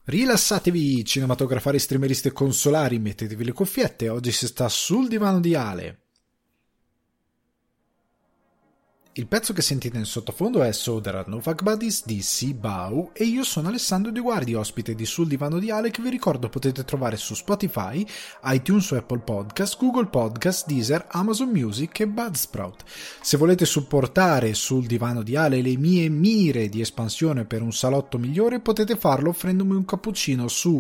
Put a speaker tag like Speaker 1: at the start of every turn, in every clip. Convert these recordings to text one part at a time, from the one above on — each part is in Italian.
Speaker 1: Rilassatevi, cinematografari, streameristi e consolari, mettetevi le cuffiette, oggi si sta sul divano di Ale. Il pezzo che sentite in sottofondo è So There Are No Fuck Buddies di Sibau e io sono Alessandro De Guardi, ospite di Sul Divano di Ale, che vi ricordo potete trovare su Spotify, iTunes o Apple Podcast, Google Podcast, Deezer, Amazon Music e Buzzsprout. Se volete supportare Sul Divano di Ale le mie mire di espansione per un salotto migliore, potete farlo offrendomi un cappuccino su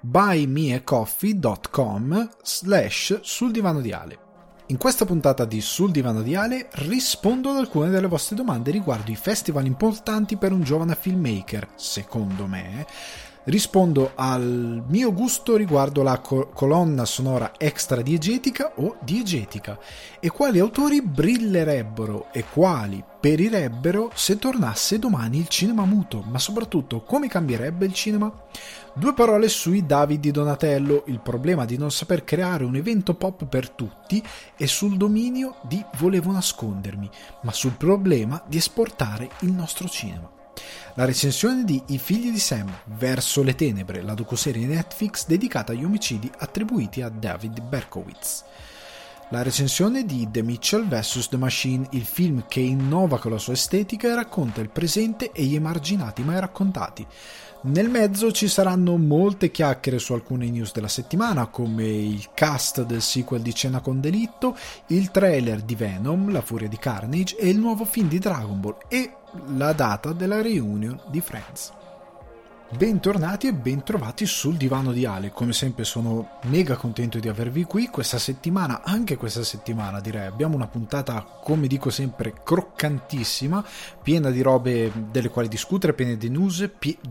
Speaker 1: buymeacoffee.com/Sul Divano di Ale. In questa puntata di Sul Divano di Ale rispondo ad alcune delle vostre domande riguardo i festival importanti per un giovane filmmaker, secondo me. Rispondo al mio gusto riguardo la colonna sonora extra diegetica o diegetica e quali autori brillerebbero e quali perirebbero se tornasse domani il cinema muto, ma soprattutto come cambierebbe il cinema. 2 parole sui David di Donatello, il problema di non saper creare un evento pop per tutti, e sul dominio di Volevo nascondermi, ma sul problema di esportare il nostro cinema. La recensione di I figli di Sam, Verso le tenebre, la docuserie Netflix dedicata agli omicidi attribuiti a David Berkowitz. La recensione di The Mitchell vs. The Machine, il film che innova con la sua estetica e racconta il presente e gli emarginati mai raccontati. Nel mezzo ci saranno molte chiacchiere su alcune news della settimana, come il cast del sequel di Cena con delitto, il trailer di Venom, La furia di Carnage e il nuovo film di Dragon Ball e la data della reunion di Friends. Bentornati e bentrovati sul divano di Ale. Come sempre sono mega contento di avervi qui questa settimana, anche questa settimana direi. Abbiamo una puntata, come dico sempre, croccantissima, piena di robe delle quali discutere, piena di news,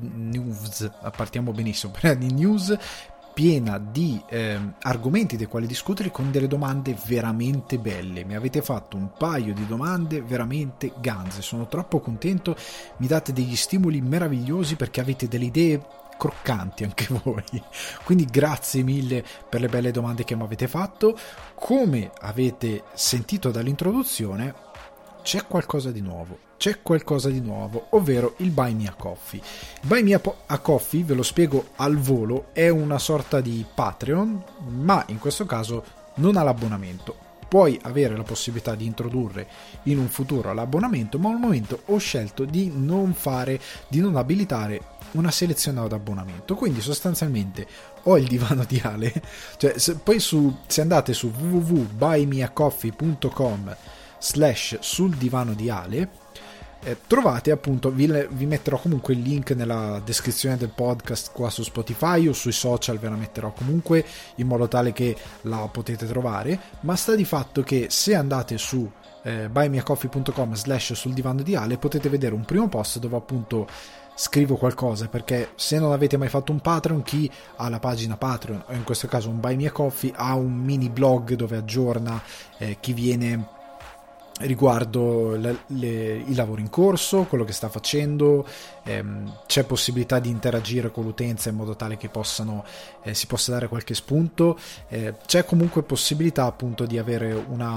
Speaker 1: partiamo benissimo, piena di news, piena di argomenti dei quali discutere, con delle domande veramente belle. Mi avete fatto un paio di domande veramente ganze, sono troppo contento, mi date degli stimoli meravigliosi perché avete delle idee croccanti anche voi, quindi grazie mille per le belle domande che mi avete fatto. Come avete sentito dall'introduzione, c'è qualcosa di nuovo, ovvero il Buy Me a Coffee. Buy Me a Coffee, ve lo spiego al volo, è una sorta di Patreon, ma in questo caso non ha l'abbonamento. Puoi avere la possibilità di introdurre in un futuro l'abbonamento, ma al momento ho scelto di non abilitare una selezione ad abbonamento, quindi sostanzialmente ho il divano di Ale, cioè se andate su www.buymeacoffee.com/sul divano di Ale, trovate appunto, vi metterò comunque il link nella descrizione del podcast qua su Spotify o sui social, ve la metterò comunque in modo tale che la potete trovare, ma sta di fatto che se andate su buymeacoffee.com/sul divano di Ale potete vedere un primo post dove appunto scrivo qualcosa, perché se non avete mai fatto un Patreon, chi ha la pagina Patreon o in questo caso un Buy Me a Coffee ha un mini blog dove aggiorna chi viene riguardo i lavori in corso, quello che sta facendo, c'è possibilità di interagire con l'utenza in modo tale che si possa dare qualche spunto, c'è comunque possibilità appunto di avere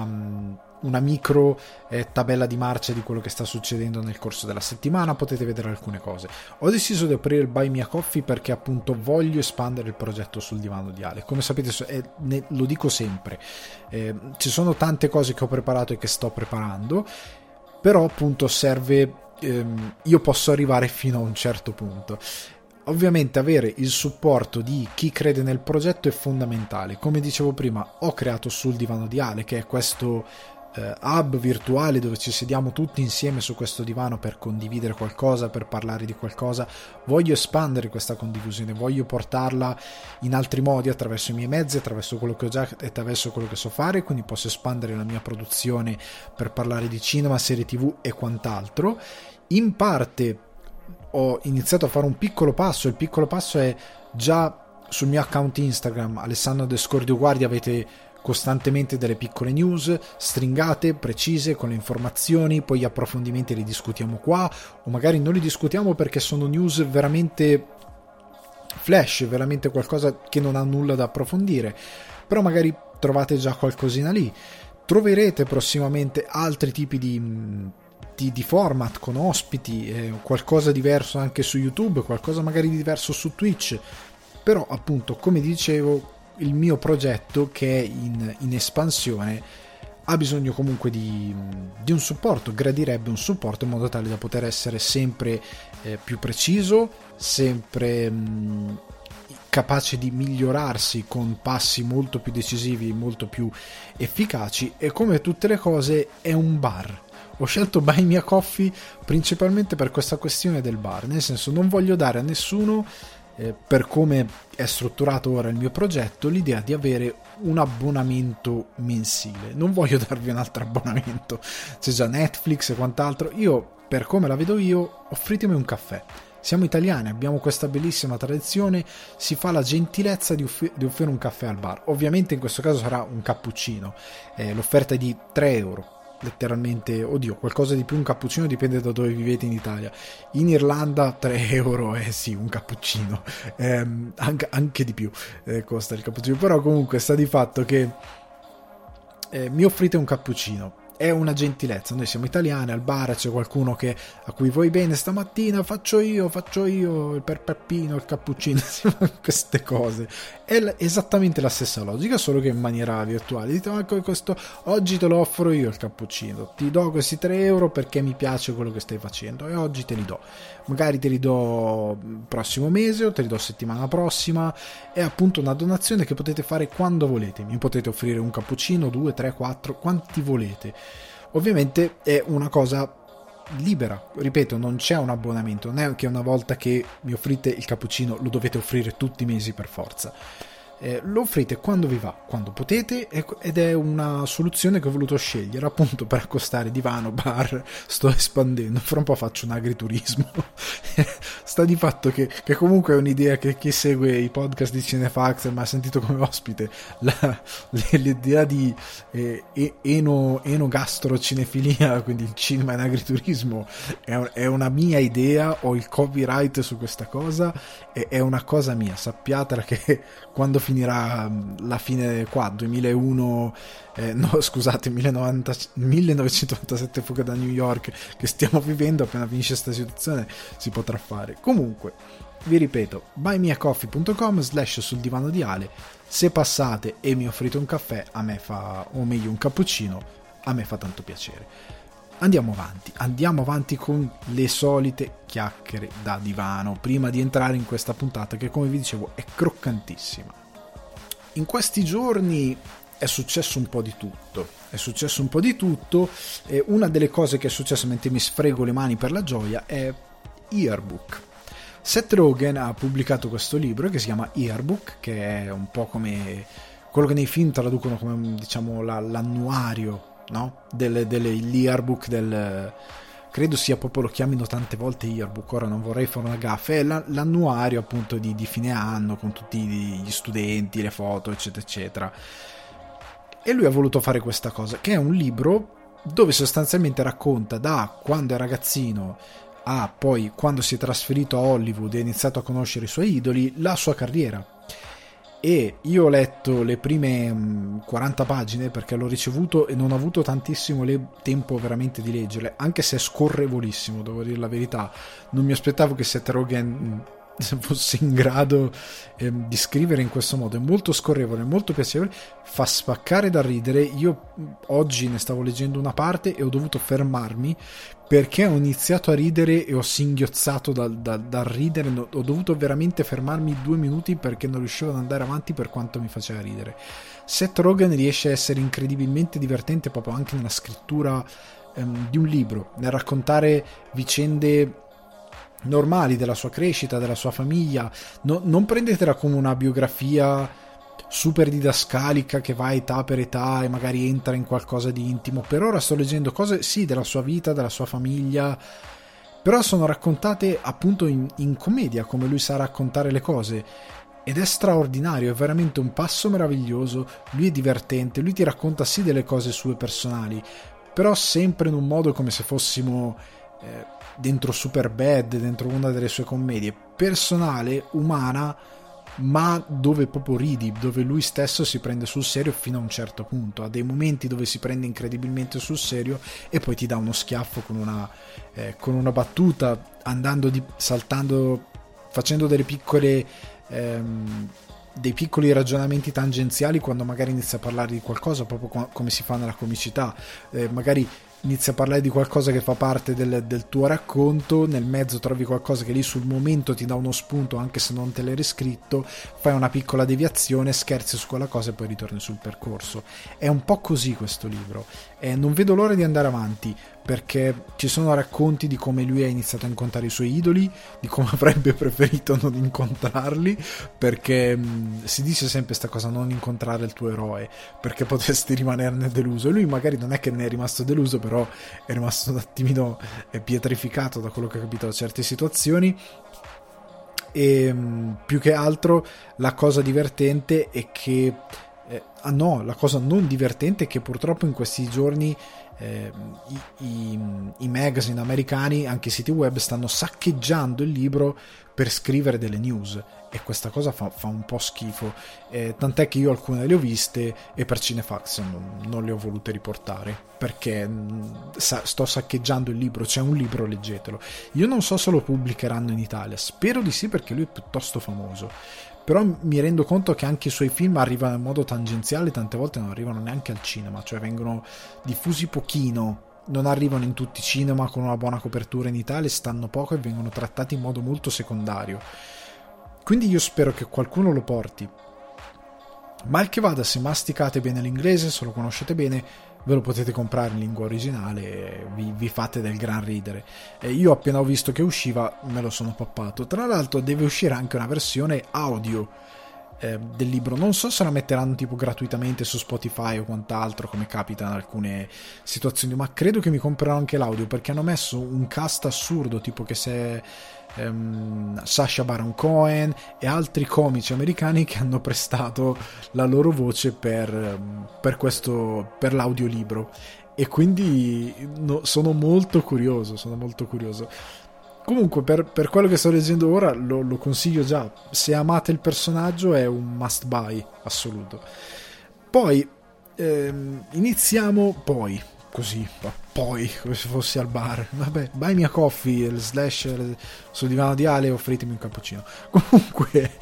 Speaker 1: una micro tabella di marcia di quello che sta succedendo nel corso della settimana, potete vedere alcune cose. Ho deciso di aprire il Buy Me a Coffee perché appunto voglio espandere il progetto sul divano di Ale. Come sapete, lo dico sempre, ci sono tante cose che ho preparato e che sto preparando, però appunto serve, io posso arrivare fino a un certo punto. Ovviamente avere il supporto di chi crede nel progetto è fondamentale. Come dicevo prima, ho creato Sul Divano di Ale, che è questo hub virtuale dove ci sediamo tutti insieme su questo divano per condividere qualcosa, per parlare di qualcosa. Voglio espandere questa condivisione, voglio portarla in altri modi, attraverso i miei mezzi, attraverso quello che ho già e attraverso quello che so fare, quindi posso espandere la mia produzione per parlare di cinema, serie TV e quant'altro. In parte ho iniziato a fare un piccolo passo, il piccolo passo è già sul mio account Instagram Alessandro_Guardi, avete costantemente delle piccole news stringate, precise, con le informazioni, poi gli approfondimenti li discutiamo qua, o magari non li discutiamo perché sono news veramente flash, veramente qualcosa che non ha nulla da approfondire, però magari trovate già qualcosina lì. Troverete prossimamente altri tipi di di format con ospiti, qualcosa diverso anche su YouTube, qualcosa magari di diverso su Twitch, però appunto, come dicevo, il mio progetto, che è in espansione, ha bisogno comunque di un supporto, gradirebbe un supporto in modo tale da poter essere sempre più preciso, sempre capace di migliorarsi con passi molto più decisivi, molto più efficaci. E come tutte le cose è un bar. Ho scelto Buy Me a Coffee principalmente per questa questione del bar, nel senso, non voglio dare a nessuno, per come è strutturato ora il mio progetto, l'idea di avere un abbonamento mensile. Non voglio darvi un altro abbonamento, c'è già Netflix e quant'altro. Io, per come la vedo io, offritemi un caffè. Siamo italiani, abbiamo questa bellissima tradizione, si fa la gentilezza di offrire un caffè al bar. Ovviamente in questo caso sarà un cappuccino, l'offerta è di 3 euro, letteralmente, oddio, qualcosa di più, un cappuccino dipende da dove vivete in Italia. In Irlanda 3 euro è sì un cappuccino, anche di più costa il cappuccino, però comunque sta di fatto che mi offrite un cappuccino. È una gentilezza, noi siamo italiani, al bar c'è qualcuno a cui vuoi bene stamattina, faccio io il peppino, il cappuccino, queste cose. È esattamente la stessa logica, solo che in maniera virtuale. Dite, ma questo, oggi te lo offro io il cappuccino, ti do questi 3 euro perché mi piace quello che stai facendo e oggi te li do. Magari te li do prossimo mese o te li do settimana prossima. È appunto una donazione che potete fare quando volete. Mi potete offrire un cappuccino, 2, 3, 4, quanti volete. Ovviamente è una cosa libera, ripeto, non c'è un abbonamento, non è che una volta che mi offrite il cappuccino lo dovete offrire tutti i mesi per forza. Lo offrite quando vi va, quando potete, ed è una soluzione che ho voluto scegliere appunto per accostare divano, bar. Sto espandendo, fra un po' faccio un agriturismo. Sta di fatto che comunque è un'idea che chi segue i podcast di Cinefax ma ha sentito come ospite, l'idea di enogastrocinefilia, quindi il cinema in agriturismo, è una mia idea, ho il copyright su questa cosa, è una cosa mia, sappiatela che quando finirà la fine qua 2001 no scusate 1997 fuga da New York che stiamo vivendo, appena finisce questa situazione si potrà fare. Comunque vi ripeto, buymeacoffee.com/sul divano di Ale. Se passate e mi offrite un caffè, a me fa, o meglio un cappuccino, a me fa tanto piacere. Andiamo avanti con le solite chiacchiere da divano prima di entrare in questa puntata che, come vi dicevo, è croccantissima. In questi giorni è successo un po' di tutto, e una delle cose che è successa mentre mi sfrego le mani per la gioia è Yearbook. Seth Rogen ha pubblicato questo libro che si chiama Yearbook, che è un po' come quello che nei film traducono come, diciamo, l'annuario, no? Yearbook credo sia proprio, lo chiamino tante volte Yearbook, ora non vorrei fare una gaffa, è l'annuario appunto di fine anno con tutti gli studenti, le foto eccetera eccetera. E lui ha voluto fare questa cosa, che è un libro dove sostanzialmente racconta da quando è ragazzino a poi quando si è trasferito a Hollywood e ha iniziato a conoscere i suoi idoli, la sua carriera. E io ho letto le prime 40 pagine perché l'ho ricevuto e non ho avuto tantissimo tempo veramente di leggerle, anche se è scorrevolissimo, devo dire la verità. Non mi aspettavo che Seth Rogen fosse in grado di scrivere in questo modo. È molto scorrevole, molto piacevole, fa spaccare da ridere. Io oggi ne stavo leggendo una parte e ho dovuto fermarmi perché ho iniziato a ridere e ho singhiozzato dal ridere. Ho dovuto veramente fermarmi 2 minuti perché non riuscivo ad andare avanti per quanto mi faceva ridere. Seth Rogen riesce a essere incredibilmente divertente proprio anche nella scrittura di un libro, nel raccontare vicende normali della sua crescita, della sua famiglia. Non prendetela come una biografia super didascalica che va età per età e magari entra in qualcosa di intimo. Per ora sto leggendo cose sì della sua vita, della sua famiglia, però sono raccontate appunto in commedia, come lui sa raccontare le cose, ed è straordinario, è veramente un passo meraviglioso. Lui è divertente, lui ti racconta sì delle cose sue personali, però sempre in un modo come se fossimo dentro Superbad, dentro una delle sue commedie, personale, umana, ma dove proprio ridi, dove lui stesso si prende sul serio fino a un certo punto. Ha dei momenti dove si prende incredibilmente sul serio e poi ti dà uno schiaffo con una battuta, saltando, facendo dei piccoli ragionamenti tangenziali quando magari inizia a parlare di qualcosa, proprio come si fa nella comicità. Magari inizia a parlare di qualcosa che fa parte del tuo racconto, nel mezzo trovi qualcosa che lì sul momento ti dà uno spunto anche se non te l'eri scritto, fai una piccola deviazione, scherzi su quella cosa e poi ritorni sul percorso. È un po' così questo libro, non vedo l'ora di andare avanti, perché ci sono racconti di come lui ha iniziato a incontrare i suoi idoli, di come avrebbe preferito non incontrarli, perché si dice sempre sta cosa, non incontrare il tuo eroe perché potresti rimanerne deluso, e lui magari non è che ne è rimasto deluso, però è rimasto un attimino pietrificato da quello che ha capito da certe situazioni. E più che altro la cosa divertente è che la cosa non divertente è che purtroppo in questi giorni i magazine americani, anche i siti web, stanno saccheggiando il libro per scrivere delle news, e questa cosa fa un po' schifo, tant'è che io alcune le ho viste e per Cinefax non le ho volute riportare, perché sto saccheggiando il libro. C'è un libro, leggetelo. Io non so se lo pubblicheranno in Italia, spero di sì perché lui è piuttosto famoso, però mi rendo conto che anche i suoi film arrivano in modo tangenziale, tante volte non arrivano neanche al cinema, cioè vengono diffusi pochino, non arrivano in tutti i cinema con una buona copertura in Italia, stanno poco e vengono trattati in modo molto secondario. Quindi io spero che qualcuno lo porti. Mal che vada, se masticate bene l'inglese, se lo conoscete bene, ve lo potete comprare in lingua originale e vi fate del gran ridere. Io appena ho visto che usciva me lo sono pappato. Tra l'altro deve uscire anche una versione audio del libro, non so se la metteranno tipo gratuitamente su Spotify o quant'altro, come capita in alcune situazioni, ma credo che mi comprerò anche l'audio, perché hanno messo un cast assurdo, tipo che se Sacha Baron Cohen e altri comici americani che hanno prestato la loro voce per l'audiolibro, e quindi sono molto curioso. Comunque per quello che sto leggendo ora lo consiglio già. Se amate il personaggio è un must buy assoluto. Poi iniziamo così, come se fossi al bar, vabbè, buy me a coffee / sul divano di Ale, offritemi un cappuccino. Comunque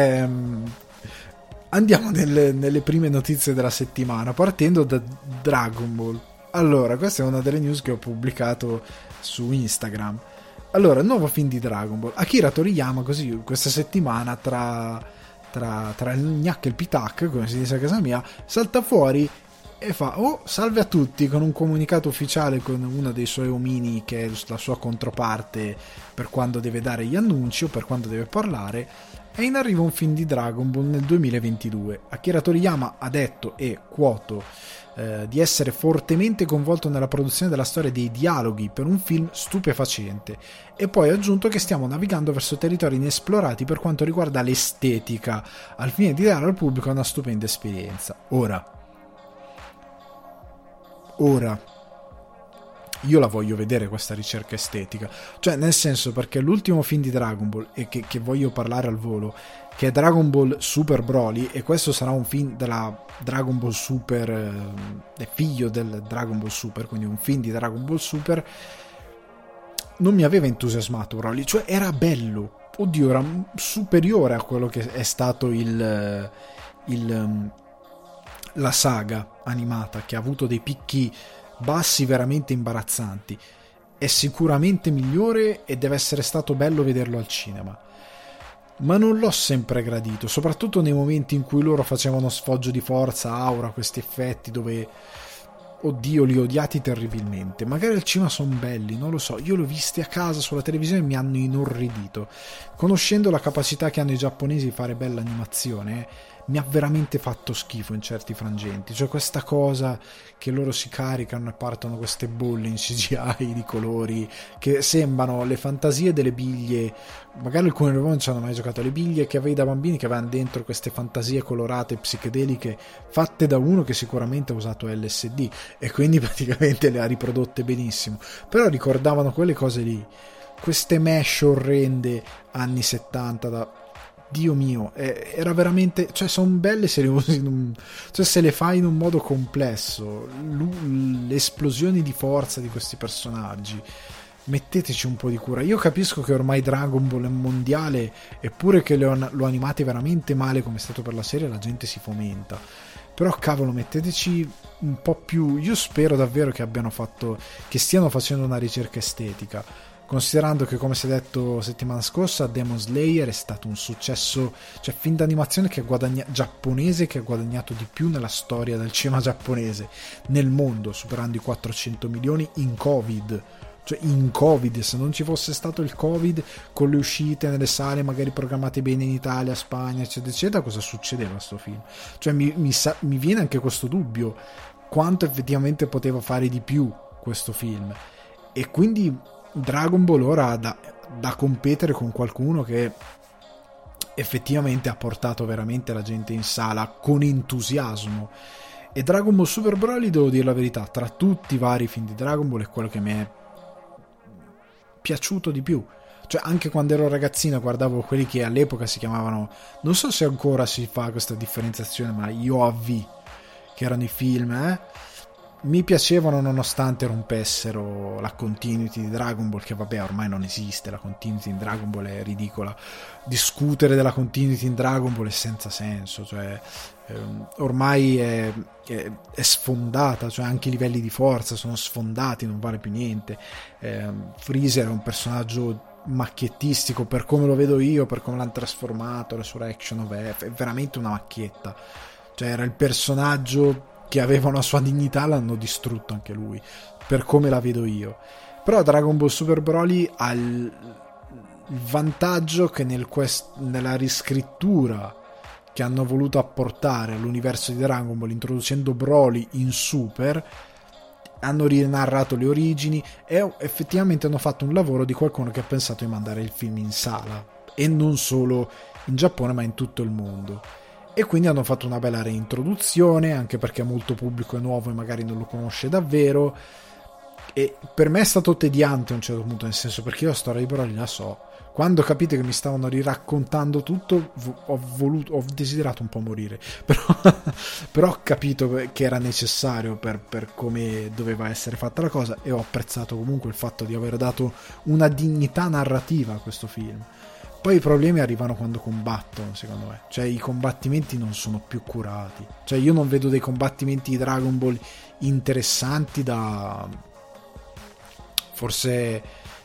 Speaker 1: andiamo nelle prime notizie della settimana, partendo da Dragon Ball. Allora, questa è una delle news che ho pubblicato su Instagram. Allora, il nuovo film di Dragon Ball. Akira Toriyama, così, questa settimana, tra il gnac e il pitac, come si dice a casa mia, salta fuori e fa: oh, salve a tutti, con un comunicato ufficiale con uno dei suoi omini, che è la sua controparte per quando deve dare gli annunci o per quando deve parlare. È in arrivo un film di Dragon Ball nel 2022. Akira Toriyama ha detto, e quoto, di essere fortemente coinvolto nella produzione della storia dei dialoghi per un film stupefacente, e poi ha aggiunto che stiamo navigando verso territori inesplorati per quanto riguarda l'estetica, al fine di dare al pubblico una stupenda esperienza. Ora io la voglio vedere questa ricerca estetica, cioè nel senso, perché l'ultimo film di Dragon Ball, e che voglio parlare al volo, che è Dragon Ball Super Broly, e questo sarà un film della Dragon Ball Super, è figlio del Dragon Ball Super, quindi un film di Dragon Ball Super, non mi aveva entusiasmato Broly, cioè era bello, oddio, era superiore a quello che è stato la saga animata, che ha avuto dei picchi bassi veramente imbarazzanti. È sicuramente migliore e deve essere stato bello vederlo al cinema, ma non l'ho sempre gradito, soprattutto nei momenti in cui loro facevano sfoggio di forza, aura, questi effetti dove, oddio, li ho odiati terribilmente. Magari al cinema sono belli, non lo so, io li ho visti a casa sulla televisione e mi hanno inorridito. Conoscendo la capacità che hanno i giapponesi di fare bella animazione, mi ha veramente fatto schifo in certi frangenti, cioè questa cosa che loro si caricano e partono queste bolle in CGI di colori che sembrano le fantasie delle biglie. Magari alcuni di voi non ci hanno mai giocato alle biglie che avevi da bambini, che avevano dentro queste fantasie colorate psichedeliche fatte da uno che sicuramente ha usato LSD e quindi praticamente le ha riprodotte benissimo, però ricordavano quelle cose lì, queste mesh orrende anni 70 da Dio mio, era veramente, cioè sono belle se le usi cioè se le fai in un modo complesso, le esplosioni di forza di questi personaggi, metteteci un po' di cura. Io capisco che ormai Dragon Ball è mondiale, eppure che lo animate veramente male come è stato per la serie, la gente si fomenta, però cavolo, metteteci un po' più. Io spero davvero che stiano facendo una ricerca estetica, considerando che, come si è detto settimana scorsa, Demon Slayer è stato un successo, cioè film d'animazione giapponese che ha guadagnato di più nella storia del cinema giapponese nel mondo, superando i 400 milioni in Covid. Cioè in Covid, se non ci fosse stato il Covid, con le uscite nelle sale magari programmate bene in Italia, Spagna, eccetera eccetera, cosa succedeva a sto film? Cioè mi viene anche questo dubbio, quanto effettivamente poteva fare di più questo film. E quindi Dragon Ball ora ha da competere con qualcuno che effettivamente ha portato veramente la gente in sala con entusiasmo. E Dragon Ball Super Broly, devo dire la verità, tra tutti i vari film di Dragon Ball è quello che mi è piaciuto di più. Cioè anche quando ero ragazzino guardavo quelli che all'epoca si chiamavano, non so se ancora si fa questa differenziazione, ma IOAV, che erano i film, mi piacevano nonostante rompessero la continuity di Dragon Ball, che vabbè ormai non esiste, la continuity in Dragon Ball è ridicola, discutere della continuity in Dragon Ball è senza senso, cioè ormai è sfondata, cioè anche i livelli di forza sono sfondati, non vale più niente. Freezer è un personaggio macchiettistico per come lo vedo io, per come l'hanno trasformato, Resurrection of F, è veramente una macchietta, cioè era il personaggio che aveva una sua dignità, l'hanno distrutto anche lui, per come la vedo io. Però Dragon Ball Super Broly ha il vantaggio che nella riscrittura che hanno voluto apportare all'universo di Dragon Ball, introducendo Broly in Super, hanno rinarrato le origini e effettivamente hanno fatto un lavoro di qualcuno che ha pensato di mandare il film in sala, e non solo in Giappone ma in tutto il mondo. E quindi hanno fatto una bella reintroduzione, anche perché molto pubblico è nuovo e magari non lo conosce davvero. E per me è stato tediante a un certo punto, nel senso, perché io la storia di Broly la so. Quando capite che mi stavano riraccontando tutto, ho desiderato un po' morire, però ho capito che era necessario per come doveva essere fatta la cosa, e ho apprezzato comunque il fatto di aver dato una dignità narrativa a questo film. Poi i problemi arrivano quando combattono, secondo me, cioè i combattimenti non sono più curati, cioè io non vedo dei combattimenti di Dragon Ball interessanti da forse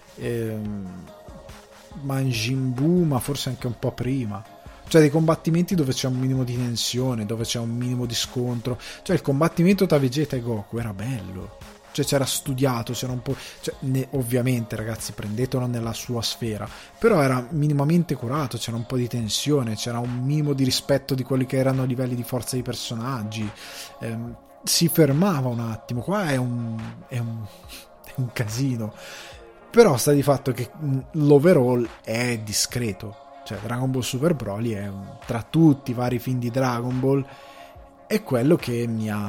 Speaker 1: Majin Buu, ma forse anche un po' prima, cioè dei combattimenti dove c'è un minimo di tensione, dove c'è un minimo di scontro. Cioè il combattimento tra Vegeta e Goku era bello, cioè c'era studiato, c'era un po', cioè, ovviamente ragazzi prendetelo nella sua sfera, però era minimamente curato, c'era un po' di tensione, c'era un minimo di rispetto di quelli che erano i livelli di forza dei personaggi, si fermava un attimo. Qua è un casino, però sta di fatto che l'overall è discreto. Cioè Dragon Ball Super Broly è tra tutti i vari film di Dragon Ball è quello che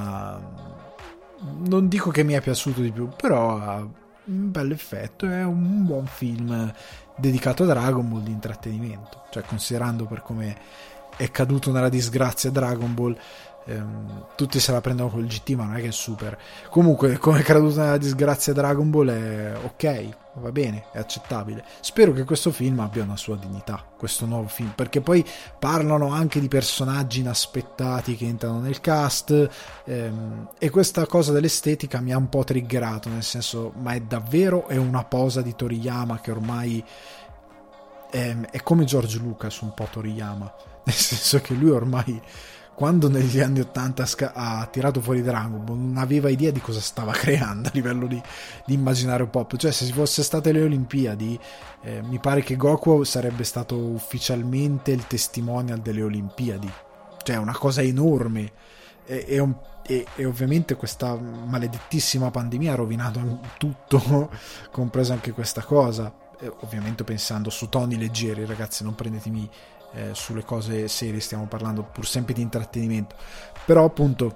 Speaker 1: non dico che mi è piaciuto di più, però ha un bel effetto, è un buon film dedicato a Dragon Ball di intrattenimento, cioè considerando per come è caduto nella disgrazia Dragon Ball, tutti se la prendono col GT, ma non è che è super. Comunque come è caduto nella disgrazia Dragon Ball è ok, va bene, è accettabile. Spero che questo film abbia una sua dignità, questo nuovo film, perché poi parlano anche di personaggi inaspettati che entrano nel cast, e questa cosa dell'estetica mi ha un po' triggerato, nel senso, ma è davvero una posa di Toriyama che ormai è come George Lucas un po' Toriyama, nel senso che lui ormai, quando negli anni 80 ha tirato fuori Dragon Ball, non aveva idea di cosa stava creando a livello di immaginario pop. Cioè se ci fosse state le Olimpiadi, mi pare che Goku sarebbe stato ufficialmente il testimonial delle Olimpiadi, cioè una cosa enorme, e ovviamente questa maledettissima pandemia ha rovinato tutto, compreso anche questa cosa, ovviamente pensando su toni leggeri, ragazzi, non prendetemi sulle cose serie, stiamo parlando pur sempre di intrattenimento, però appunto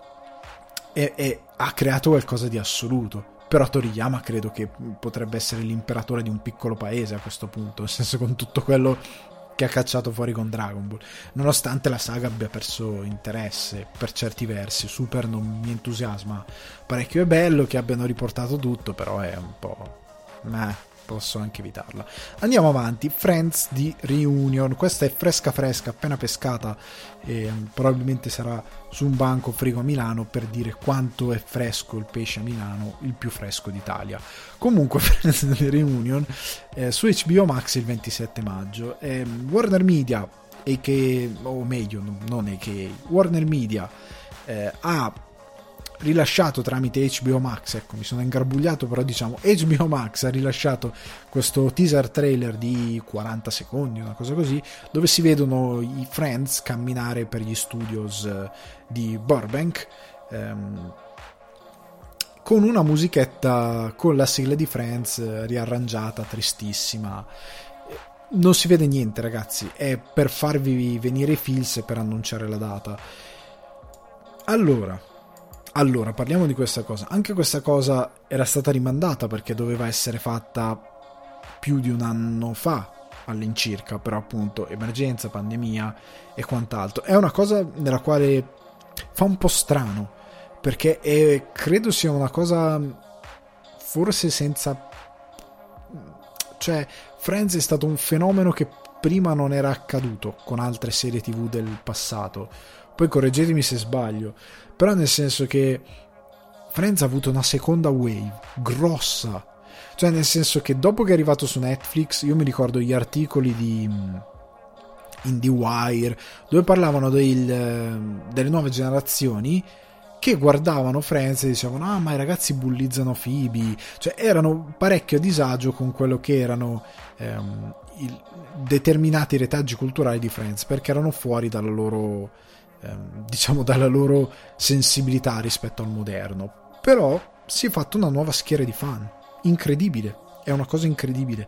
Speaker 1: ha creato qualcosa di assoluto. Però Toriyama credo che potrebbe essere l'imperatore di un piccolo paese a questo punto, nel senso, con tutto quello che ha cacciato fuori con Dragon Ball, nonostante la saga abbia perso interesse per certi versi. Super non mi entusiasma parecchio, è bello che abbiano riportato tutto, però è un po' posso anche evitarla. Andiamo avanti. Friends di Reunion, questa è fresca appena pescata, e probabilmente sarà su un banco frigo a Milano per dire quanto è fresco il pesce a Milano, il più fresco d'Italia. Comunque Friends di Reunion su HBO Max il 27 maggio. Warner Media, o meglio non Warner Media ha rilasciato tramite HBO Max, ecco, mi sono ingarbugliato, però diciamo HBO Max ha rilasciato questo teaser trailer di 40 secondi, una cosa così, dove si vedono i Friends camminare per gli studios di Burbank, con una musichetta con la sigla di Friends riarrangiata, tristissima. Non si vede niente, ragazzi, è per farvi venire i feels e per annunciare la data. Allora, parliamo di questa cosa. Anche questa cosa era stata rimandata perché doveva essere fatta più di un anno fa all'incirca, però appunto emergenza, pandemia e quant'altro. È una cosa nella quale fa un po' strano, perché credo sia una cosa forse senza... Cioè, Friends è stato un fenomeno che prima non era accaduto con altre serie TV del passato. Poi correggetemi se sbaglio, però nel senso che Friends ha avuto una seconda wave grossa, cioè nel senso che dopo che è arrivato su Netflix, io mi ricordo gli articoli di IndieWire dove parlavano delle nuove generazioni che guardavano Friends e dicevano ma i ragazzi bullizzano Phoebe, cioè erano parecchio a disagio con quello che erano determinati retaggi culturali di Friends, perché erano fuori dalla loro dalla loro sensibilità rispetto al moderno. Però si è fatta una nuova schiera di fan incredibile, è una cosa incredibile,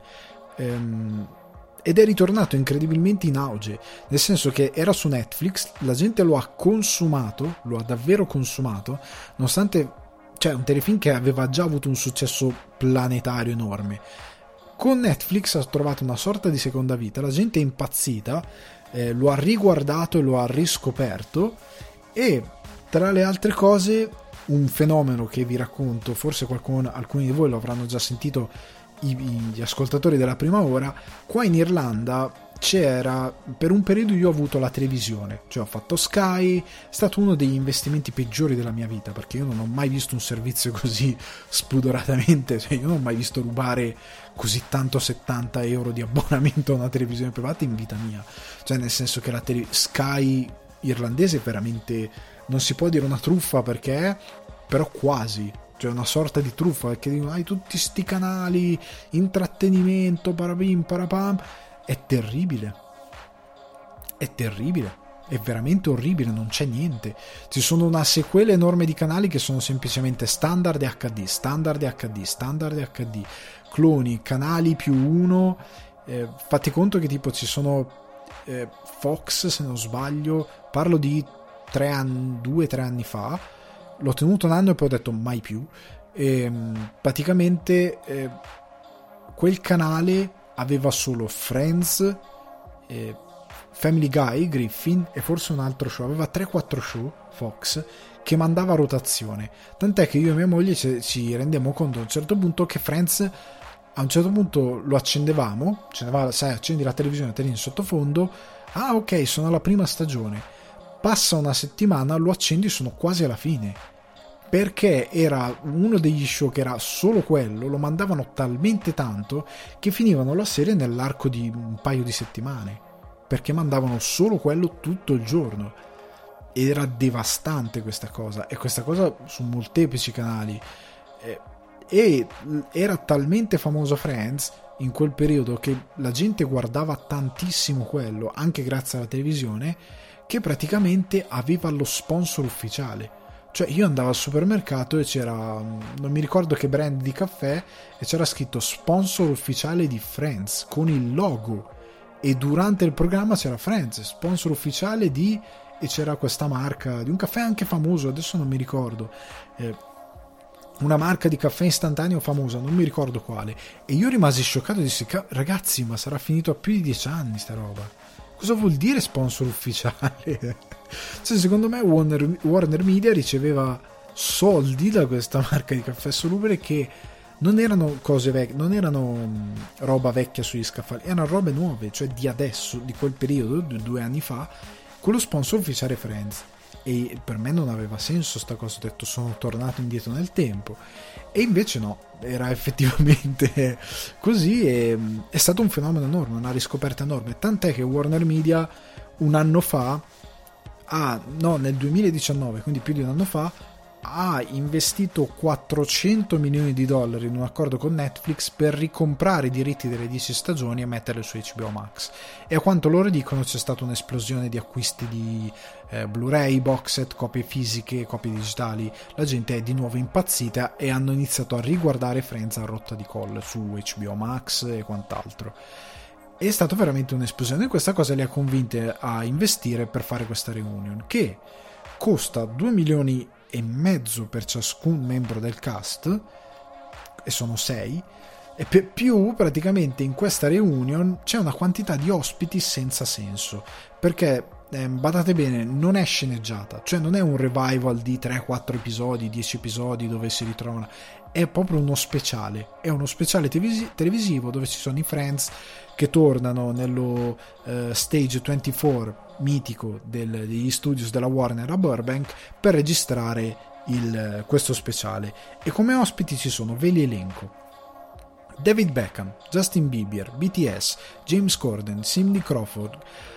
Speaker 1: ed è ritornato incredibilmente in auge, nel senso che era su Netflix, la gente lo ha consumato, lo ha davvero consumato, nonostante, cioè, un telefilm che aveva già avuto un successo planetario enorme. Con Netflix ha trovato una sorta di seconda vita, la gente è impazzita, lo ha riguardato e lo ha riscoperto, e tra le altre cose un fenomeno che vi racconto, forse alcuni di voi lo avranno già sentito, gli ascoltatori della prima ora. Qua in Irlanda c'era, per un periodo io ho avuto la televisione, cioè ho fatto Sky, è stato uno degli investimenti peggiori della mia vita, perché io non ho mai visto un servizio così spudoratamente, cioè io non ho mai visto rubare così tanto 70 euro di abbonamento a una televisione privata in vita mia, cioè nel senso che la Sky irlandese è veramente, non si può dire una truffa perché però quasi, cioè una sorta di truffa, perché hai tutti sti canali, intrattenimento, parabim parapam, è terribile, è veramente orribile, non c'è niente, ci sono una sequela enorme di canali che sono semplicemente standard HD, standard HD, standard HD, cloni, canali più uno, fate conto che tipo ci sono Fox, se non sbaglio, parlo di 2-3 anni fa, l'ho tenuto un anno e poi ho detto mai più, praticamente quel canale aveva solo Friends, Family Guy, Griffin e forse un altro show, aveva 3-4 show Fox che mandava a rotazione, tant'è che io e mia moglie ci rendemmo conto a un certo punto che Friends, a un certo punto lo accendevamo, sai, accendi la televisione, te in sottofondo, ah ok, sono alla prima stagione, passa una settimana, lo accendi, sono quasi alla fine, perché era uno degli show che era solo quello, lo mandavano talmente tanto che finivano la serie nell'arco di un paio di settimane, perché mandavano solo quello tutto il giorno. Era devastante questa cosa, e questa cosa su molteplici canali, e era talmente famoso Friends in quel periodo che la gente guardava tantissimo quello, anche grazie alla televisione, che praticamente aveva lo sponsor ufficiale. Cioè io andavo al supermercato e c'era, non mi ricordo che brand di caffè, e c'era scritto sponsor ufficiale di Friends con il logo, e durante il programma c'era Friends, sponsor ufficiale di, e c'era questa marca di un caffè anche famoso, adesso non mi ricordo, una marca di caffè istantaneo famosa, non mi ricordo quale, e io rimasi scioccato e dissi ragazzi, ma sarà finito a più di 10 anni sta roba, Cosa vuol dire sponsor ufficiale? Cioè, secondo me Warner Media riceveva soldi da questa marca di caffè solubile che non erano cose vecchie, non erano roba vecchia sugli scaffali, erano robe nuove, cioè di adesso, di quel periodo, 2 anni fa, con lo sponsor ufficiale Friends. E per me non aveva senso sta cosa, ho detto sono tornato indietro nel tempo, e invece no, era effettivamente così, e è stato un fenomeno enorme, una riscoperta enorme, tant'è che Warner Media un anno fa, nel 2019, quindi più di un anno fa, ha investito $400 milioni in un accordo con Netflix per ricomprare i diritti delle 10 stagioni e metterle su HBO Max. E a quanto loro dicono c'è stata un'esplosione di acquisti di Blu-ray, box set, copie fisiche, copie digitali. La gente è di nuovo impazzita e hanno iniziato a riguardare Friends a rotta di collo su HBO Max e quant'altro. È stata veramente un'esplosione, e questa cosa li ha convinte a investire per fare questa reunion, che costa 2 milioni e mezzo per ciascun membro del cast, e sono 6, e più praticamente in questa reunion c'è una quantità di ospiti senza senso, perché badate bene, non è sceneggiata, cioè non è un revival di 3-4 episodi, 10 episodi dove si ritrovano, è proprio uno speciale, è uno speciale televisivo dove ci sono i Friends che tornano nello Stage 24 mitico degli studios della Warner a Burbank per registrare questo speciale, e come ospiti ci sono, ve li elenco: David Beckham, Justin Bieber, BTS, James Corden, Cindy Crawford,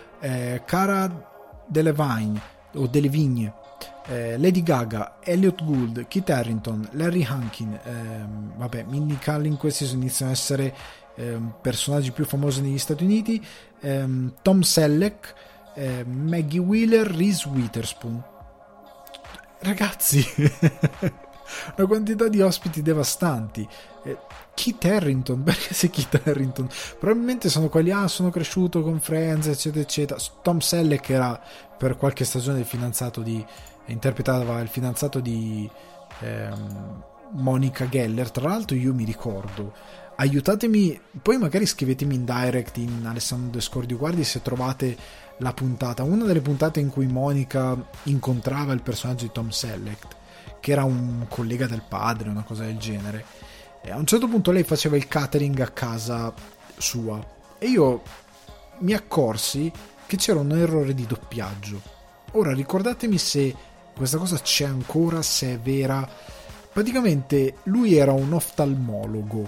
Speaker 1: Cara Delevingne o Delevingne, Lady Gaga, Elliot Gould, Kit Harington, Larry Hankin, Mindy Kaling. Questi iniziano a essere personaggi più famosi negli Stati Uniti, Tom Selleck, Maggie Wheeler, Reese Witherspoon. Ragazzi, una quantità di ospiti devastanti. Kit Harington, perché se Kit Harington? Probabilmente sono quelli, sono cresciuto con Friends, eccetera eccetera. Tom Selleck era per qualche stagione il fidanzato interpretava il fidanzato di Monica Geller. Tra l'altro io mi ricordo, aiutatemi, poi magari scrivetemi in direct in Alessandro Scordio Guardi se trovate la puntata, una delle puntate in cui Monica incontrava il personaggio di Tom Selleck, che era un collega del padre, una cosa del genere, e a un certo punto lei faceva il catering a casa sua e io mi accorsi che c'era un errore di doppiaggio. Ora ricordatemi se questa cosa c'è ancora, se è vera. Praticamente lui era un oftalmologo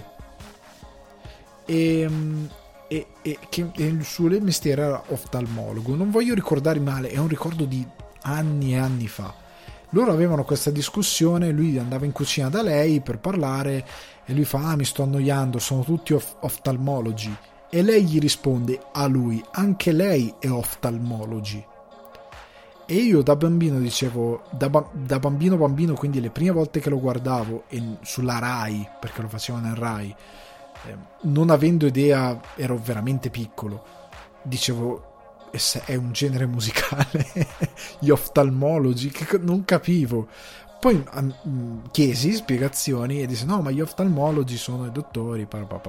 Speaker 1: e che il suo mestiere era oftalmologo. Non voglio ricordare male, è un ricordo di anni e anni fa. Loro avevano questa discussione, lui andava in cucina da lei per parlare e lui fa: mi sto annoiando, sono tutti oftalmologi, e lei gli risponde a lui: anche lei è oftalmologi. E io da bambino dicevo, da bambino, quindi le prime volte che lo guardavo sulla Rai, perché lo faceva nel Rai, non avendo idea, ero veramente piccolo, dicevo è un genere musicale gli oftalmologi, che non capivo. Poi chiesi spiegazioni e disse: no, ma gli oftalmologi sono i dottori,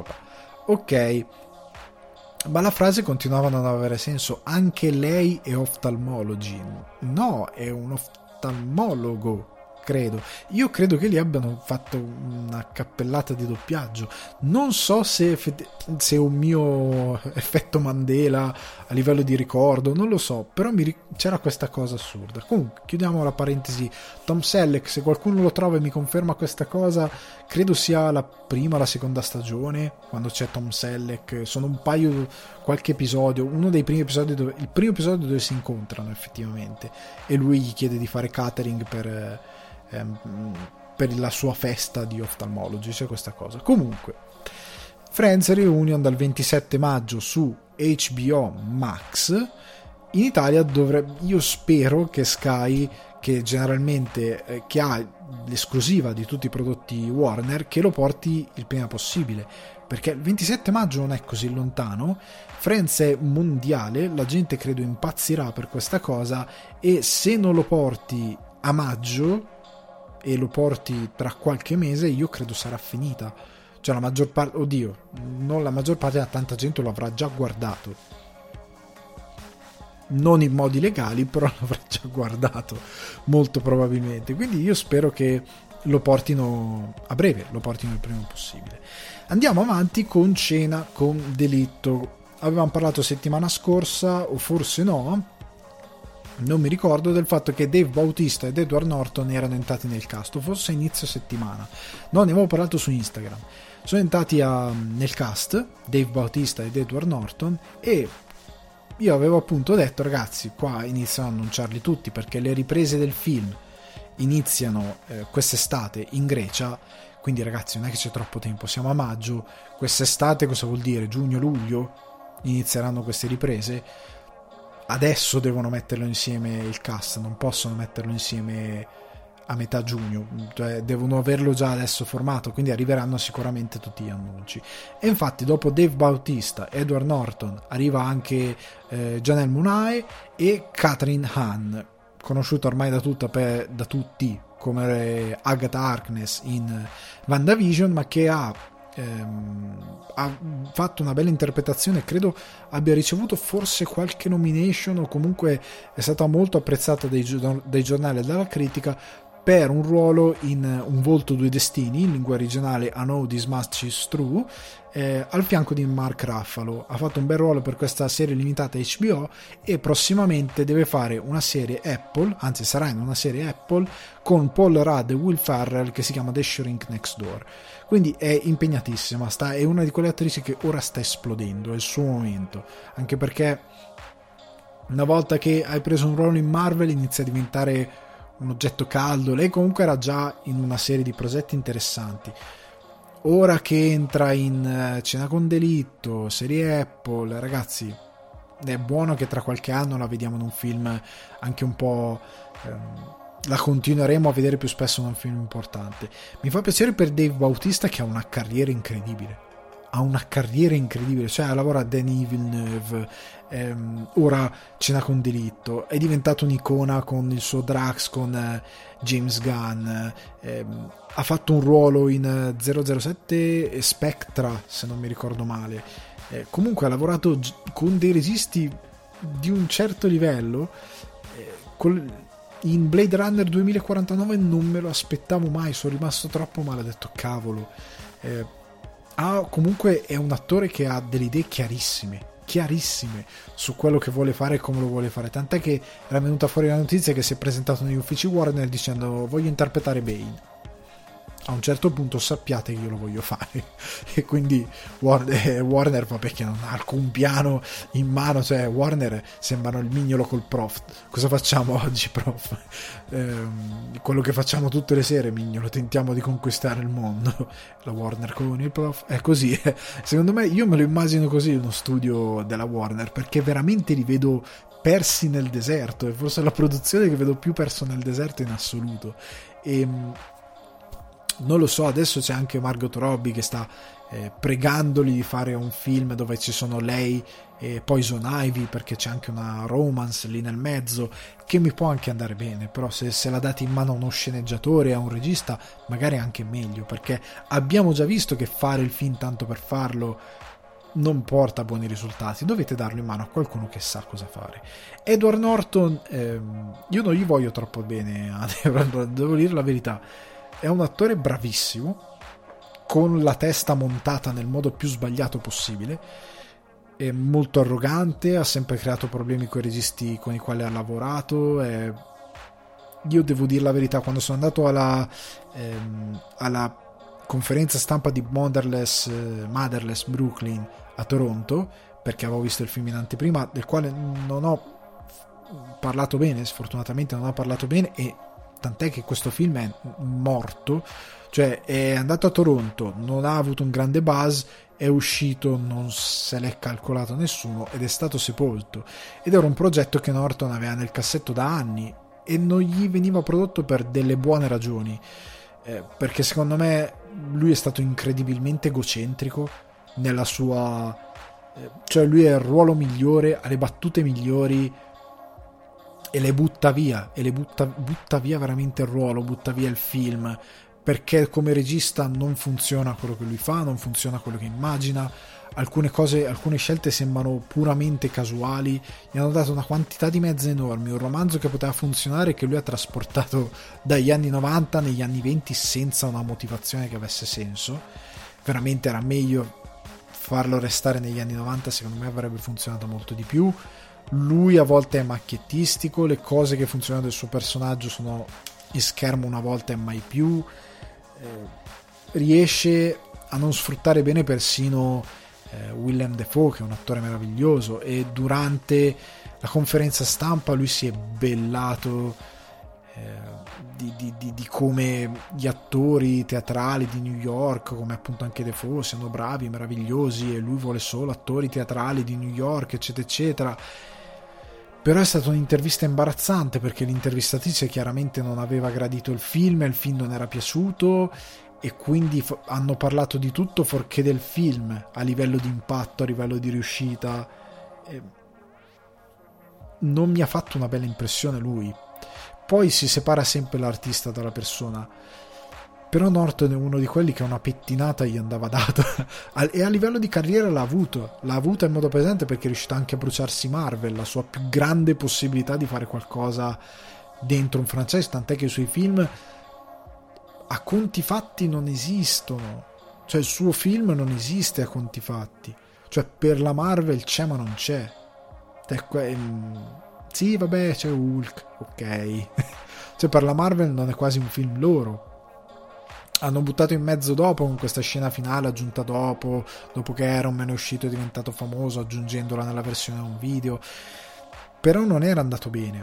Speaker 1: ok, ma la frase continuava a non avere senso. Anche lei è oftalmologi? No, è un oftalmologo, credo. Io credo che lì abbiano fatto una cappellata di doppiaggio. Non so se è un mio effetto Mandela a livello di ricordo, non lo so, però c'era questa cosa assurda. Comunque chiudiamo la parentesi Tom Selleck. Se qualcuno lo trova e mi conferma questa cosa, credo sia la prima o la seconda stagione, quando c'è Tom Selleck. Sono qualche episodio, uno dei primi episodi il primo episodio dove si incontrano effettivamente e lui gli chiede di fare catering per la sua festa di oftalmologi, c'è questa cosa. Comunque, Friends Reunion dal 27 maggio su HBO Max. In Italia io spero che Sky, che generalmente che ha l'esclusiva di tutti i prodotti Warner, che lo porti il prima possibile, perché il 27 maggio non è così lontano. Friends è mondiale, la gente credo impazzirà per questa cosa, e se non lo porti a maggio e lo porti tra qualche mese, io credo sarà finita. Cioè la maggior parte, non la maggior parte, ma tanta gente lo avrà già guardato. non in modi legali, però l'avrei già guardato molto probabilmente, quindi io spero che lo portino a breve, lo portino il prima possibile. Andiamo avanti con Cena con delitto. Avevamo parlato settimana scorsa, o forse no, non mi ricordo, del fatto che Dave Bautista ed Edward Norton erano entrati nel cast, o forse inizio settimana, no, ne avevo parlato su Instagram. Sono entrati nel cast Dave Bautista ed Edward Norton, e io avevo appunto detto, ragazzi, qua iniziano a annunciarli tutti, perché le riprese del film iniziano quest'estate in Grecia, quindi ragazzi non è che c'è troppo tempo, siamo a maggio, quest'estate cosa vuol dire? Giugno-luglio inizieranno queste riprese, adesso devono metterlo insieme il cast, non possono metterlo insieme a metà giugno, cioè devono averlo già adesso formato, quindi arriveranno sicuramente tutti gli annunci. E infatti dopo Dave Bautista, Edward Norton, arriva anche Janelle Monáe e Catherine Hahn, conosciuta ormai da tutti come Agatha Harkness in WandaVision, ma che ha fatto una bella interpretazione, credo abbia ricevuto forse qualche nomination, o comunque è stata molto apprezzata dai giornali e dalla critica per un ruolo in Un volto, due destini, in lingua originale I Know This Much Is True, al fianco di Mark Ruffalo. Ha fatto un bel ruolo per questa serie limitata HBO, e prossimamente deve fare una serie Apple, anzi sarà in una serie Apple con Paul Rudd e Will Ferrell, che si chiama The Shrink Next Door. Quindi è impegnatissima, è una di quelle attrici che ora sta esplodendo, è il suo momento, anche perché una volta che hai preso un ruolo in Marvel inizia a diventare un oggetto caldo. Lei comunque era già in una serie di progetti interessanti, ora che entra in Cena con delitto, serie Apple, ragazzi, è buono che tra qualche anno la vediamo in un film anche un po', la continueremo a vedere più spesso in un film importante. Mi fa piacere per Dave Bautista, che ha una carriera incredibile, cioè lavora a Denis Villeneuve, ora Cena con delitto, è diventato un'icona con il suo Drax con James Gunn, ha fatto un ruolo in 007 Spectra, se non mi ricordo male, comunque ha lavorato con dei registi di un certo livello, in Blade Runner 2049 non me lo aspettavo mai, sono rimasto troppo male, ho detto cavolo, comunque è un attore che ha delle idee chiarissime su quello che vuole fare e come lo vuole fare, tant'è che era venuta fuori la notizia che si è presentato negli uffici Warner dicendo voglio interpretare Bane. A un certo punto sappiate che io lo voglio fare, e quindi Warner vabbè, che non ha alcun piano in mano, cioè Warner sembrano il mignolo col prof. Cosa facciamo oggi, prof? Quello che facciamo tutte le sere, mignolo, tentiamo di conquistare il mondo. La Warner con il prof è così, secondo me, io me lo immagino così uno studio della Warner, perché veramente li vedo persi nel deserto, è forse la produzione che vedo più perso nel deserto in assoluto. E non lo so, adesso c'è anche Margot Robbie che sta pregandoli di fare un film dove ci sono lei e Poison Ivy, perché c'è anche una romance lì nel mezzo, che mi può anche andare bene, però se la date in mano a uno sceneggiatore, a un regista, magari anche meglio, perché abbiamo già visto che fare il film tanto per farlo non porta buoni risultati, dovete darlo in mano a qualcuno che sa cosa fare. Edward Norton, io non gli voglio troppo bene, devo dire la verità. È un attore bravissimo, con la testa montata nel modo più sbagliato possibile, è molto arrogante, ha sempre creato problemi con i registi con i quali ha lavorato. Io devo dire la verità, quando sono andato alla conferenza stampa di Motherless Brooklyn a Toronto, perché avevo visto il film in anteprima, del quale non ho parlato bene, sfortunatamente non ho parlato bene, e tant'è che questo film è morto, cioè è andato a Toronto, non ha avuto un grande buzz, è uscito, non se l'è calcolato nessuno ed è stato sepolto, ed era un progetto che Norton aveva nel cassetto da anni e non gli veniva prodotto per delle buone ragioni, perché secondo me lui è stato incredibilmente egocentrico nella sua, cioè lui è il ruolo migliore, ha le battute migliori e le butta via, butta via veramente il ruolo, butta via il film, perché come regista non funziona quello che lui fa, non funziona quello che immagina, alcune scelte sembrano puramente casuali, gli hanno dato una quantità di mezzi enormi, un romanzo che poteva funzionare, che lui ha trasportato dagli anni 90 negli anni 20 senza una motivazione che avesse senso. Veramente era meglio farlo restare negli anni 90, secondo me avrebbe funzionato molto di più. Lui a volte è macchiettistico, le cose che funzionano del suo personaggio sono in schermo una volta e mai più, riesce a non sfruttare bene persino Willem Dafoe, che è un attore meraviglioso, e durante la conferenza stampa lui si è bellato di come gli attori teatrali di New York, come appunto anche Dafoe, siano bravi, meravigliosi, e lui vuole solo attori teatrali di New York, eccetera eccetera. Però è stata un'intervista imbarazzante, perché l'intervistatrice chiaramente non aveva gradito il film non era piaciuto, e quindi hanno parlato di tutto fuorché del film, a livello di impatto, a livello di riuscita. Non mi ha fatto una bella impressione lui. Poi si separa sempre l'artista dalla persona, però Norton è uno di quelli che una pettinata gli andava data, e a livello di carriera l'ha avuta in modo presente, perché è riuscito anche a bruciarsi Marvel, la sua più grande possibilità di fare qualcosa dentro un franchise, tant'è che i suoi film a conti fatti non esistono, cioè il suo film non esiste a conti fatti, cioè per la Marvel c'è ma non c'è. Sì, vabbè, c'è Hulk, ok. Cioè per la Marvel non è quasi un film loro. Hanno buttato in mezzo dopo, con questa scena finale aggiunta dopo che Iron Man è uscito e diventato famoso, aggiungendola nella versione un video, però non era andato bene,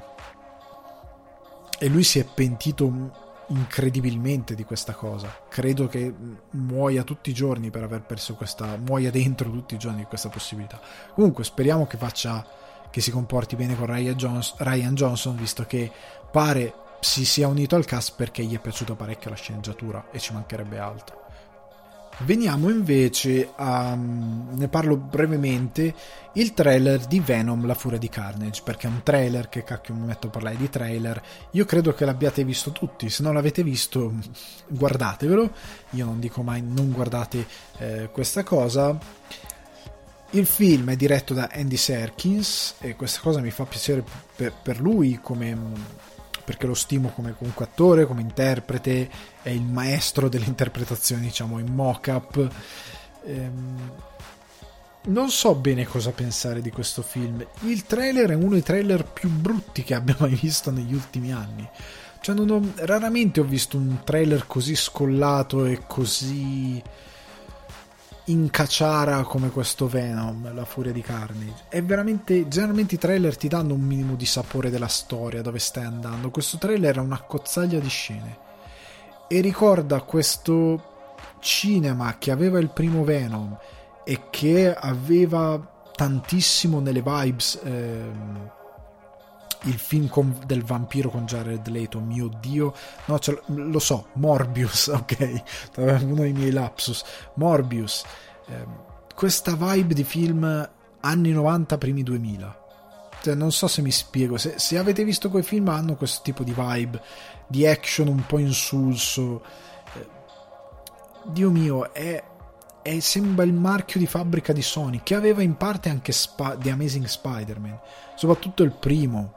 Speaker 1: e lui si è pentito incredibilmente di questa cosa. Credo che muoia tutti i giorni per aver perso muoia dentro tutti i giorni di questa possibilità. Comunque speriamo che si comporti bene con Ryan Johnson, visto che pare si sia unito al cast perché gli è piaciuta parecchio la sceneggiatura, e ci mancherebbe altro. Veniamo invece ne parlo brevemente, il trailer di Venom, la furia di Carnage, perché è un trailer, che cacchio mi metto a parlare di trailer, io credo che l'abbiate visto tutti, se non l'avete visto guardatevelo, io non dico mai non guardate questa cosa. Il film è diretto da Andy Serkis, e questa cosa mi fa piacere per lui, perché lo stimo come comunque attore, come interprete, è il maestro delle interpretazioni, diciamo, in mock-up. Non so bene cosa pensare di questo film. Il trailer è uno dei trailer più brutti che abbia mai visto negli ultimi anni. Cioè raramente ho visto un trailer così scollato e così in cacciara come questo Venom, la furia di Carnage. È veramente, generalmente i trailer ti danno un minimo di sapore della storia, dove stai andando. Questo trailer è una cozzaglia di scene e ricorda questo cinema che aveva il primo Venom e che aveva tantissimo nelle vibes il film del vampiro con Jared Leto, mio dio, no, lo so, Morbius, ok, uno dei miei lapsus, Morbius, questa vibe di film anni 90 primi 2000, cioè, non so se mi spiego, se avete visto quei film hanno questo tipo di vibe di action un po' insulso, Dio mio, sembra il marchio di fabbrica di Sony, che aveva in parte anche The Amazing Spider-Man, soprattutto il primo,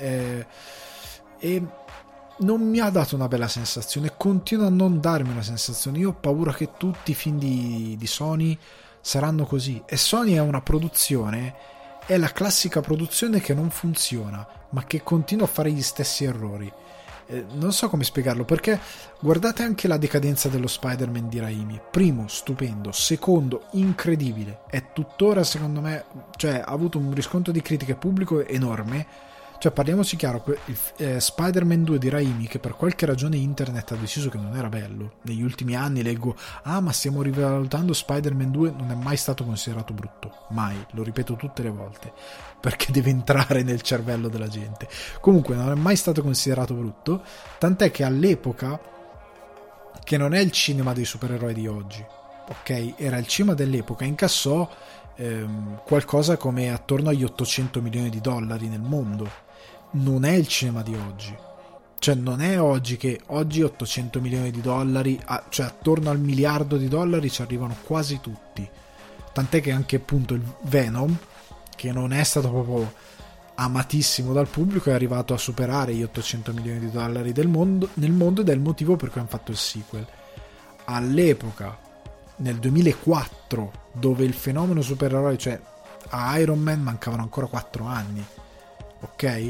Speaker 1: e non mi ha dato una bella sensazione, continua a non darmi una sensazione. Io ho paura che tutti i film di Sony saranno così, e Sony è una produzione, è la classica produzione che non funziona ma che continua a fare gli stessi errori. Non so come spiegarlo, perché guardate anche la decadenza dello Spider-Man di Raimi. Primo, stupendo; secondo, incredibile, è tuttora secondo me, cioè ha avuto un riscontro di critica e pubblico enorme. Cioè parliamoci chiaro, Spider-Man 2 di Raimi, che per qualche ragione internet ha deciso che non era bello, negli ultimi anni leggo ma stiamo rivalutando Spider-Man 2, non è mai stato considerato brutto, mai, lo ripeto tutte le volte perché deve entrare nel cervello della gente. Comunque non è mai stato considerato brutto, tant'è che all'epoca, che non è il cinema dei supereroi di oggi, ok, era il cinema dell'epoca, incassò qualcosa come attorno agli 800 milioni di dollari nel mondo. Non è il cinema di oggi, cioè non è oggi che oggi 800 milioni di dollari, cioè attorno al miliardo di dollari ci arrivano quasi tutti, tant'è che anche appunto il Venom, che non è stato proprio amatissimo dal pubblico, è arrivato a superare gli 800 milioni di dollari nel mondo, ed è il motivo per cui hanno fatto il sequel. All'epoca, nel 2004, dove il fenomeno supereroi, cioè a Iron Man mancavano ancora 4 anni, ok?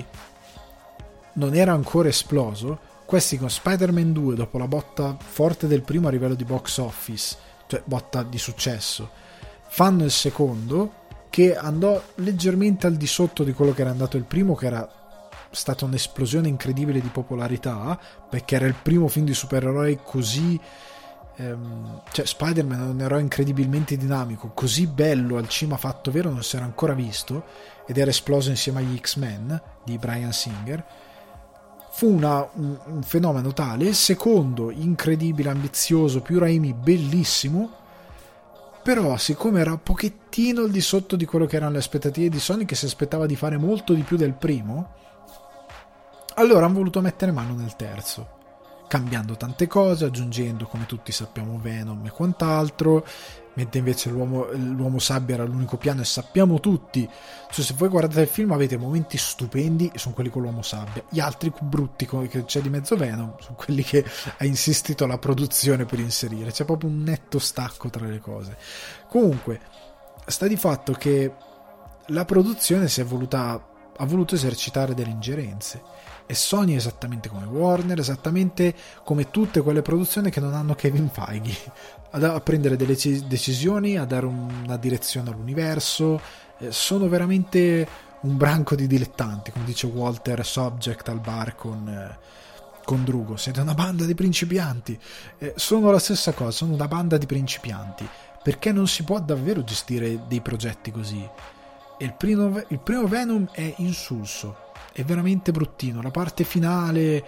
Speaker 1: Non era ancora esploso. Questi con Spider-Man 2, dopo la botta forte del primo a livello di box office, cioè botta di successo, fanno il secondo, che andò leggermente al di sotto di quello che era andato il primo, che era stata un'esplosione incredibile di popolarità, perché era il primo film di supereroi così cioè Spider-Man è un eroe incredibilmente dinamico, così bello al cinema fatto vero non si era ancora visto, ed era esploso insieme agli X-Men di Bryan Singer. Fu un fenomeno tale. Secondo, incredibile, ambizioso, più Raimi, bellissimo, però siccome era un pochettino al di sotto di quello che erano le aspettative di Sony, che si aspettava di fare molto di più del primo, allora hanno voluto mettere mano nel terzo, cambiando tante cose, aggiungendo, come tutti sappiamo, Venom e quant'altro, mentre invece l'uomo sabbia era l'unico piano, e sappiamo tutti, cioè se voi guardate il film avete momenti stupendi e sono quelli con l'uomo sabbia, gli altri brutti che c'è di mezzo Venom sono quelli che ha insistito la produzione per inserire. C'è proprio un netto stacco tra le cose. Comunque sta di fatto che la produzione ha voluto esercitare delle ingerenze, e Sony, esattamente come Warner, esattamente come tutte quelle produzioni che non hanno Kevin Feige, a prendere delle decisioni, a dare una direzione all'universo, sono veramente un branco di dilettanti, come dice Walter Subject al bar con Drugo. Siete una banda di principianti. Sono la stessa cosa, sono una banda di principianti, perché non si può davvero gestire dei progetti così. E il primo Venom è insulso, è veramente bruttino, la parte finale,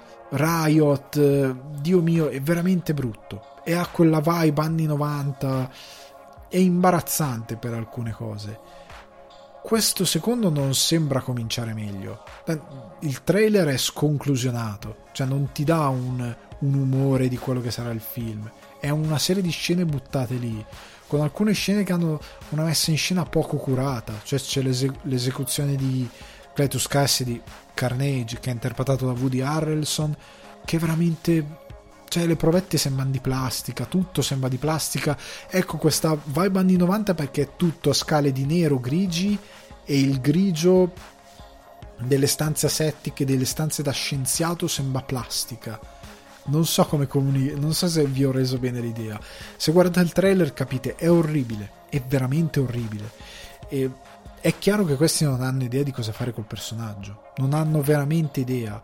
Speaker 1: Riot, Dio mio, è veramente brutto, e ha quella vibe anni 90, è imbarazzante per alcune cose. Questo secondo non sembra cominciare meglio, il trailer è sconclusionato, cioè non ti dà un umore di quello che sarà il film, è una serie di scene buttate lì, con alcune scene che hanno una messa in scena poco curata, cioè c'è l'esecuzione di Cletus Cassidy, Carnage, che è interpretato da Woody Harrelson, che veramente, cioè le provette sembrano di plastica, tutto sembra di plastica. Ecco questa vibe anni 90, perché è tutto a scale di nero, grigi, e il grigio delle stanze asettiche, delle stanze da scienziato sembra plastica. Non so come non so se vi ho reso bene l'idea. Se guardate il trailer capite, è orribile, è veramente orribile. E è chiaro che questi non hanno idea di cosa fare col personaggio, non hanno veramente idea.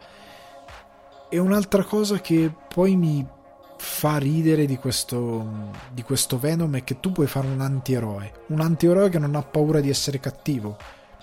Speaker 1: E un'altra cosa che poi mi fa ridere di questo Venom è che tu puoi fare un antieroe che non ha paura di essere cattivo,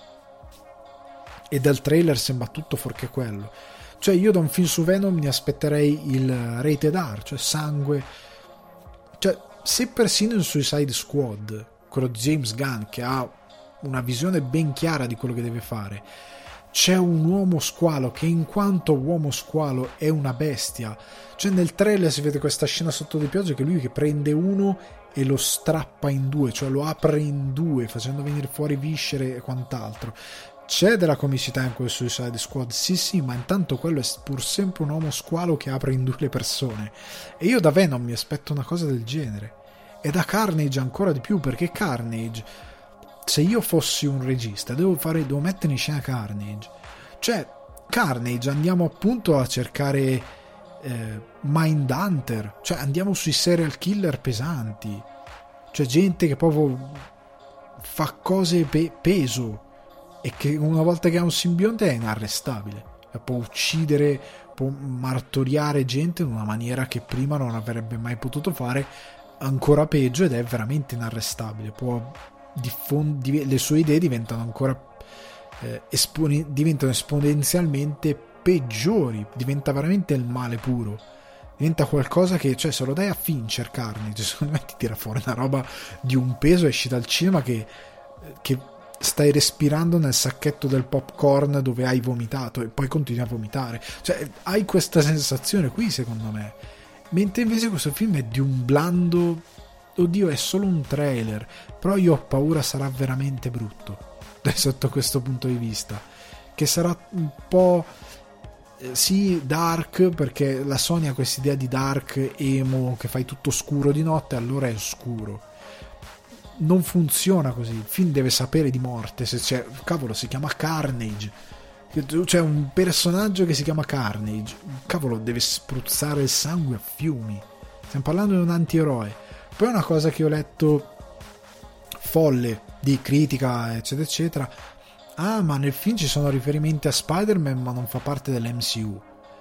Speaker 1: e dal trailer sembra tutto fuorché quello. Cioè io da un film su Venom mi aspetterei il rated R, cioè sangue, cioè se persino in Suicide Squad, quello di James Gunn, che ha una visione ben chiara di quello che deve fare, c'è un uomo squalo che in quanto uomo squalo è una bestia. Cioè nel trailer si vede questa scena sotto di pioggia, che lui che prende uno e lo strappa in due, cioè lo apre in due facendo venire fuori viscere e quant'altro. C'è della comicità in quel Suicide Squad, sì, ma intanto quello è pur sempre un uomo squalo che apre in due le persone, e io da Venom mi aspetto una cosa del genere, e da Carnage ancora di più, perché Carnage, se io fossi un regista devo mettere in scena Carnage, cioè Carnage andiamo appunto a cercare Mindhunter, cioè andiamo sui serial killer pesanti, cioè gente che proprio fa cose peso, e che una volta che ha un simbionte è inarrestabile, può uccidere, può martoriare gente in una maniera che prima non avrebbe mai potuto fare, ancora peggio, ed è veramente inarrestabile. Le sue idee diventano ancora diventano esponenzialmente peggiori, diventa veramente il male puro, diventa qualcosa che, cioè, se lo dai a Fincher Carnage, secondo me ti tira fuori una roba di un peso, esci dal cinema che stai respirando nel sacchetto del popcorn dove hai vomitato e poi continui a vomitare, cioè hai questa sensazione qui secondo me, mentre invece questo film è di un blando oddio, è solo un trailer, però io ho paura sarà veramente brutto sotto questo punto di vista, che sarà un po' sì dark, perché la Sony ha questa idea di dark emo, che fai tutto scuro di notte, allora è scuro. Non funziona così, il film deve sapere di morte. Se c'è, cavolo, si chiama Carnage, c'è un personaggio che si chiama Carnage, cavolo, deve spruzzare il sangue a fiumi. Stiamo parlando di un antieroe. Poi una cosa che ho letto folle di critica eccetera eccetera: ah, ma nel film ci sono riferimenti a Spider-Man ma non fa parte dell'MCU.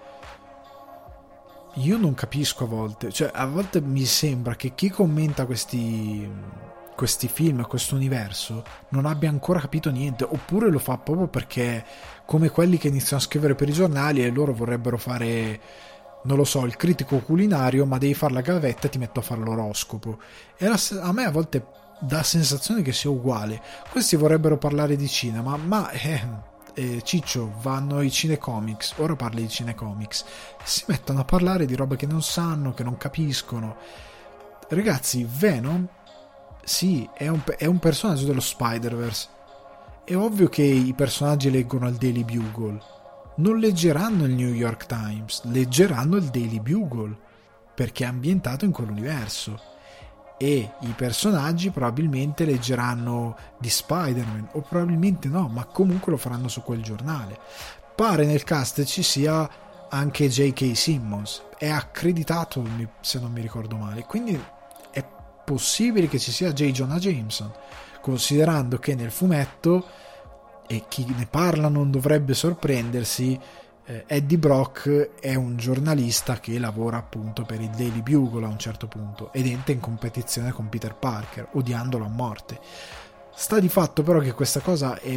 Speaker 1: Io non capisco a volte mi sembra che chi commenta questi film, questo universo, non abbia ancora capito niente, oppure lo fa proprio perché come quelli che iniziano a scrivere per i giornali e loro vorrebbero fare, non lo so, il critico culinario, ma devi fare la gavetta e ti metto a fare l'oroscopo. E a me a volte dà sensazione che sia uguale. Questi vorrebbero parlare di cinema, ma Ciccio, vanno ai cinecomics, ora parli di cinecomics, si mettono a parlare di robe che non sanno, che non capiscono. Ragazzi, Venom sì, è un personaggio dello Spider-Verse. È ovvio che i personaggi leggono il Daily Bugle, non leggeranno il New York Times, leggeranno il Daily Bugle, perché è ambientato in quell'universo. E i personaggi probabilmente leggeranno di Spider-Man, o probabilmente no, ma comunque lo faranno su quel giornale. Pare nel cast ci sia anche J.K. Simmons, è accreditato se non mi ricordo male, quindi è possibile che ci sia J. Jonah Jameson, considerando che nel fumetto, e chi ne parla non dovrebbe sorprendersi, Eddie Brock è un giornalista che lavora appunto per il Daily Bugle a un certo punto ed entra in competizione con Peter Parker, odiandolo a morte. Sta di fatto però che questa cosa è...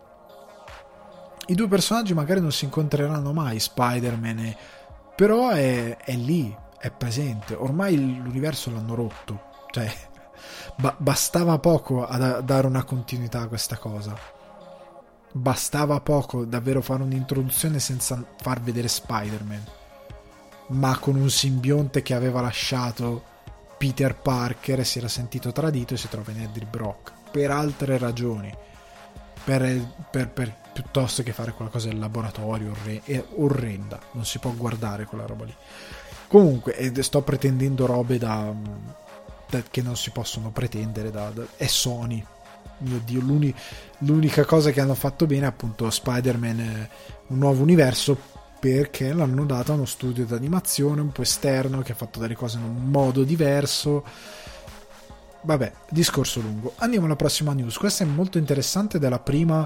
Speaker 1: I due personaggi magari non si incontreranno mai, Spider-Man, però è lì, è presente. Ormai l'universo l'hanno rotto, cioè bastava poco a dare una continuità a questa cosa. Bastava poco davvero fare un'introduzione senza far vedere Spider-Man, ma con un simbionte che aveva lasciato Peter Parker e si era sentito tradito e si trova in Eddie Brock per altre ragioni, per piuttosto che fare qualcosa del laboratorio è orrenda, non si può guardare quella roba lì. Comunque sto pretendendo robe che non si possono pretendere è Sony. Mio Dio, l'unica cosa che hanno fatto bene è appunto Spider-Man, un nuovo universo, perché l'hanno dato a uno studio d'animazione un po' esterno che ha fatto delle cose in un modo diverso. Vabbè, discorso lungo. Andiamo alla prossima news. Questa è molto interessante ed è la prima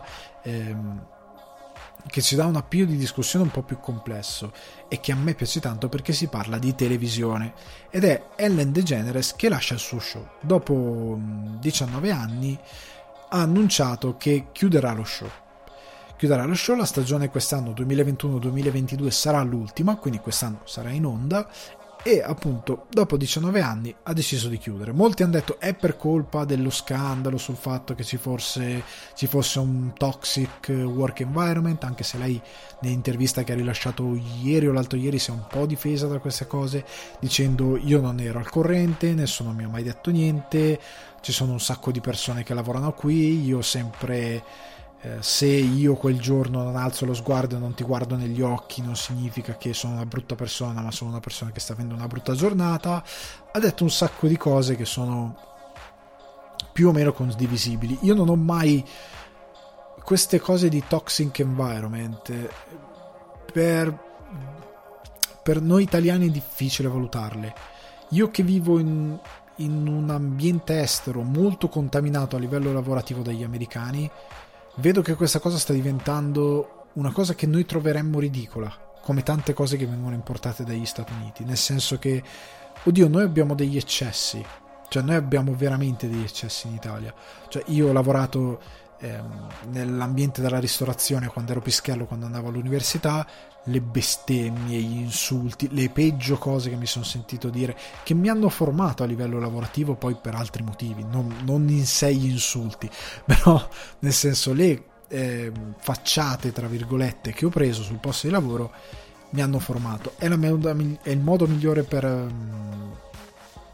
Speaker 1: che ci dà un appiglio di discussione un po' più complesso e che a me piace tanto perché si parla di televisione ed è Ellen DeGeneres che lascia il suo show. Dopo 19 anni ha annunciato che chiuderà lo show. La stagione quest'anno 2021-2022 sarà l'ultima, quindi quest'anno sarà in onda e appunto dopo 19 anni ha deciso di chiudere. Molti hanno detto è per colpa dello scandalo sul fatto che ci fosse un toxic work environment, anche se lei nell'intervista che ha rilasciato ieri o l'altro ieri si è un po' difesa da queste cose dicendo io non ero al corrente, nessuno mi ha mai detto niente, ci sono un sacco di persone che lavorano qui, io sempre se io quel giorno non alzo lo sguardo e non ti guardo negli occhi non significa che sono una brutta persona, ma sono una persona che sta avendo una brutta giornata. Ha detto un sacco di cose che sono più o meno condivisibili. Io non ho mai queste cose di toxic environment, per noi italiani è difficile valutarle. Io che vivo in un ambiente estero molto contaminato a livello lavorativo dagli americani, vedo che questa cosa sta diventando una cosa che noi troveremmo ridicola, come tante cose che vengono importate dagli Stati Uniti, nel senso che, oddio, noi abbiamo degli eccessi, cioè noi abbiamo veramente degli eccessi in Italia. Cioè io ho lavorato nell'ambiente della ristorazione quando ero pischello, quando andavo all'università, le bestemmie, gli insulti, le peggio cose che mi sono sentito dire, che mi hanno formato a livello lavorativo poi per altri motivi, non in sé gli insulti, però nel senso le facciate tra virgolette che ho preso sul posto di lavoro mi hanno formato. È il modo migliore per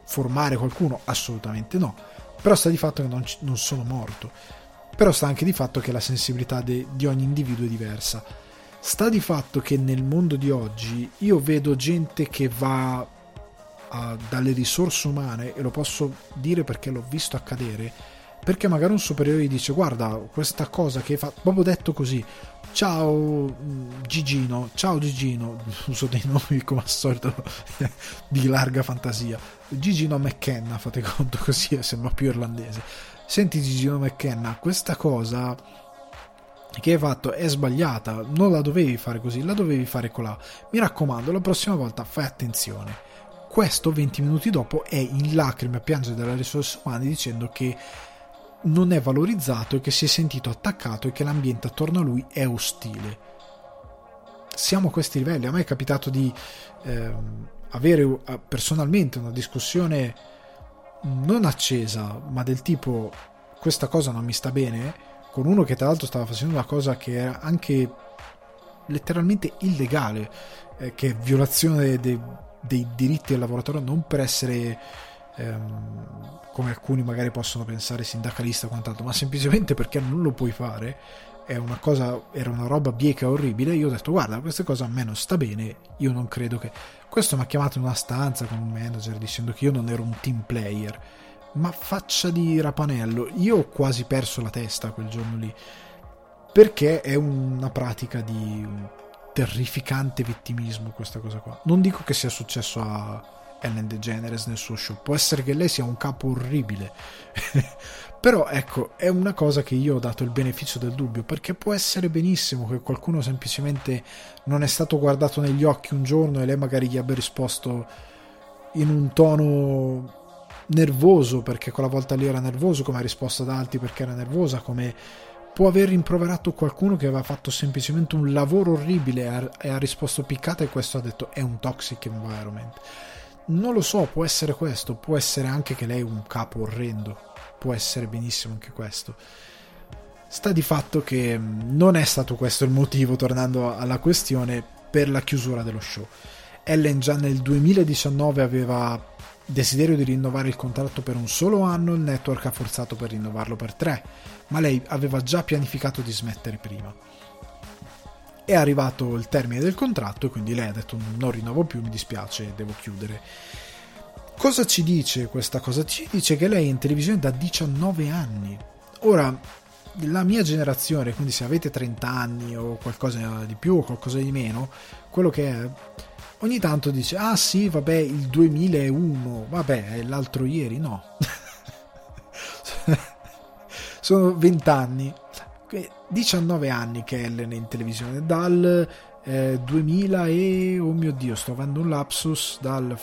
Speaker 1: formare qualcuno? Assolutamente no, però sta di fatto che non sono morto, però sta anche di fatto che la sensibilità di ogni individuo è diversa. Sta di fatto che nel mondo di oggi io vedo gente che va dalle risorse umane, e lo posso dire perché l'ho visto accadere, perché magari un superiore gli dice guarda questa cosa che hai fatto, proprio detto così, ciao Gigino, uso dei nomi come al solito di larga fantasia, Gigino McKenna, fate conto, così sembra più irlandese. Senti Gigino McKenna, questa cosa che hai fatto è sbagliata, non la dovevi fare così, la dovevi fare colà, mi raccomando la prossima volta fai attenzione. Questo 20 minuti dopo è in lacrime a piangere dalle risorse umane dicendo che non è valorizzato e che si è sentito attaccato e che l'ambiente attorno a lui è ostile. Siamo a questi livelli. A me è capitato di avere personalmente una discussione non accesa, ma del tipo questa cosa non mi sta bene, con uno che tra l'altro stava facendo una cosa che era anche letteralmente illegale, che è violazione dei diritti del lavoratore, non per essere come alcuni magari possono pensare sindacalista o quant'altro, ma semplicemente perché non lo puoi fare. Era una roba bieca orribile. Io ho detto guarda, questa cosa a me non sta bene, io non credo che... Questo mi ha chiamato in una stanza con un manager dicendo che io non ero un team player, ma faccia di rapanello, io ho quasi perso la testa quel giorno lì, perché è una pratica di terrificante vittimismo questa cosa qua. Non dico che sia successo a Ellen DeGeneres nel suo show, può essere che lei sia un capo orribile però ecco, è una cosa che io ho dato il beneficio del dubbio, perché può essere benissimo che qualcuno semplicemente non è stato guardato negli occhi un giorno e lei magari gli abbia risposto in un tono nervoso, perché quella volta lì era nervoso, come ha risposto ad altri perché era nervosa, come può aver rimproverato qualcuno che aveva fatto semplicemente un lavoro orribile e ha risposto piccata, e questo ha detto è un toxic environment. Non lo so, può essere questo, può essere anche che lei è un capo orrendo, può essere benissimo anche questo. Sta di fatto che non è stato questo il motivo, tornando alla questione, per la chiusura dello show. Ellen già nel 2019 aveva desiderio di rinnovare il contratto per un solo anno, il network ha forzato per rinnovarlo per 3, ma lei aveva già pianificato di smettere prima. È arrivato il termine del contratto e quindi lei ha detto non rinnovo più, mi dispiace, devo chiudere. Cosa ci dice questa cosa? Ci dice che lei è in televisione da 19 anni. Ora, la mia generazione, quindi se avete 30 anni o qualcosa di più o qualcosa di meno, quello che è, ogni tanto dice ah sì vabbè il 2001, vabbè è l'altro ieri, no. Sono 20 anni, 19 anni che Ellen è in televisione, dal 2000 e oh mio dio, sto avendo un lapsus, dal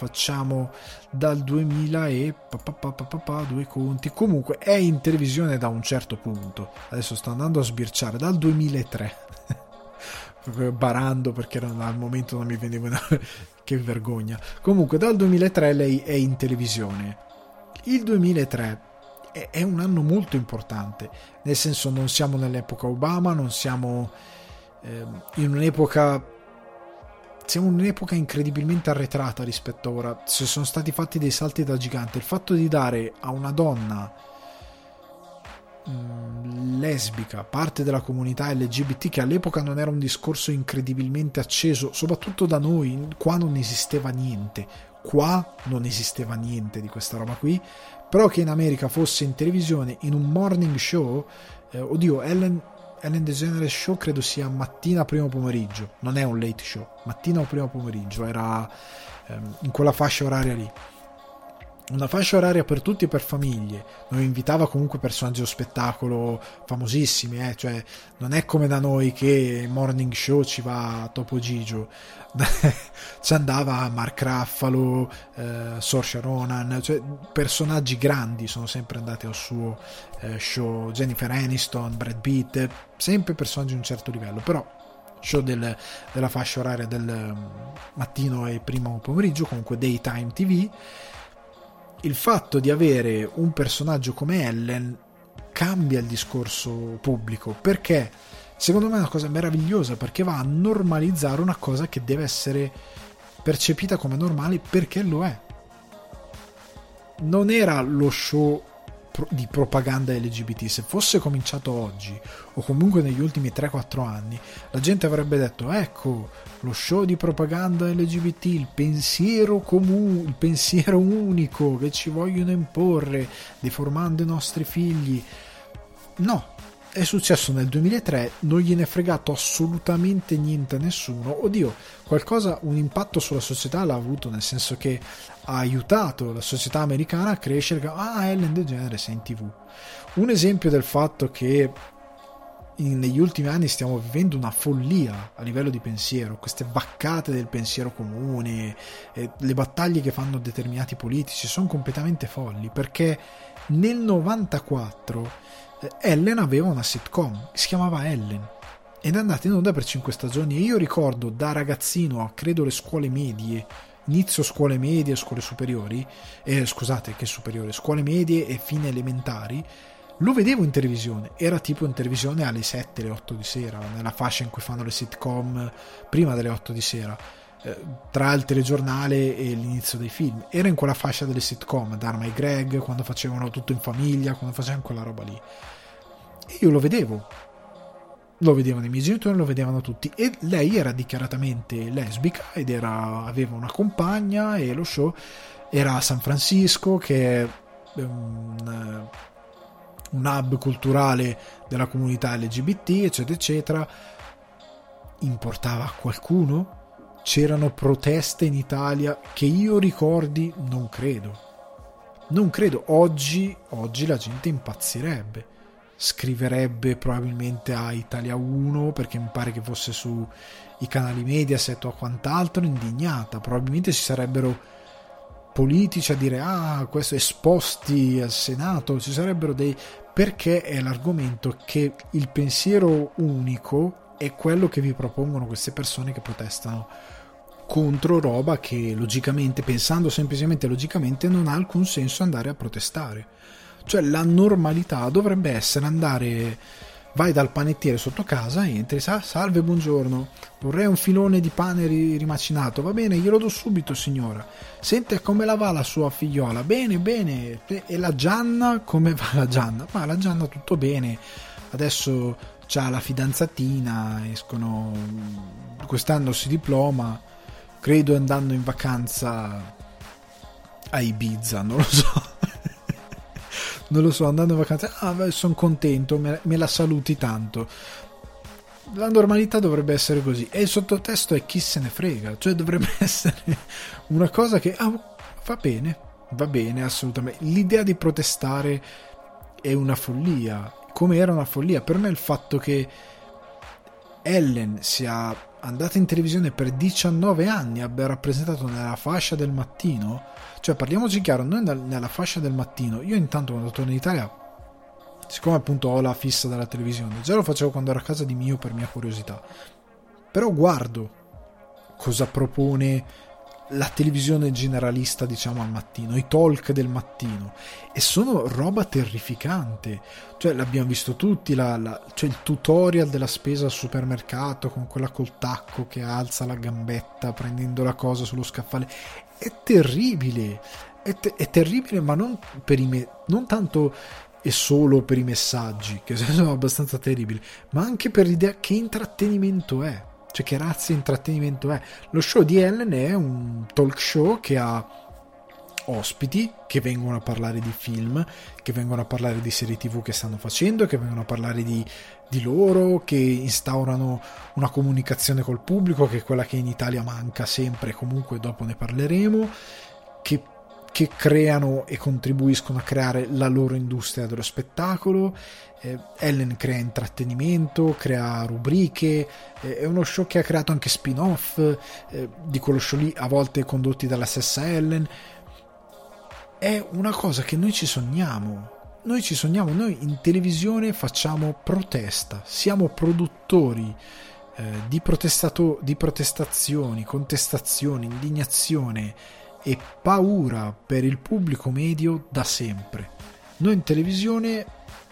Speaker 1: 2000 e due conti, comunque è in televisione da un certo punto, adesso sto andando a sbirciare, dal 2003 barando perché al momento non mi veniva che vergogna, comunque dal 2003 lei è in televisione. Il 2003 è un anno molto importante, nel senso non siamo nell'epoca Obama, non siamo in un'epoca, siamo in un'epoca incredibilmente arretrata rispetto a ora. Ci sono stati fatti dei salti da gigante. Il fatto di dare a una donna lesbica, parte della comunità LGBT, che all'epoca non era un discorso incredibilmente acceso, soprattutto da noi, qua non esisteva niente di questa roba qui, però che in America fosse in televisione in un morning show, Ellen DeGeneres show credo sia mattina primo pomeriggio, non è un late show, mattina o primo pomeriggio, era in quella fascia oraria lì, una fascia oraria per tutti e per famiglie, non invitava comunque personaggi dello spettacolo famosissimi, cioè non è come da noi che morning show ci va Topo Gigio, ci andava Mark Ruffalo, Saoirse Ronan, cioè personaggi grandi sono sempre andati al suo show, Jennifer Aniston, Brad Pitt, sempre personaggi di un certo livello, però show della fascia oraria del mattino e primo pomeriggio, comunque daytime TV. Il fatto di avere un personaggio come Ellen cambia il discorso pubblico, perché secondo me è una cosa meravigliosa, perché va a normalizzare una cosa che deve essere percepita come normale, perché lo è. non era lo show di propaganda LGBT. Se fosse cominciato oggi o comunque negli ultimi 3-4 anni, la gente avrebbe detto: ecco, lo show di propaganda LGBT, il pensiero comune, il pensiero unico che ci vogliono imporre deformando i nostri figli. No, è successo nel 2003, non gliene è fregato assolutamente niente a nessuno. Oddio, qualcosa, un impatto sulla società l'ha avuto, nel senso che ha aiutato la società americana a crescere. Ellen DeGeneres è in TV. Un esempio del fatto che negli ultimi anni stiamo vivendo una follia a livello di pensiero, queste vaccate del pensiero comune, le battaglie che fanno determinati politici sono completamente folli, perché nel 94 Ellen aveva una sitcom, si chiamava Ellen, ed è andata in onda per 5 stagioni, e io ricordo da ragazzino a credo le scuole medie, inizio scuole medie, scuole superiori, scuole medie e fine elementari, lo vedevo in televisione, era tipo in televisione alle 7, alle 8 di sera, nella fascia in cui fanno le sitcom prima delle 8 di sera, tra il telegiornale e l'inizio dei film, era in quella fascia delle sitcom, Dharma e Greg, quando facevano Tutto in Famiglia, quando facevano quella roba lì, e io lo vedevano i miei genitori, lo vedevano tutti, e lei era dichiaratamente lesbica ed aveva una compagna, e lo show era a San Francisco, che è un hub culturale della comunità LGBT, eccetera eccetera. Importava a qualcuno? C'erano proteste in Italia che io ricordi? Non credo. Oggi la gente impazzirebbe, scriverebbe probabilmente a Italia 1, perché mi pare che fosse su i canali Mediaset o quant'altro, indignata. Probabilmente ci sarebbero politici a dire: questo, esposti al Senato, ci sarebbero perché è l'argomento che il pensiero unico è quello che vi propongono queste persone che protestano contro roba che logicamente, pensando semplicemente logicamente, non ha alcun senso andare a protestare. Cioè la normalità dovrebbe essere vai dal panettiere sotto casa, entri, salve, buongiorno, vorrei un filone di pane rimacinato, va bene, glielo do subito signora. Sente, come la va la sua figliola? Bene. E la Gianna, come va la Gianna? Ma la Gianna tutto bene, adesso c'ha la fidanzatina, escono, quest'anno si diploma, credo andando in vacanza a Ibiza, non lo so, andando in vacanza, sono contento, me la saluti tanto. La normalità dovrebbe essere così, e il sottotesto è: chi se ne frega, cioè dovrebbe essere una cosa che va bene assolutamente. L'idea di protestare è una follia, come era una follia per me il fatto che Ellen sia andata in televisione per 19 anni, abbia rappresentato nella fascia del mattino. Cioè, parliamoci chiaro, noi nella fascia del mattino, io intanto quando torno in Italia, siccome appunto ho la fissa della televisione, già lo facevo quando ero a casa di mio per mia curiosità, però guardo cosa propone la televisione generalista, diciamo, al mattino, i talk del mattino, e sono roba terrificante. Cioè, l'abbiamo visto tutti, cioè il tutorial della spesa al supermercato con quella col tacco che alza la gambetta prendendo la cosa sullo scaffale. È terribile, è terribile, ma non tanto e solo per i messaggi, che sono abbastanza terribili, ma anche per l'idea che intrattenimento è. Cioè, che razza di intrattenimento è? Lo show di Ellen è un talk show che ha ospiti che vengono a parlare di film, che vengono a parlare di serie TV che stanno facendo, che vengono a parlare di loro, che instaurano una comunicazione col pubblico, che è quella che in Italia manca sempre, comunque dopo ne parleremo, che creano e contribuiscono a creare la loro industria dello spettacolo. Ellen crea intrattenimento, crea rubriche, è uno show che ha creato anche spin-off di quello show lì, a volte condotti dalla stessa Ellen. È una cosa che noi ci sogniamo, noi in televisione facciamo protesta, siamo produttori di protestazioni, contestazioni, indignazione e paura per il pubblico medio da sempre. Noi in televisione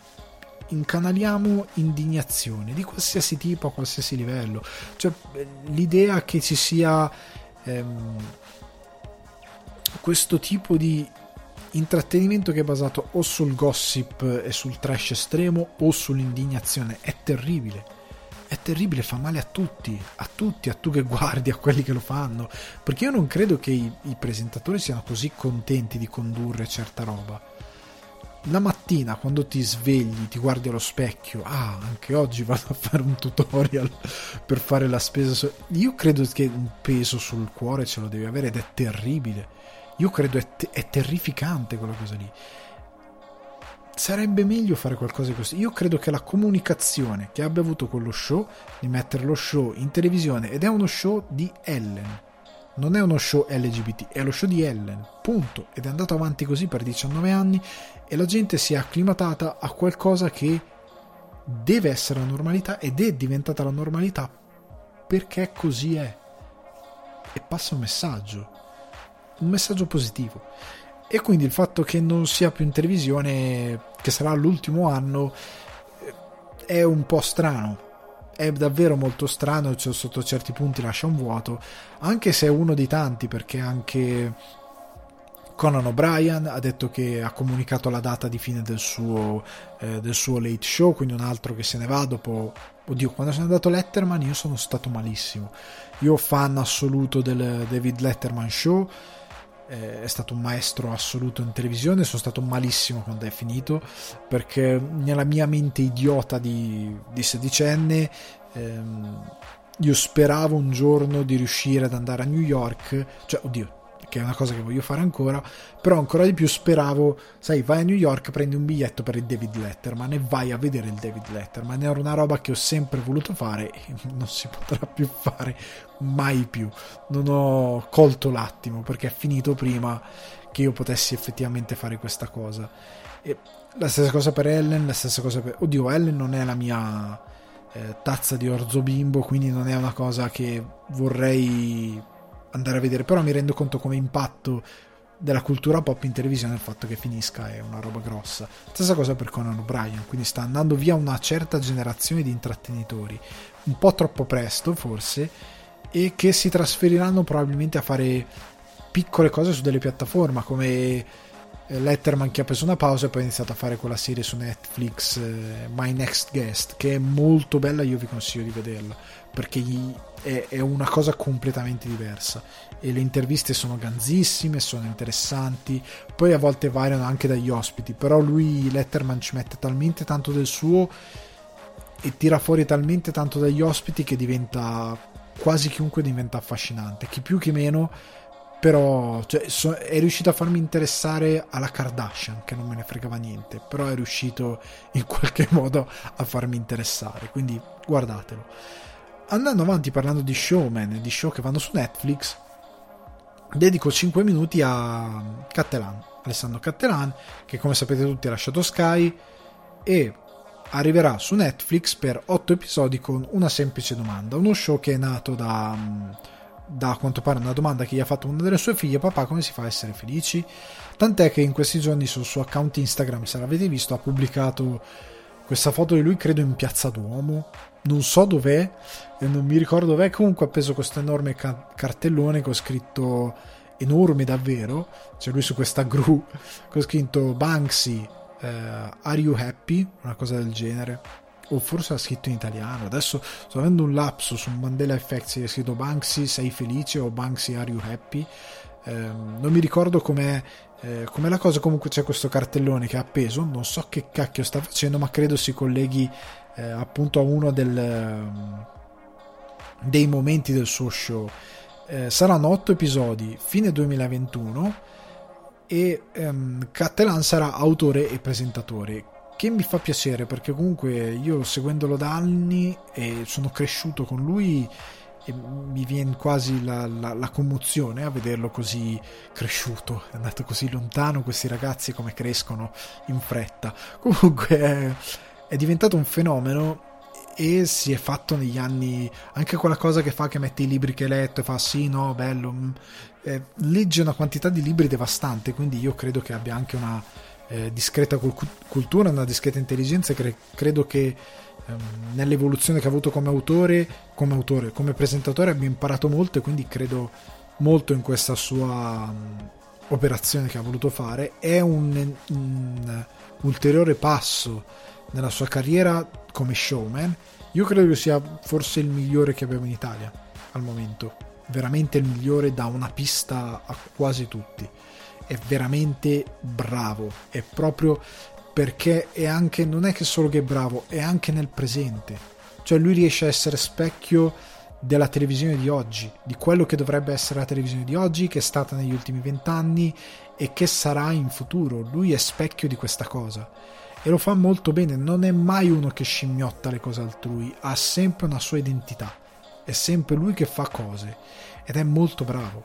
Speaker 1: incanaliamo indignazione di qualsiasi tipo, a qualsiasi livello. Cioè, l'idea che ci sia questo tipo di intrattenimento che è basato o sul gossip e sul trash estremo o sull'indignazione. È terribile, fa male a tutti, a tu che guardi, a quelli che lo fanno, perché io non credo che i presentatori siano così contenti di condurre certa roba. La mattina quando ti svegli, ti guardi allo specchio, anche oggi vado a fare un tutorial per fare la spesa, io credo che un peso sul cuore ce lo devi avere, ed è terribile. Io credo è terrificante quella cosa lì. Sarebbe meglio fare qualcosa di così. Io credo che la comunicazione che abbia avuto quello show, di mettere lo show in televisione, ed è uno show di Ellen, non è uno show LGBT, è lo show di Ellen, punto. Ed è andato avanti così per 19 anni e la gente si è acclimatata a qualcosa che deve essere la normalità, ed è diventata la normalità perché così è, e passa un messaggio positivo. E quindi il fatto che non sia più in televisione, che sarà l'ultimo anno, è un po' strano, è davvero molto strano, cioè sotto certi punti lascia un vuoto, anche se è uno di tanti, perché anche Conan O'Brien ha detto che ha comunicato la data di fine del suo late show, quindi un altro che se ne va dopo. Oddio, quando sono andato Letterman io sono stato malissimo, io fan assoluto del David Letterman show, è stato un maestro assoluto in televisione, sono stato malissimo quando è finito, perché nella mia mente idiota di sedicenne io speravo un giorno di riuscire ad andare a New York, cioè oddio, che è una cosa che voglio fare ancora, però ancora di più speravo, sai, vai a New York, prendi un biglietto per il David Letterman e vai a vedere il David Letterman. Era una roba che ho sempre voluto fare e non si potrà più fare mai più. Non ho colto l'attimo, perché è finito prima che io potessi effettivamente fare questa cosa. E la stessa cosa per Ellen, la stessa cosa per... Oddio, Ellen non è la mia tazza di orzo bimbo, quindi non è una cosa che vorrei andare a vedere, però mi rendo conto come impatto della cultura pop in televisione il fatto che finisca è una roba grossa. Stessa cosa per Conan O'Brien, quindi sta andando via una certa generazione di intrattenitori, un po' troppo presto forse, e che si trasferiranno probabilmente a fare piccole cose su delle piattaforme, come Letterman che ha preso una pausa e poi ha iniziato a fare quella serie su Netflix, My Next Guest, che è molto bella, io vi consiglio di vederla, perché è una cosa completamente diversa e le interviste sono ganzissime, sono interessanti, poi a volte variano anche dagli ospiti, però lui, Letterman, ci mette talmente tanto del suo e tira fuori talmente tanto dagli ospiti che diventa, quasi chiunque diventa affascinante, chi più chi meno, però cioè, è riuscito a farmi interessare alla Kardashian, che non me ne fregava niente, però è riuscito in qualche modo a farmi interessare, quindi guardatelo. Andando avanti parlando di showman e di show che vanno su Netflix, dedico 5 minuti a Alessandro Cattelan, che come sapete tutti ha lasciato Sky e arriverà su Netflix per 8 episodi con Una semplice domanda, uno show che è nato da a quanto pare una domanda che gli ha fatto una delle sue figlie: papà, come si fa a essere felici? Tant'è che in questi giorni sul suo account Instagram, se l'avete visto, ha pubblicato questa foto di lui, credo in Piazza Duomo, non so dov'è e non mi ricordo dov'è, comunque ha preso questo enorme cartellone che ho scritto, enorme davvero, c'è lui su questa gru con scritto Banksy, are you happy? Una cosa del genere, o forse ha scritto in italiano, adesso sto avendo un lapsus su Mandela Effect, si è scritto Banksy sei felice o Banksy are you happy, non mi ricordo com'è la cosa, comunque c'è questo cartellone che ha appeso, non so che cacchio sta facendo, ma credo si colleghi appunto a uno dei momenti del suo show. Saranno 8 episodi fine 2021 e Cattelan sarà autore e presentatore, che mi fa piacere perché comunque io seguendolo da anni e sono cresciuto con lui e mi viene quasi la commozione a vederlo così cresciuto, è andato così lontano, questi ragazzi come crescono in fretta. Comunque è diventato un fenomeno e si è fatto negli anni anche quella cosa che fa, che mette i libri che hai letto e fa sì, no, bello, legge una quantità di libri devastante, quindi io credo che abbia anche una discreta cultura, una discreta intelligenza, credo che nell'evoluzione che ha avuto come presentatore abbia imparato molto, e quindi credo molto in questa sua operazione che ha voluto fare, è un ulteriore passo nella sua carriera come showman. Io credo che sia forse il migliore che abbiamo in Italia al momento, veramente il migliore, da una pista a quasi tutti. È veramente bravo, è proprio perché è anche, non è che solo che è bravo, è anche nel presente, cioè lui riesce a essere specchio della televisione di oggi, di quello che dovrebbe essere la televisione di oggi, che è stata negli ultimi 20 anni e che sarà in futuro. Lui è specchio di questa cosa e lo fa molto bene, non è mai uno che scimmiotta le cose altrui, ha sempre una sua identità, è sempre lui che fa cose ed è molto bravo.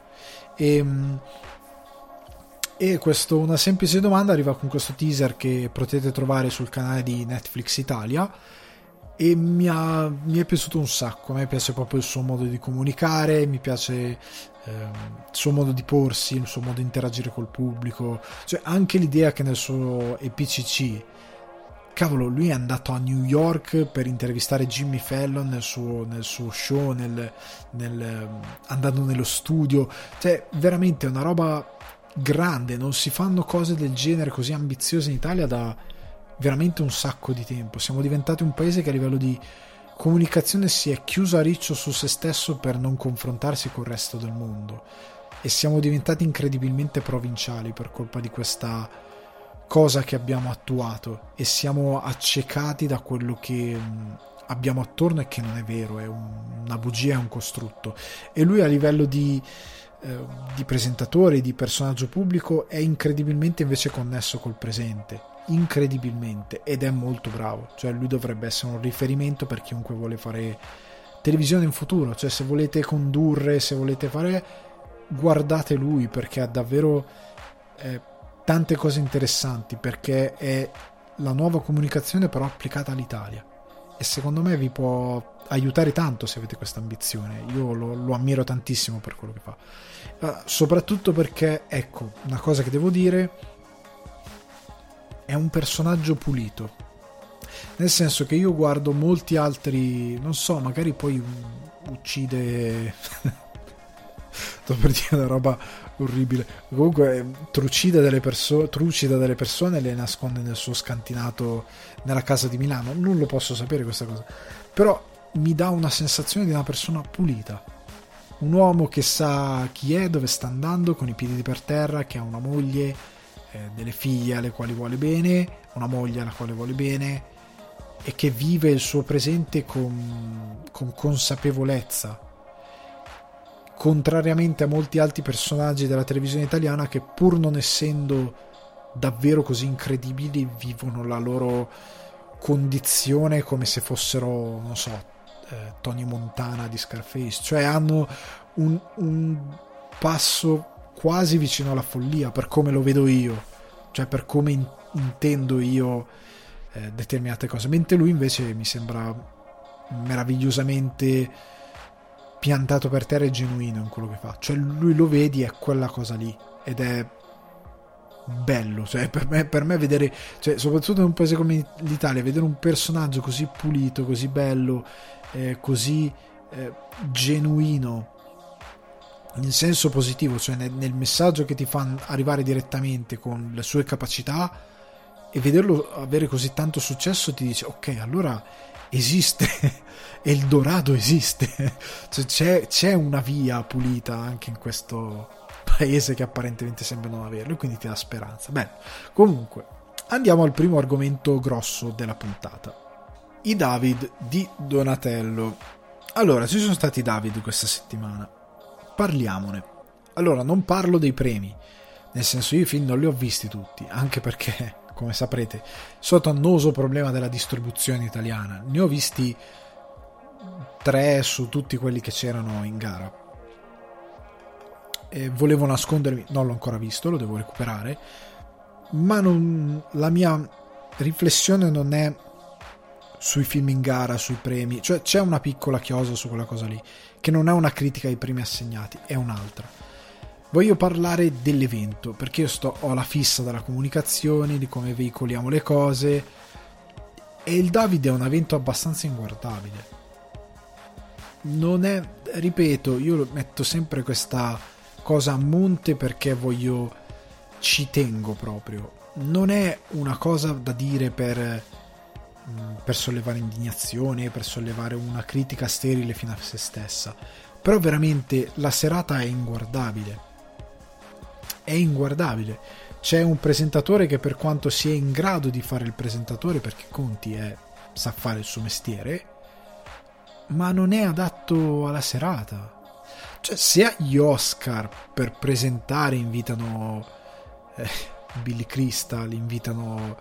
Speaker 1: E questo, una semplice domanda, arriva con questo teaser che potete trovare sul canale di Netflix Italia, e mi è piaciuto un sacco. A me piace proprio il suo modo di comunicare, mi piace il suo modo di porsi, il suo modo di interagire col pubblico, cioè anche l'idea che nel suo EPCC, cavolo, lui è andato a New York per intervistare Jimmy Fallon nel suo show, andando nello studio, cioè veramente una roba grande. Non si fanno cose del genere così ambiziose in Italia da veramente un sacco di tempo. Siamo diventati un paese che a livello di comunicazione si è chiuso a riccio su se stesso per non confrontarsi col resto del mondo, e siamo diventati incredibilmente provinciali per colpa di questa cosa che abbiamo attuato, e siamo accecati da quello che abbiamo attorno e che non è vero, è una bugia, è un costrutto. E lui a livello di presentatore, di personaggio pubblico, è incredibilmente invece connesso col presente, incredibilmente, ed è molto bravo. Cioè lui dovrebbe essere un riferimento per chiunque vuole fare televisione in futuro, cioè se volete condurre, se volete fare, guardate lui, perché ha davvero tante cose interessanti, perché è la nuova comunicazione però applicata all'Italia, e secondo me vi può aiutare tanto se avete questa ambizione. Io lo ammiro tantissimo per quello che fa, soprattutto perché, ecco, una cosa che devo dire, è un personaggio pulito, nel senso che io guardo molti altri, non so, magari poi uccide sto per dire una roba orribile, comunque trucida delle persone, le nasconde nel suo scantinato nella casa di Milano. Non lo posso sapere questa cosa, però mi dà una sensazione di una persona pulita, un uomo che sa chi è, dove sta andando, con i piedi per terra, che ha una moglie, delle figlie alle quali vuole bene, una moglie alla quale vuole bene, e che vive il suo presente con consapevolezza, contrariamente a molti altri personaggi della televisione italiana che, pur non essendo davvero così incredibili, vivono la loro condizione come se fossero, non so, Tony Montana di Scarface, cioè hanno un passo quasi vicino alla follia, per come lo vedo io, cioè per come intendo io determinate cose, mentre lui invece mi sembra meravigliosamente piantato per terra e genuino in quello che fa. Cioè lui, lo vedi, è quella cosa lì, ed è bello. Cioè per me vedere, cioè soprattutto in un paese come l'Italia, vedere un personaggio così pulito, così bello, così genuino in senso positivo, cioè nel messaggio che ti fa arrivare direttamente con le sue capacità, e vederlo avere così tanto successo ti dice ok, allora esiste, Eldorado esiste, cioè c'è una via pulita anche in questo paese che apparentemente sembra non averlo, e quindi ti dà speranza. Bene, comunque andiamo al primo argomento grosso della puntata: i David di Donatello. Allora, ci sono stati i David questa settimana, parliamone. Allora, non parlo dei premi, nel senso, io i film non li ho visti tutti, anche perché, come saprete, sotto annoso problema della distribuzione italiana, ne ho visti 3 su tutti quelli che c'erano in gara, e volevo nascondermi, non l'ho ancora visto, lo devo recuperare, ma la mia riflessione non è sui film in gara, sui premi, cioè c'è una piccola chiosa su quella cosa lì, che non è una critica ai premi assegnati, è un'altra. Voglio parlare dell'evento, perché io ho la fissa della comunicazione, di come veicoliamo le cose, e il David è un evento abbastanza inguardabile. Non è, ripeto, io metto sempre questa cosa a monte perché voglio ci tengo proprio. Non è una cosa da dire per sollevare indignazione, per sollevare una critica sterile fino a se stessa, però veramente la serata è inguardabile. È inguardabile. C'è un presentatore che, per quanto sia in grado di fare il presentatore, perché Conti sa fare il suo mestiere, ma non è adatto alla serata. Cioè, se agli Oscar per presentare invitano Billy Crystal, invitano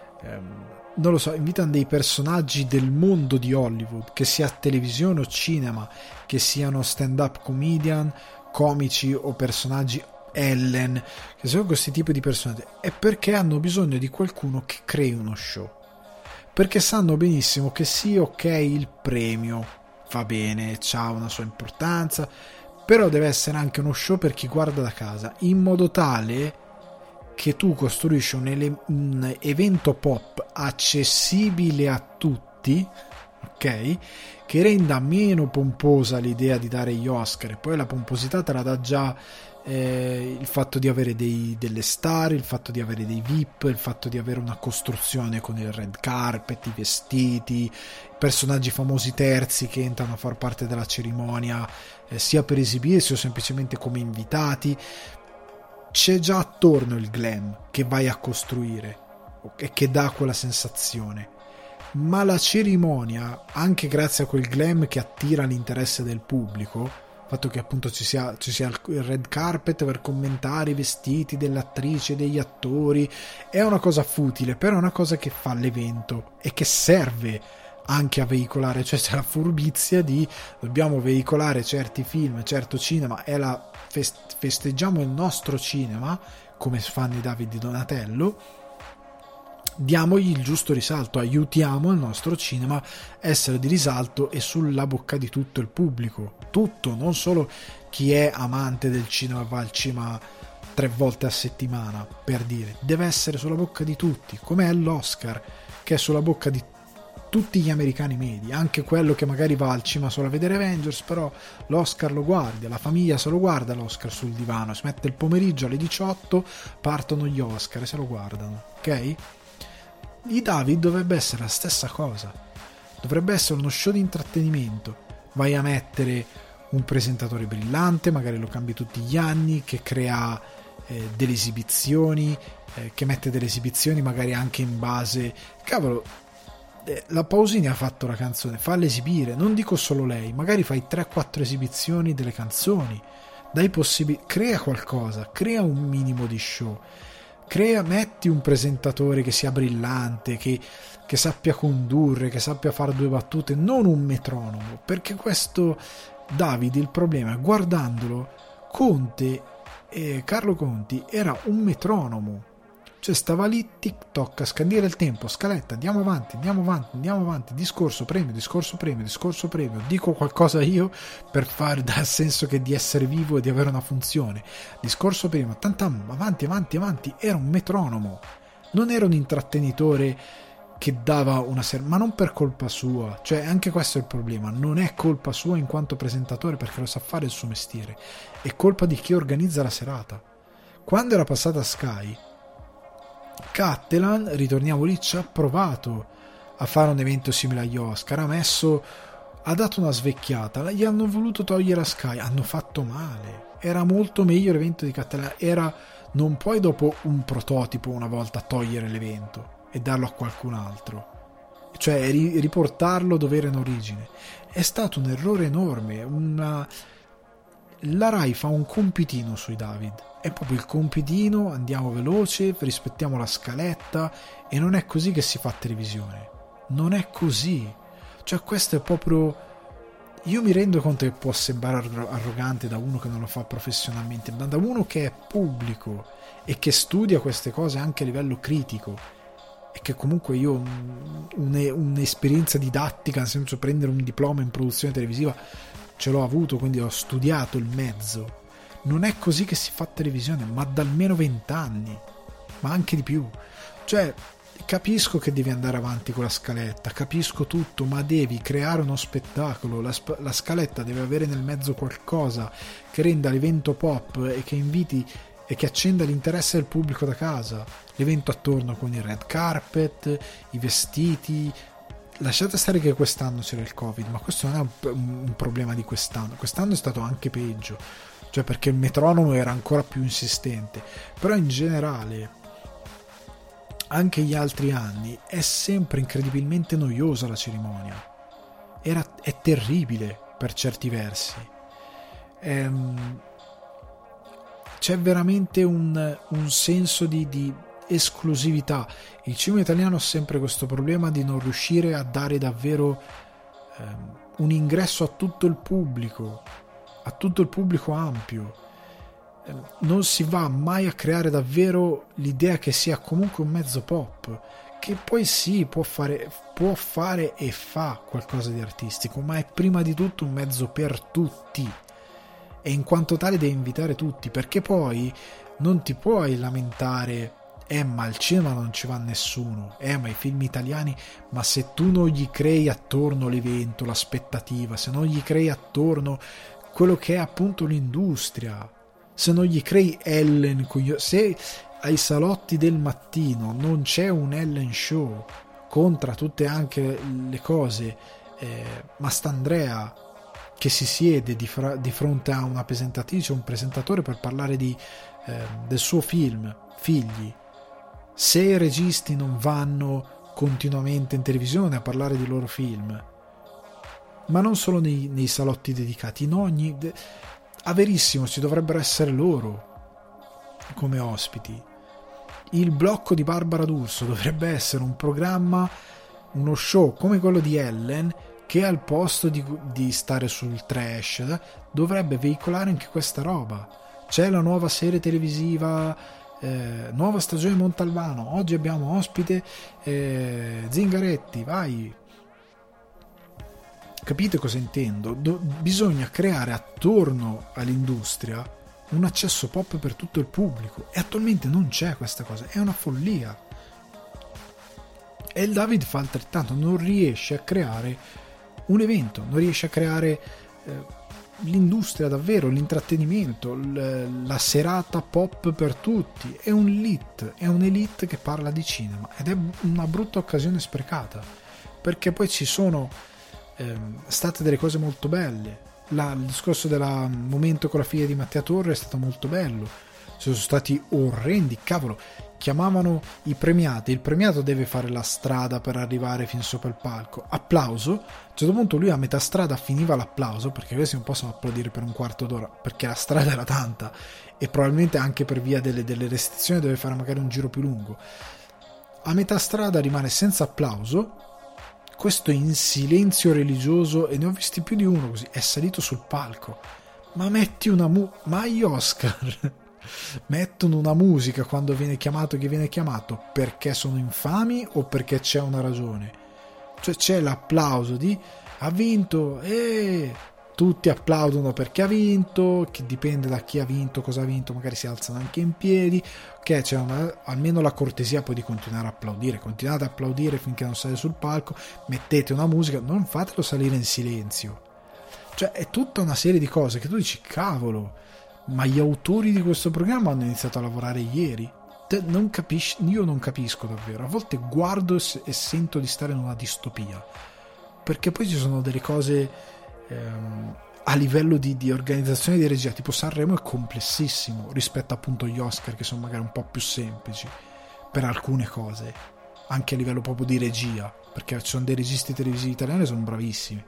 Speaker 1: non lo so, invitano dei personaggi del mondo di Hollywood, che sia televisione o cinema, che siano stand-up comedian, comici o personaggi Ellen, che sono questi tipi di personaggi, è perché hanno bisogno di qualcuno che crei uno show, perché sanno benissimo che sì, ok, il premio va bene, c'ha una sua importanza, però deve essere anche uno show per chi guarda da casa, in modo tale che tu costruisci un evento pop accessibile a tutti, ok? Che renda meno pomposa l'idea di dare gli Oscar, e poi la pomposità te la dà già il fatto di avere delle star, il fatto di avere dei VIP, il fatto di avere una costruzione con il red carpet, i vestiti, personaggi famosi terzi che entrano a far parte della cerimonia, sia per esibirsi o semplicemente come invitati. C'è già attorno il glam che vai a costruire e che dà quella sensazione, ma la cerimonia, anche grazie a quel glam che attira l'interesse del pubblico, il fatto che appunto ci sia il red carpet per commentare i vestiti delle attrici e degli attori, è una cosa futile, però è una cosa che fa l'evento e che serve anche a veicolare, cioè c'è la furbizia di dobbiamo veicolare certi film, certo cinema, e festeggiamo il nostro cinema come fanno i David Donatello, diamogli il giusto risalto, aiutiamo il nostro cinema a essere di risalto e sulla bocca di tutto il pubblico, tutto, non solo chi è amante del cinema va al cinema 3 volte a settimana, per dire, deve essere sulla bocca di tutti, come è l'Oscar che è sulla bocca di tutti gli americani medi, anche quello che magari va al cinema solo a vedere Avengers, però l'Oscar lo guarda, la famiglia se lo guarda l'Oscar sul divano, si mette il pomeriggio alle 18, partono gli Oscar e se lo guardano, ok? I David dovrebbe essere la stessa cosa, dovrebbe essere uno show di intrattenimento, vai a mettere un presentatore brillante, magari lo cambi tutti gli anni, che crea delle esibizioni, che mette delle esibizioni magari anche in base, cavolo, la Pausini ha fatto la canzone, falla esibire, non dico solo lei, magari fai 3-4 esibizioni delle canzoni, crea qualcosa, crea un minimo di show, metti un presentatore che sia brillante, che sappia condurre, che sappia fare 2 battute, non un metronomo, perché questo David, il problema è, guardandolo, Carlo Conti era un metronomo, cioè stava lì TikTok a scandire il tempo, scaletta, andiamo avanti, discorso premio, dico qualcosa io per far dar senso che di essere vivo e di avere una funzione, discorso premio, tantam, avanti, era un metronomo, non era un intrattenitore che dava una ma non per colpa sua, cioè anche questo è il problema, non è colpa sua in quanto presentatore, perché lo sa fare il suo mestiere, è colpa di chi organizza la serata. Quando era passata a Sky, Cattelan, ritorniamo lì, ci ha provato a fare un evento simile agli Oscar, ha dato una svecchiata, gli hanno voluto togliere a Sky, hanno fatto male, era molto meglio l'evento di Cattelan, non puoi dopo un prototipo una volta togliere l'evento e darlo a qualcun altro, cioè riportarlo dove era in origine, è stato un errore enorme, la Rai fa un compitino sui David, è proprio il compitino, andiamo veloce, rispettiamo la scaletta, e non è così che si fa televisione, non è così, cioè questo è proprio, io mi rendo conto che può sembrare arrogante da uno che non lo fa professionalmente, ma da uno che è pubblico e che studia queste cose anche a livello critico, e che comunque io un'esperienza didattica, nel senso prendere un diploma in produzione televisiva ce l'ho avuto, quindi ho studiato il mezzo. Non è così che si fa televisione, ma da almeno 20 anni, ma anche di più. Cioè, capisco che devi andare avanti con la scaletta, capisco tutto, ma devi creare uno spettacolo, la scaletta deve avere nel mezzo qualcosa che renda l'evento pop e che inviti e che accenda l'interesse del pubblico da casa. L'evento attorno con il red carpet, i vestiti. Lasciate stare che quest'anno c'era il Covid, ma questo non è un problema di quest'anno. Quest'anno è stato anche peggio, cioè perché il metronomo era ancora più insistente. Però in generale, anche gli altri anni, è sempre incredibilmente noiosa la cerimonia. È terribile per certi versi. C'è veramente un senso di esclusività. Il cinema italiano ha sempre questo problema di non riuscire a dare davvero un ingresso a tutto il pubblico ampio. Non si va mai a creare davvero l'idea che sia comunque un mezzo pop, che poi sì, può fare e fa qualcosa di artistico, ma è prima di tutto un mezzo per tutti, e in quanto tale deve invitare tutti, perché poi non ti puoi lamentare ma al cinema non ci va nessuno, ma i film italiani, ma se tu non gli crei attorno l'evento, l'aspettativa, se non gli crei attorno quello che è appunto l'industria, se non gli crei Ellen, se ai salotti del mattino non c'è un Ellen show contra tutte anche le cose, Mastandrea che si siede di fronte a una presentatrice, un presentatore per parlare del suo film Figli, se i registi non vanno continuamente in televisione a parlare di loro film, ma non solo nei salotti dedicati, a Verissimo ci dovrebbero essere loro come ospiti. Il blocco di Barbara D'Urso dovrebbe essere un programma, uno show come quello di Ellen, che al posto di stare sul trash dovrebbe veicolare anche questa roba. C'è la nuova serie televisiva, nuova stagione Montalbano, oggi abbiamo ospite Zingaretti, vai. Capite cosa intendo? Bisogna creare attorno all'industria un accesso pop per tutto il pubblico, e attualmente non c'è questa cosa, è una follia. E il David fa altrettanto, non riesce a creare un evento, non riesce a creare l'industria davvero, l'intrattenimento, la serata pop per tutti. È un'elite che parla di cinema, ed è una brutta occasione sprecata, perché poi ci sono state delle cose molto belle. Il discorso del momento con la figlia di Mattia Torre è stato molto bello, sono stati orrendi, cavolo, chiamavano i premiati, il premiato deve fare la strada per arrivare fin sopra il palco, applauso, a un certo punto lui a metà strada finiva l'applauso, perché questi non possono applaudire per un quarto d'ora perché la strada era tanta, e probabilmente anche per via delle restrizioni deve fare magari un giro più lungo. A metà strada rimane senza applauso, questo in silenzio religioso, e ne ho visti più di uno così, è salito sul palco. Ma metti ma gli Oscar mettono una musica quando viene chiamato chi viene chiamato, perché sono infami o perché c'è una ragione? Cioè c'è l'applauso di ha vinto, tutti applaudono perché ha vinto, che dipende da chi ha vinto, cosa ha vinto, magari si alzano anche in piedi, che c'è almeno la cortesia poi di continuare a applaudire, continuate a applaudire finché non sale sul palco, mettete una musica, non fatelo salire in silenzio. Cioè è tutta una serie di cose che tu dici cavolo, ma gli autori di questo programma hanno iniziato a lavorare ieri. Io non capisco davvero, a volte guardo e sento di stare in una distopia, perché poi ci sono delle cose a livello di organizzazione di regia, tipo Sanremo è complessissimo rispetto appunto agli Oscar, che sono magari un po' più semplici per alcune cose, anche a livello proprio di regia, perché ci sono dei registi televisivi italiani che sono bravissimi.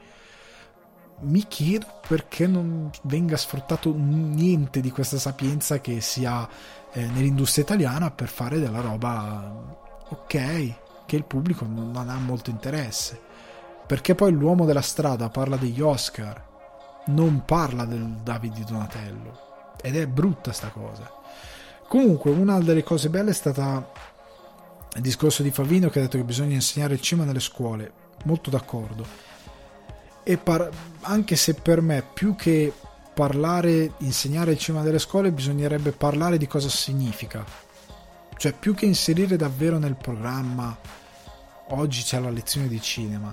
Speaker 1: Mi chiedo perché non venga sfruttato niente di questa sapienza che si ha nell'industria italiana per fare della roba ok, che il pubblico non ha molto interesse, perché poi l'uomo della strada parla degli Oscar, non parla del David di Donatello, ed è brutta sta cosa. Comunque una delle cose belle è stata il discorso di Favino, che ha detto che bisogna insegnare il cinema nelle scuole, molto d'accordo. E anche se per me più che insegnare il cinema delle scuole bisognerebbe parlare di cosa significa, cioè più che inserire davvero nel programma oggi c'è la lezione di cinema,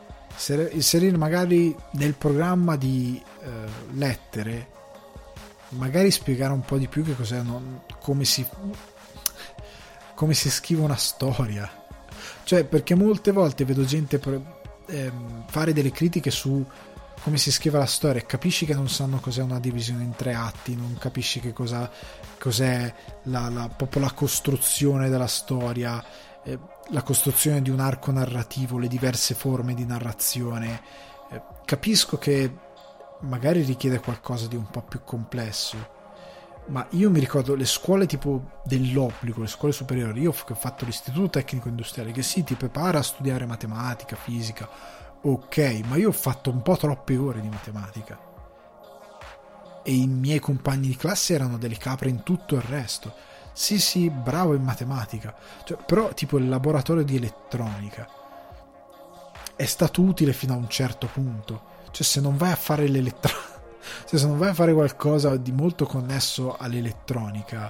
Speaker 1: inserire magari nel programma di lettere magari spiegare un po' di più che cos'è, come si scrive una storia, cioè, perché molte volte vedo gente fare delle critiche su come si scrive la storia e capisci che non sanno cos'è una divisione in 3 atti, non capisci che cos'è proprio la costruzione della storia, la costruzione di un arco narrativo, le diverse forme di narrazione. Capisco che magari richiede qualcosa di un po' più complesso, ma io mi ricordo le scuole tipo dell'obbligo, le scuole superiori, io che ho fatto l'istituto tecnico industriale, che sì, ti prepara a studiare matematica, fisica, ok, ma io ho fatto un po' troppe ore di matematica e i miei compagni di classe erano delle capre in tutto il resto. Sì, bravo in matematica, cioè, però tipo il laboratorio di elettronica è stato utile fino a un certo punto, cioè se non vai a fare se non vai a fare qualcosa di molto connesso all'elettronica,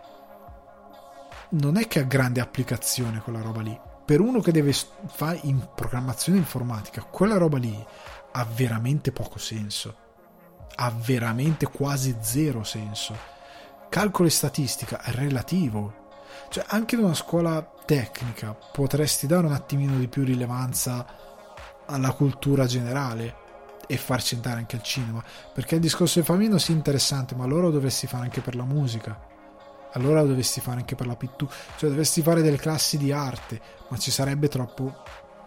Speaker 1: non è che ha grande applicazione quella roba lì. Per uno che deve fare in programmazione informatica, quella roba lì ha veramente poco senso, ha veramente quasi zero senso. Calcolo e statistica è relativo, cioè anche in una scuola tecnica potresti dare un attimino di più rilevanza alla cultura generale e farci entrare anche il cinema, perché il discorso del famiglia sì, interessante, ma allora lo dovresti fare anche per la musica, allora lo dovresti fare anche per la pittura, cioè dovresti fare delle classi di arte, ma ci sarebbe troppo.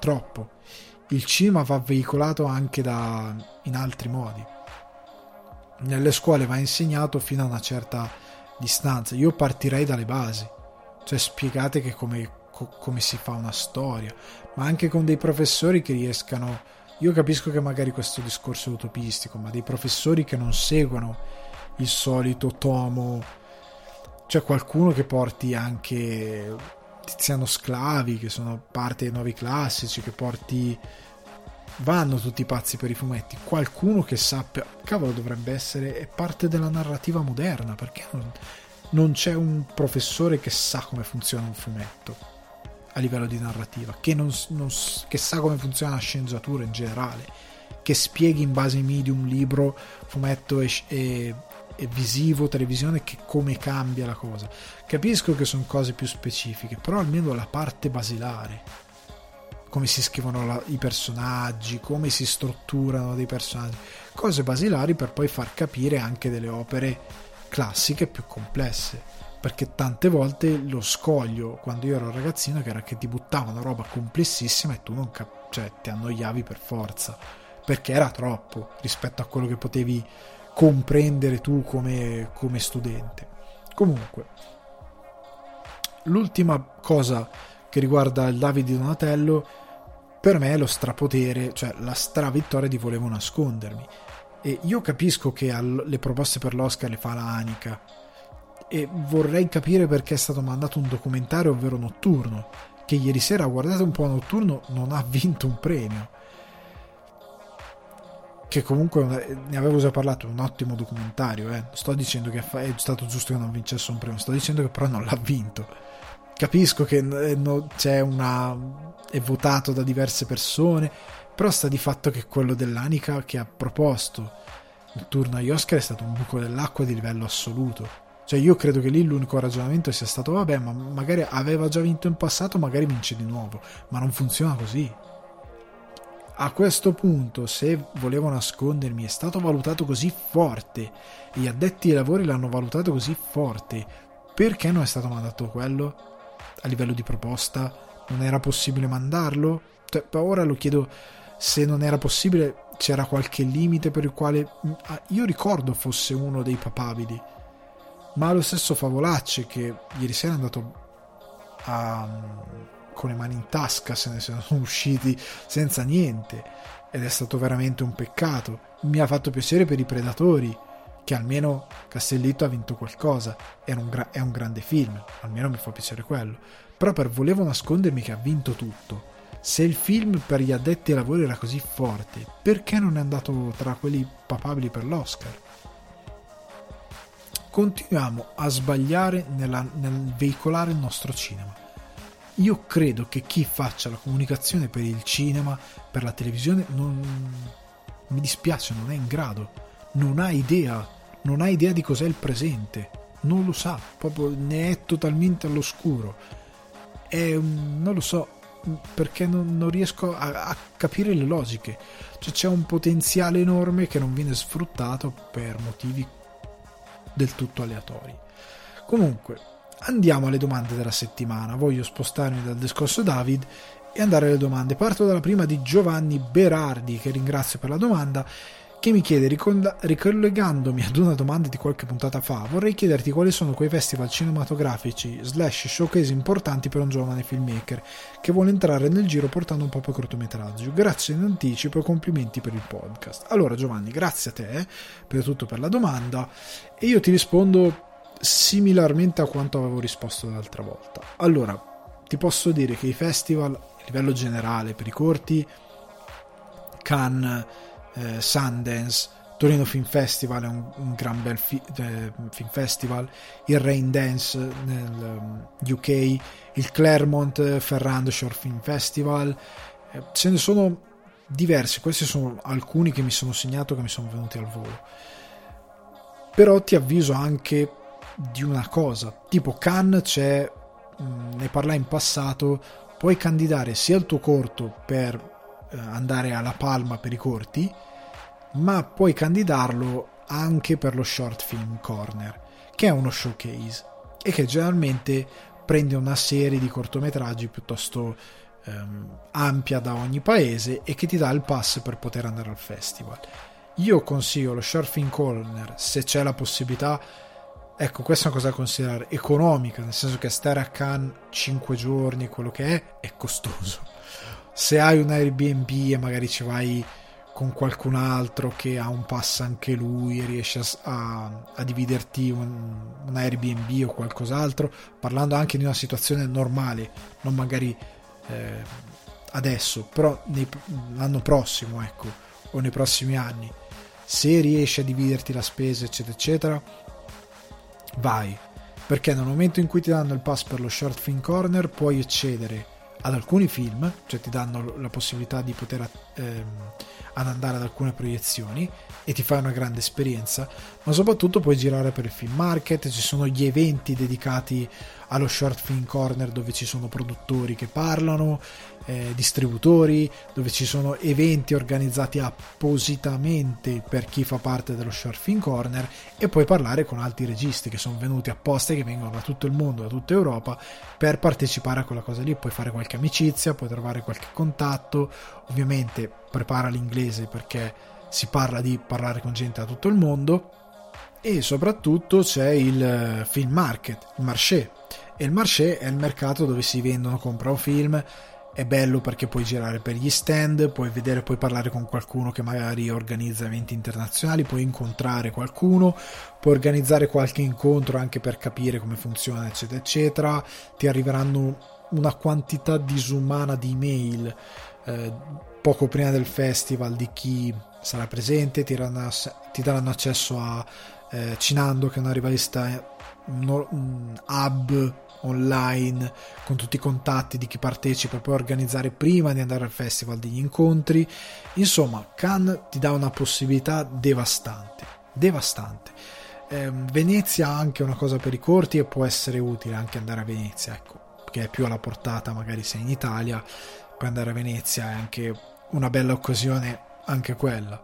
Speaker 1: Il cinema va veicolato anche in altri modi, nelle scuole va insegnato fino a una certa distanza. Io partirei dalle basi, cioè spiegate che come si fa una storia, ma anche con dei professori che riescano. Io capisco che magari questo discorso è utopistico, ma dei professori che non seguono il solito tomo, cioè qualcuno che porti anche Tiziano Sclavi, che sono parte dei nuovi classici, che porti, vanno tutti pazzi per i fumetti, qualcuno che sappia, cavolo, dovrebbe essere parte della narrativa moderna, perché non c'è un professore che sa come funziona un fumetto a livello di narrativa, che sa come funziona la sceneggiatura in generale, che spieghi in base ai medium, libro, fumetto e visivo, televisione, che come cambia la cosa. Capisco che sono cose più specifiche, però almeno la parte basilare, come si scrivono i personaggi, come si strutturano dei personaggi, cose basilari per poi far capire anche delle opere classiche più complesse. Perché tante volte lo scoglio quando io ero ragazzino che era che ti buttavano roba complessissima e tu non cioè ti annoiavi per forza, perché era troppo rispetto a quello che potevi comprendere tu come studente. Comunque, l'ultima cosa che riguarda il David di Donatello per me è lo strapotere, cioè la stravittoria di Volevo nascondermi. E io capisco che le proposte per l'Oscar le fa la Anica, e vorrei capire perché è stato mandato un documentario, ovvero Notturno, che ieri sera, guardate un po', Notturno non ha vinto un premio, che comunque ne avevo già parlato, è un ottimo documentario, non sto dicendo che è stato giusto che non vincesse un premio, sto dicendo che però non l'ha vinto. Capisco che è votato da diverse persone, però sta di fatto che quello dell'Anica che ha proposto Notturno agli Oscar è stato un buco dell'acqua di livello assoluto. Cioè io credo che lì l'unico ragionamento sia stato vabbè, ma magari aveva già vinto in passato, magari vince di nuovo, ma non funziona così. A questo punto, se Volevo nascondermi è stato valutato così forte e gli addetti ai lavori l'hanno valutato così forte, perché non è stato mandato quello a livello di proposta? Non era possibile mandarlo? Cioè, ora lo chiedo, se non era possibile c'era qualche limite per il quale io ricordo fosse uno dei papabili, ma lo stesso Favolacci, che ieri sera è andato con le mani in tasca, se ne sono usciti senza niente, ed è stato veramente un peccato. Mi ha fatto piacere per I Predatori, che almeno Castellitto ha vinto qualcosa, è un grande film, almeno mi fa piacere quello. Però per Volevo nascondermi, che ha vinto tutto, se il film per gli addetti ai lavori era così forte, perché non è andato tra quelli papabili per l'Oscar? Continuiamo a sbagliare nel veicolare il nostro cinema. Io credo che chi faccia la comunicazione per il cinema, per la televisione, mi dispiace, non è in grado, non ha idea non ha idea di cos'è il presente, non lo sa, proprio ne è totalmente all'oscuro. Non lo so, perché non riesco a capire le logiche. Cioè, c'è un potenziale enorme che non viene sfruttato per motivi del tutto aleatori. Comunque, andiamo alle domande della settimana. Voglio spostarmi dal discorso David e andare alle domande. Parto dalla prima di Giovanni Berardi, che ringrazio per la domanda, che mi chiede: ricollegandomi ad una domanda di qualche puntata fa, vorrei chiederti quali sono quei festival cinematografici / showcase importanti per un giovane filmmaker che vuole entrare nel giro portando un proprio cortometraggio. Grazie in anticipo e complimenti per il podcast. Allora Giovanni, grazie a te per tutto, per la domanda, e io ti rispondo similarmente a quanto avevo risposto l'altra volta. Allora, ti posso dire che i festival a livello generale per i corti, Cannes, Sundance, Torino Film Festival è un gran bel film festival, il Raindance nel UK, il Claremont Ferrand Short Film Festival, ce ne sono diversi. Questi sono alcuni che mi sono segnato, che mi sono venuti al volo. Però ti avviso anche di una cosa, tipo Cannes ne parlai in passato, puoi candidare sia il tuo corto per andare alla Palma per i corti, ma puoi candidarlo anche per lo Short Film Corner, che è uno showcase e che generalmente prende una serie di cortometraggi piuttosto ampia da ogni paese e che ti dà il pass per poter andare al festival. Io consiglio lo Short Film Corner se c'è la possibilità. Ecco, questa è una cosa da considerare, economica, nel senso che stare a Cannes 5 giorni, quello che è costoso. Se hai un Airbnb e magari ci vai con qualcun altro che ha un pass anche lui e riesci a dividerti un Airbnb o qualcos'altro, parlando anche di una situazione normale, non magari adesso, però l'anno prossimo, ecco, o nei prossimi anni, se riesci a dividerti la spesa eccetera eccetera, vai, perché nel momento in cui ti danno il pass per lo Short Film Corner puoi accedere ad alcuni film, cioè ti danno la possibilità di poter ad andare ad alcune proiezioni e ti fai una grande esperienza, ma soprattutto puoi girare per il film market. Ci sono gli eventi dedicati allo Short Film Corner dove ci sono produttori che parlano, distributori, dove ci sono eventi organizzati appositamente per chi fa parte dello Short Film Corner, e puoi parlare con altri registi che sono venuti apposta, che vengono da tutto il mondo, da tutta Europa, per partecipare a quella cosa lì. Puoi fare qualche amicizia, puoi trovare qualche contatto. Ovviamente prepara l'inglese perché si parla di parlare con gente da tutto il mondo, e soprattutto c'è il film market, il marché, e il marché è il mercato dove si vendono, comprano film. È bello perché puoi girare per gli stand, puoi vedere, puoi parlare con qualcuno che magari organizza eventi internazionali, puoi incontrare qualcuno, puoi organizzare qualche incontro anche per capire come funziona eccetera eccetera. Ti arriveranno una quantità disumana di email poco prima del festival di chi sarà presente, ti daranno accesso a Cinando, che è una rivista, un hub online con tutti i contatti di chi partecipa, puoi organizzare prima di andare al festival degli incontri. Insomma, Cannes ti dà una possibilità devastante. Venezia ha anche una cosa per i corti e può essere utile anche andare a Venezia, ecco, che è più alla portata, magari sei in Italia, puoi andare a Venezia, è anche una bella occasione anche quella.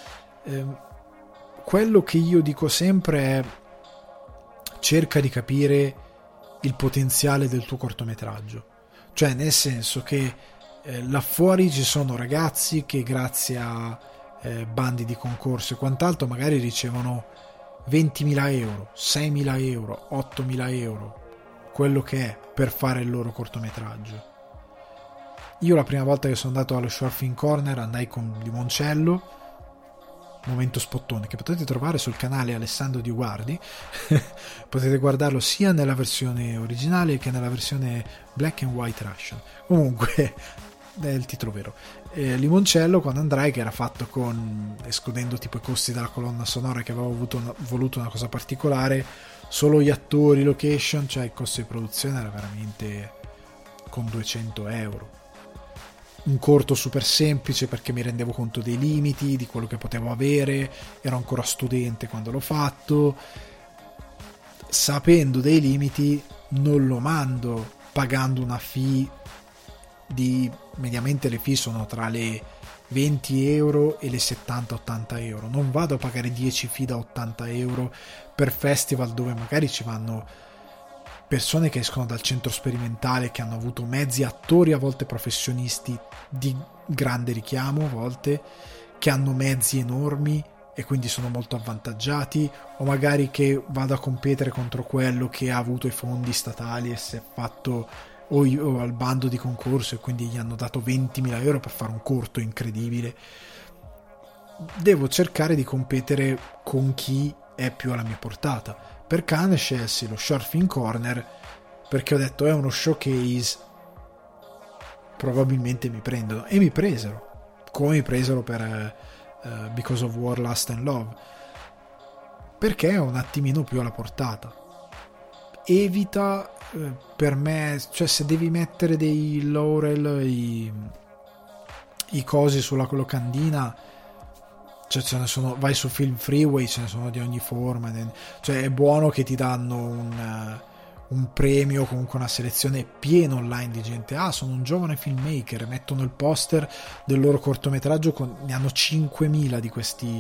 Speaker 1: Quello che io dico sempre è: cerca di capire il potenziale del tuo cortometraggio, cioè nel senso che là fuori ci sono ragazzi che grazie a bandi di concorso e quant'altro magari ricevono 20.000 euro, 6.000 euro, 8.000 euro, quello che è, per fare il loro cortometraggio. Io la prima volta che sono andato allo Short Film Corner andai con Limoncello, momento spottone, che potete trovare sul canale Alessandro Di Guardi. Potete guardarlo sia nella versione originale che nella versione Black and White Russian. Comunque è il titolo vero. Limoncello, quando andrai, che era fatto con, escludendo tipo i costi della colonna sonora, che avevo voluto una cosa particolare, solo gli attori, location, cioè il costo di produzione era veramente con 200 euro. un corto super semplice perché mi rendevo conto dei limiti, di quello che potevo avere, ero ancora studente quando l'ho fatto, sapendo dei limiti non lo mando pagando una fee di, mediamente le fee sono tra le 20 euro e le 70-80 euro, non vado a pagare 10 fee da 80 euro per festival dove magari ci vanno persone che escono dal centro sperimentale, che hanno avuto mezzi attori, a volte professionisti di grande richiamo, a volte che hanno mezzi enormi e quindi sono molto avvantaggiati, o magari che vado a competere contro quello che ha avuto i fondi statali e si è fatto o al bando di concorso e quindi gli hanno dato 20.000 euro per fare un corto incredibile. Devo cercare di competere con chi è più alla mia portata. Per Cannes scelsi lo Short Film Corner perché ho detto è uno showcase, probabilmente mi prendono, e mi presero, come mi presero per Because of War, Lust and Love, perché è un attimino più alla portata. Evita per me, cioè se devi mettere dei laurel, i cosi sulla locandina, cioè ce ne sono, vai su Film Freeway, ce ne sono di ogni forma, cioè è buono che ti danno un premio, comunque una selezione piena online di gente, sono un giovane filmmaker, mettono il poster del loro cortometraggio, ne hanno 5.000 di questi,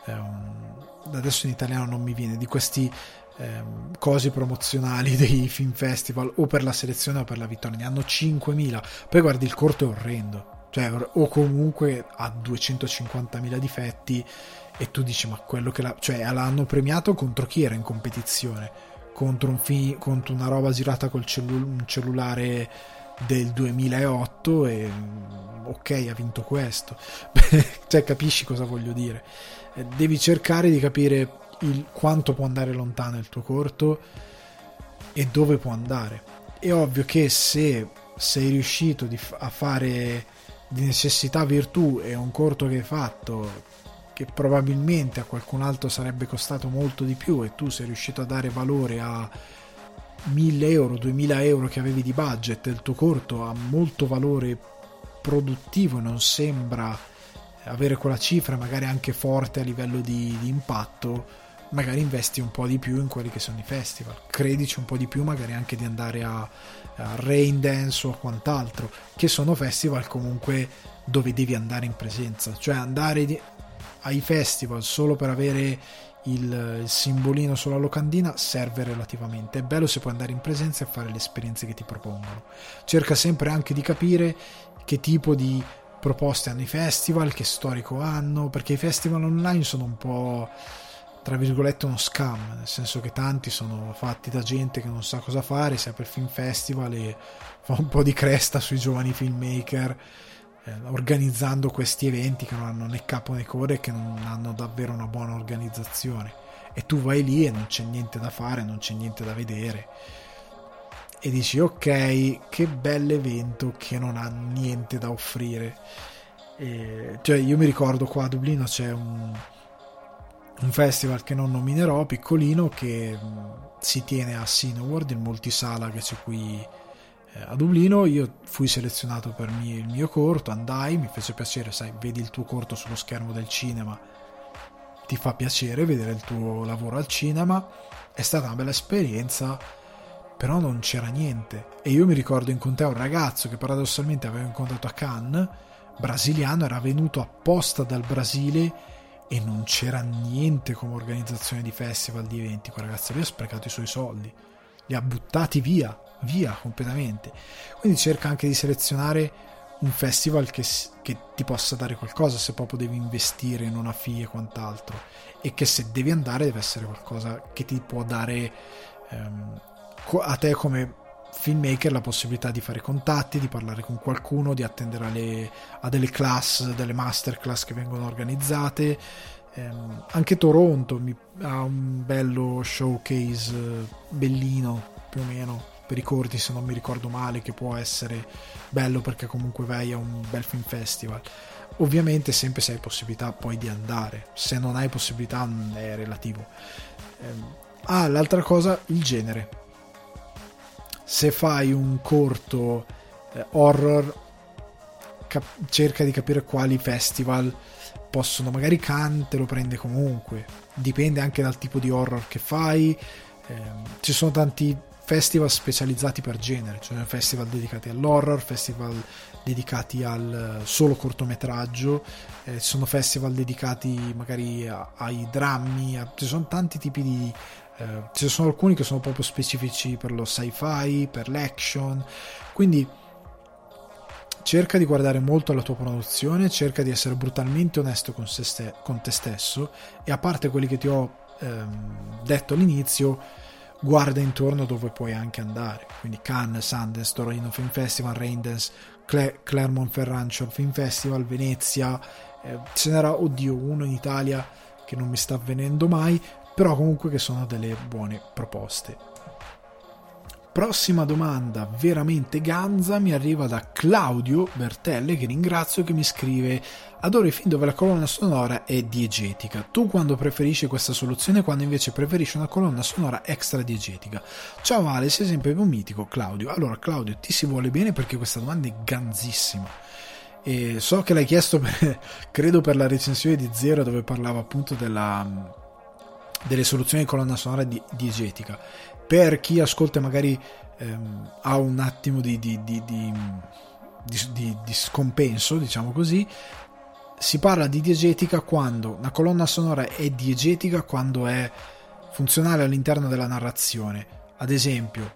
Speaker 1: adesso in italiano non mi viene, di questi cosi promozionali dei film festival o per la selezione o per la vittoria, ne hanno 5.000, poi guardi il corto è orrendo, cioè, o comunque ha 250.000 difetti e tu dici ma quello che cioè l'hanno premiato contro chi era in competizione, contro contro una roba girata col un cellulare del 2008 e ok, ha vinto questo. Cioè capisci cosa voglio dire, devi cercare di capire quanto può andare lontano il tuo corto e dove può andare. È ovvio che se sei riuscito a fare di necessità virtù e un corto che hai fatto che probabilmente a qualcun altro sarebbe costato molto di più e tu sei riuscito a dare valore a 1.000 euro, 2.000 euro che avevi di budget e il tuo corto ha molto valore produttivo, non sembra avere quella cifra, magari anche forte a livello di impatto, magari investi un po' di più in quelli che sono i festival, credici un po' di più magari anche di andare a Raindance o a quant'altro, che sono festival comunque dove devi andare in presenza, cioè andare ai festival solo per avere il simbolino sulla locandina serve relativamente, è bello se puoi andare in presenza e fare le esperienze che ti propongono. Cerca sempre anche di capire che tipo di proposte hanno i festival, che storico hanno, perché i festival online sono un po' tra virgolette uno scam, nel senso che tanti sono fatti da gente che non sa cosa fare, si apre il film festival e fa un po' di cresta sui giovani filmmaker organizzando questi eventi che non hanno né capo né coda e che non hanno davvero una buona organizzazione, e tu vai lì e non c'è niente da fare, non c'è niente da vedere e dici ok, che bell'evento che non ha niente da offrire. Cioè io mi ricordo qua a Dublino c'è un festival che non nominerò, piccolino, che si tiene a Cineworld, il multisala che c'è qui a Dublino. Io fui selezionato per il mio corto, andai, mi fece piacere, sai, vedi il tuo corto sullo schermo del cinema, ti fa piacere vedere il tuo lavoro al cinema, è stata una bella esperienza, però non c'era niente. E io mi ricordo incontrai un ragazzo che paradossalmente avevo incontrato a Cannes, brasiliano, era venuto apposta dal Brasile e non c'era niente come organizzazione di festival, di eventi. Quel ragazzo lì ha sprecato i suoi soldi, li ha buttati via completamente. Quindi cerca anche di selezionare un festival che ti possa dare qualcosa, se proprio devi investire in una fee e quant'altro, e che se devi andare deve essere qualcosa che ti può dare a te come filmmaker la possibilità di fare contatti, di parlare con qualcuno, di attendere a delle class, delle masterclass che vengono organizzate. Anche Toronto ha un bello showcase bellino, più o meno per i corti, se non mi ricordo male, che può essere bello perché comunque vai a un bel film festival. Ovviamente sempre se hai possibilità poi di andare, se non hai possibilità è relativo. L'altra cosa, il genere. Se fai un corto horror cerca di capire quali festival possono, magari Cannes te lo prende comunque, dipende anche dal tipo di horror che fai. Ci sono tanti festival specializzati per genere, cioè festival dedicati all'horror, festival dedicati al solo cortometraggio, ci sono festival dedicati magari ai drammi, ci sono tanti tipi di ci sono alcuni che sono proprio specifici per lo sci-fi, per l'action, quindi cerca di guardare molto alla tua produzione, cerca di essere brutalmente onesto con te stesso, e a parte quelli che ti ho detto all'inizio, guarda intorno dove puoi anche andare, quindi Cannes, Sundance, Torino Film Festival, Raindance, Clermont-Ferrand Film Festival, Venezia, ce n'era uno in Italia che non mi sta avvenendo mai, però comunque che sono delle buone proposte. Prossima domanda veramente ganza mi arriva da Claudio Bertelle, che ringrazio, che mi scrive: adoro i film dove la colonna sonora è diegetica. Tu quando preferisci questa soluzione, quando invece preferisci una colonna sonora extra diegetica? Ciao Ale, sei sempre un mitico Claudio. Allora Claudio, ti si vuole bene perché questa domanda è ganzissima. E so che l'hai chiesto credo per la recensione di Zero, dove parlava appunto delle soluzioni di colonna sonora diegetica. Per chi ascolta magari ha un attimo di scompenso, diciamo così, si parla di diegetica quando una colonna sonora è diegetica, quando è funzionale all'interno della narrazione. Ad esempio,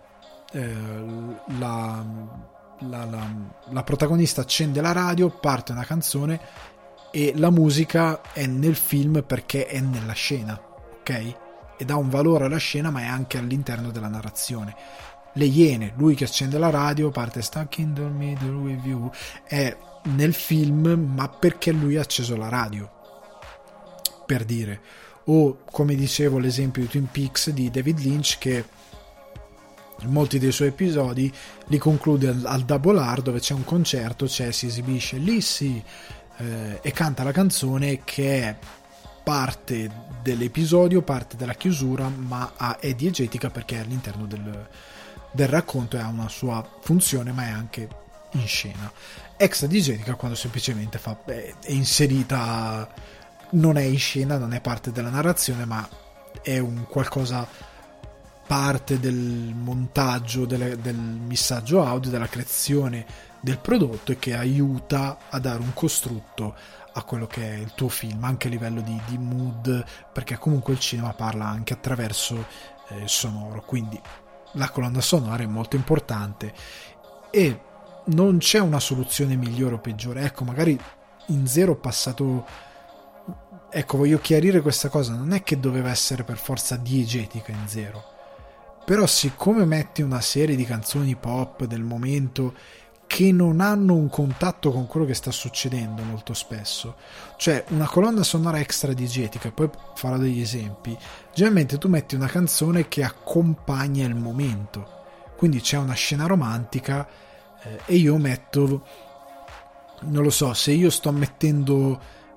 Speaker 1: la protagonista accende la radio, parte una canzone e la musica è nel film perché è nella scena, ok? E dà un valore alla scena, ma è anche all'interno della narrazione. Le Iene, lui che accende la radio, parte Stuck in the Middle with You, è nel film ma perché lui ha acceso la radio, per dire. O come dicevo l'esempio di Twin Peaks di David Lynch, che molti dei suoi episodi li conclude al Double R, dove c'è un concerto, si esibisce Lissy e canta la canzone che è parte dell'episodio, parte della chiusura, ma è diegetica perché è all'interno del racconto e ha una sua funzione, ma è anche in scena. Extra diegetica quando semplicemente è inserita, non è in scena, non è parte della narrazione, ma è un qualcosa parte del montaggio, del missaggio audio, della creazione del prodotto, e che aiuta a dare un costrutto a quello che è il tuo film, anche a livello di mood, perché comunque il cinema parla anche attraverso il sonoro, quindi la colonna sonora è molto importante e non c'è una soluzione migliore o peggiore. Ecco, magari in Zero ho passato, ecco, voglio chiarire questa cosa, non è che doveva essere per forza diegetica in Zero, però siccome metti una serie di canzoni pop del momento che non hanno un contatto con quello che sta succedendo molto spesso, cioè una colonna sonora extra diegetica, poi farò degli esempi, generalmente tu metti una canzone che accompagna il momento, quindi c'è una scena romantica e io metto, non lo so, se io sto mettendo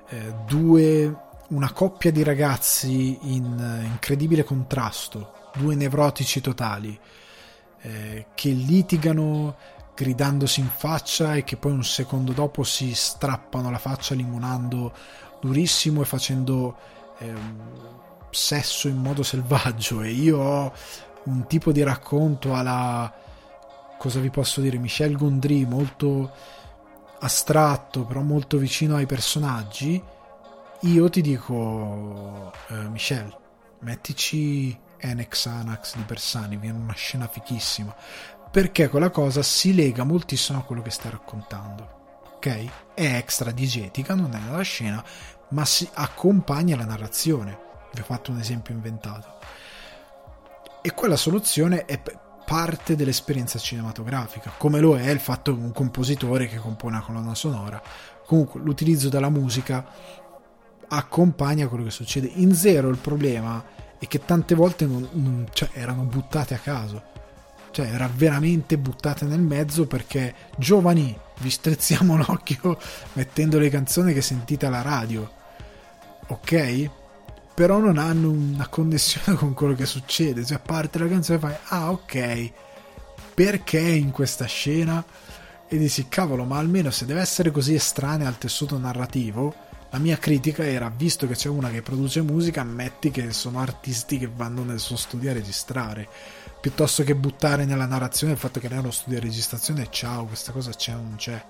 Speaker 1: una coppia di ragazzi in incredibile contrasto, due nevrotici totali che litigano gridandosi in faccia e che poi un secondo dopo si strappano la faccia limonando durissimo e facendo sesso in modo selvaggio, e io ho un tipo di racconto alla, cosa vi posso dire, Michel Gondry, molto astratto però molto vicino ai personaggi, io ti dico Michel, mettici Enex Anax di Bersani, viene una scena fichissima, perché quella cosa si lega moltissimo a quello che stai raccontando, ok? È extra diegetica, non è nella scena, ma si accompagna la narrazione. Vi ho fatto un esempio inventato, e quella soluzione è parte dell'esperienza cinematografica, come lo è il fatto che un compositore che compone una colonna sonora, comunque l'utilizzo della musica accompagna quello che succede. In Zero il problema è che tante volte cioè, erano buttate a caso, cioè era veramente buttate nel mezzo, perché giovani, vi strizziamo l'occhio mettendo le canzoni che sentite alla radio, ok? Però non hanno una connessione con quello che succede, cioè parte la canzone e fai ah ok, perché in questa scena E dici, cavolo, ma almeno se deve essere così estranea al tessuto narrativo, la mia critica era, visto che c'è una che produce musica, ammetti che sono artisti che vanno nel suo studio a registrare, piuttosto che buttare nella narrazione il fatto che lei è uno studio di registrazione e ciao, questa cosa c'è o non c'è.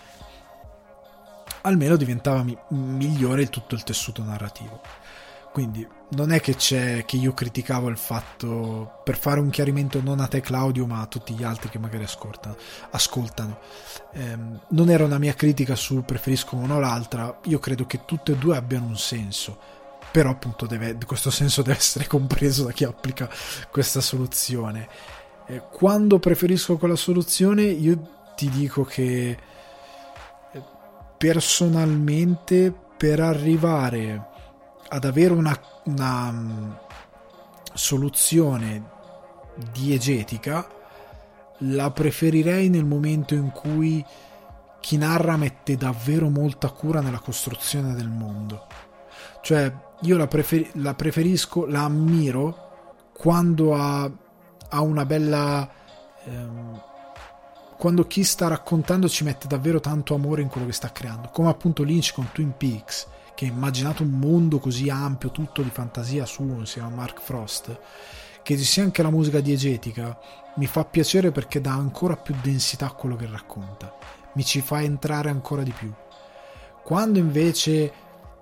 Speaker 1: Almeno diventava migliore tutto il tessuto narrativo. Quindi non è che io criticavo il fatto, per fare un chiarimento non a te Claudio ma a tutti gli altri che magari ascoltano, non era una mia critica su preferisco una o l'altra. Io credo che tutte e due abbiano un senso, però appunto questo senso deve essere compreso da chi applica questa soluzione. Quando preferisco quella soluzione, io ti dico che personalmente, per arrivare ad avere una soluzione diegetica, la preferirei nel momento in cui chi narra mette davvero molta cura nella costruzione del mondo. Cioè io la preferisco, la ammiro quando ha una bella quando chi sta raccontando ci mette davvero tanto amore in quello che sta creando, come appunto Lynch con Twin Peaks, che ha immaginato un mondo così ampio, tutto di fantasia suo, insieme a Mark Frost, che ci sia anche la musica diegetica. Mi fa piacere perché dà ancora più densità a quello che racconta, mi ci fa entrare ancora di più. Quando invece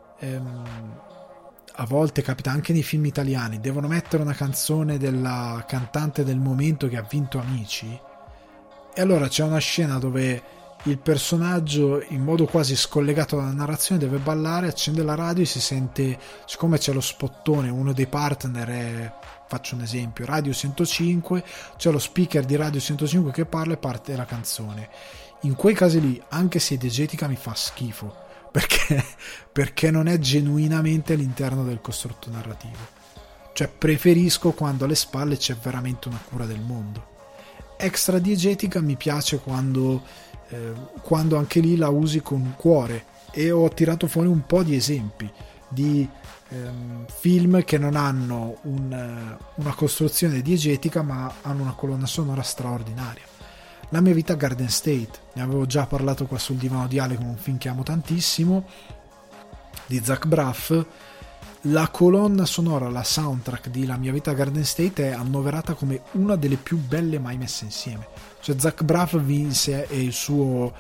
Speaker 1: a volte capita anche nei film italiani, devono mettere una canzone della cantante del momento che ha vinto Amici, e allora c'è una scena dove il personaggio, in modo quasi scollegato dalla narrazione, deve ballare, accende la radio e si sente, siccome c'è lo spottone, uno dei partner è, faccio un esempio, Radio 105, c'è lo speaker di Radio 105 che parla e parte la canzone. In quei casi lì, anche se è diegetica, mi fa schifo, perché non è genuinamente all'interno del costrutto narrativo. Cioè preferisco quando alle spalle c'è veramente una cura del mondo. Extra diegetica mi piace quando anche lì la usi con cuore, e ho tirato fuori un po' di esempi di film che non hanno una costruzione diegetica ma hanno una colonna sonora straordinaria. La mia vita Garden State, ne avevo già parlato qua sul Divano di Ale, con un film che amo tantissimo di Zach Braff. La colonna sonora, la soundtrack di La mia vita Garden State è annoverata come una delle più belle mai messe insieme. Cioè Zach Braff vinse, e il suo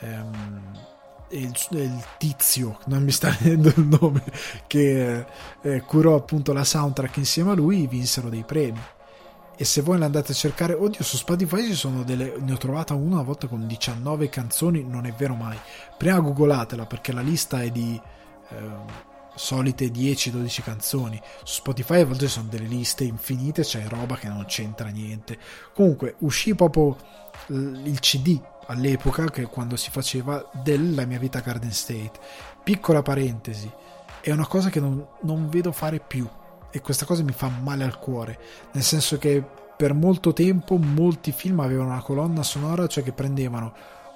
Speaker 1: il tizio, non mi sta venendo il nome, che curò appunto la soundtrack insieme a lui, vinsero dei premi. E se voi l'andate a cercare, oddio, su Spotify ci sono ne ho trovata una volta con 19 canzoni, non è vero mai. Prima googlatela, perché la lista è di solite 10-12 canzoni. Su Spotify a volte sono delle liste infinite, c'è roba che non c'entra niente. Comunque uscì proprio il CD all'epoca, che quando si faceva, della mia vita Garden State. Piccola parentesi, è una cosa che non vedo fare più, e questa cosa mi fa male al cuore, nel senso che per molto tempo molti film avevano una colonna sonora, cioè che prendevano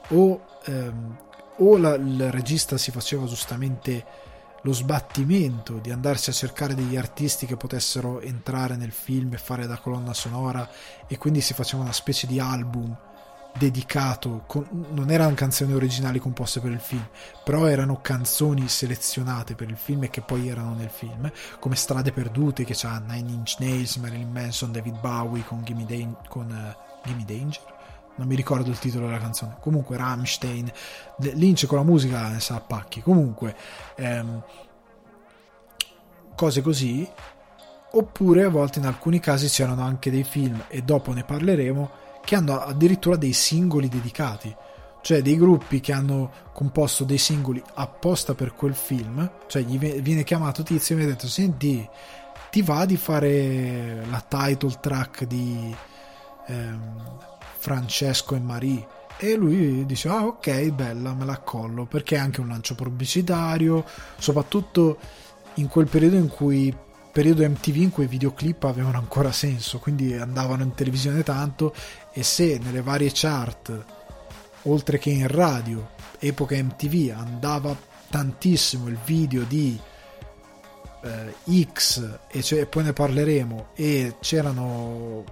Speaker 1: il regista si faceva giustamente lo sbattimento di andarsi a cercare degli artisti che potessero entrare nel film e fare da colonna sonora, e quindi si faceva una specie di album dedicato, non erano canzoni originali composte per il film, però erano canzoni selezionate per il film e che poi erano nel film, come Strade Perdute, che c'ha Nine Inch Nails, Marilyn Manson, David Bowie con Gimme Danger, non mi ricordo il titolo della canzone, comunque Rammstein. Lynch con la musica ne sa a pacchi. Comunque cose così. Oppure a volte, in alcuni casi, c'erano anche dei film, e dopo ne parleremo, che hanno addirittura dei singoli dedicati, cioè dei gruppi che hanno composto dei singoli apposta per quel film. Cioè gli viene chiamato tizio e mi ha detto: senti, ti va di fare la title track di Francesco e Marie? E lui dice: ah, ok, bella, me la accollo, perché è anche un lancio pubblicitario, soprattutto in quel periodo MTV in cui i videoclip avevano ancora senso, quindi andavano in televisione tanto, e se nelle varie chart, oltre che in radio, epoca MTV, andava tantissimo il video di X, e poi ne parleremo, e c'erano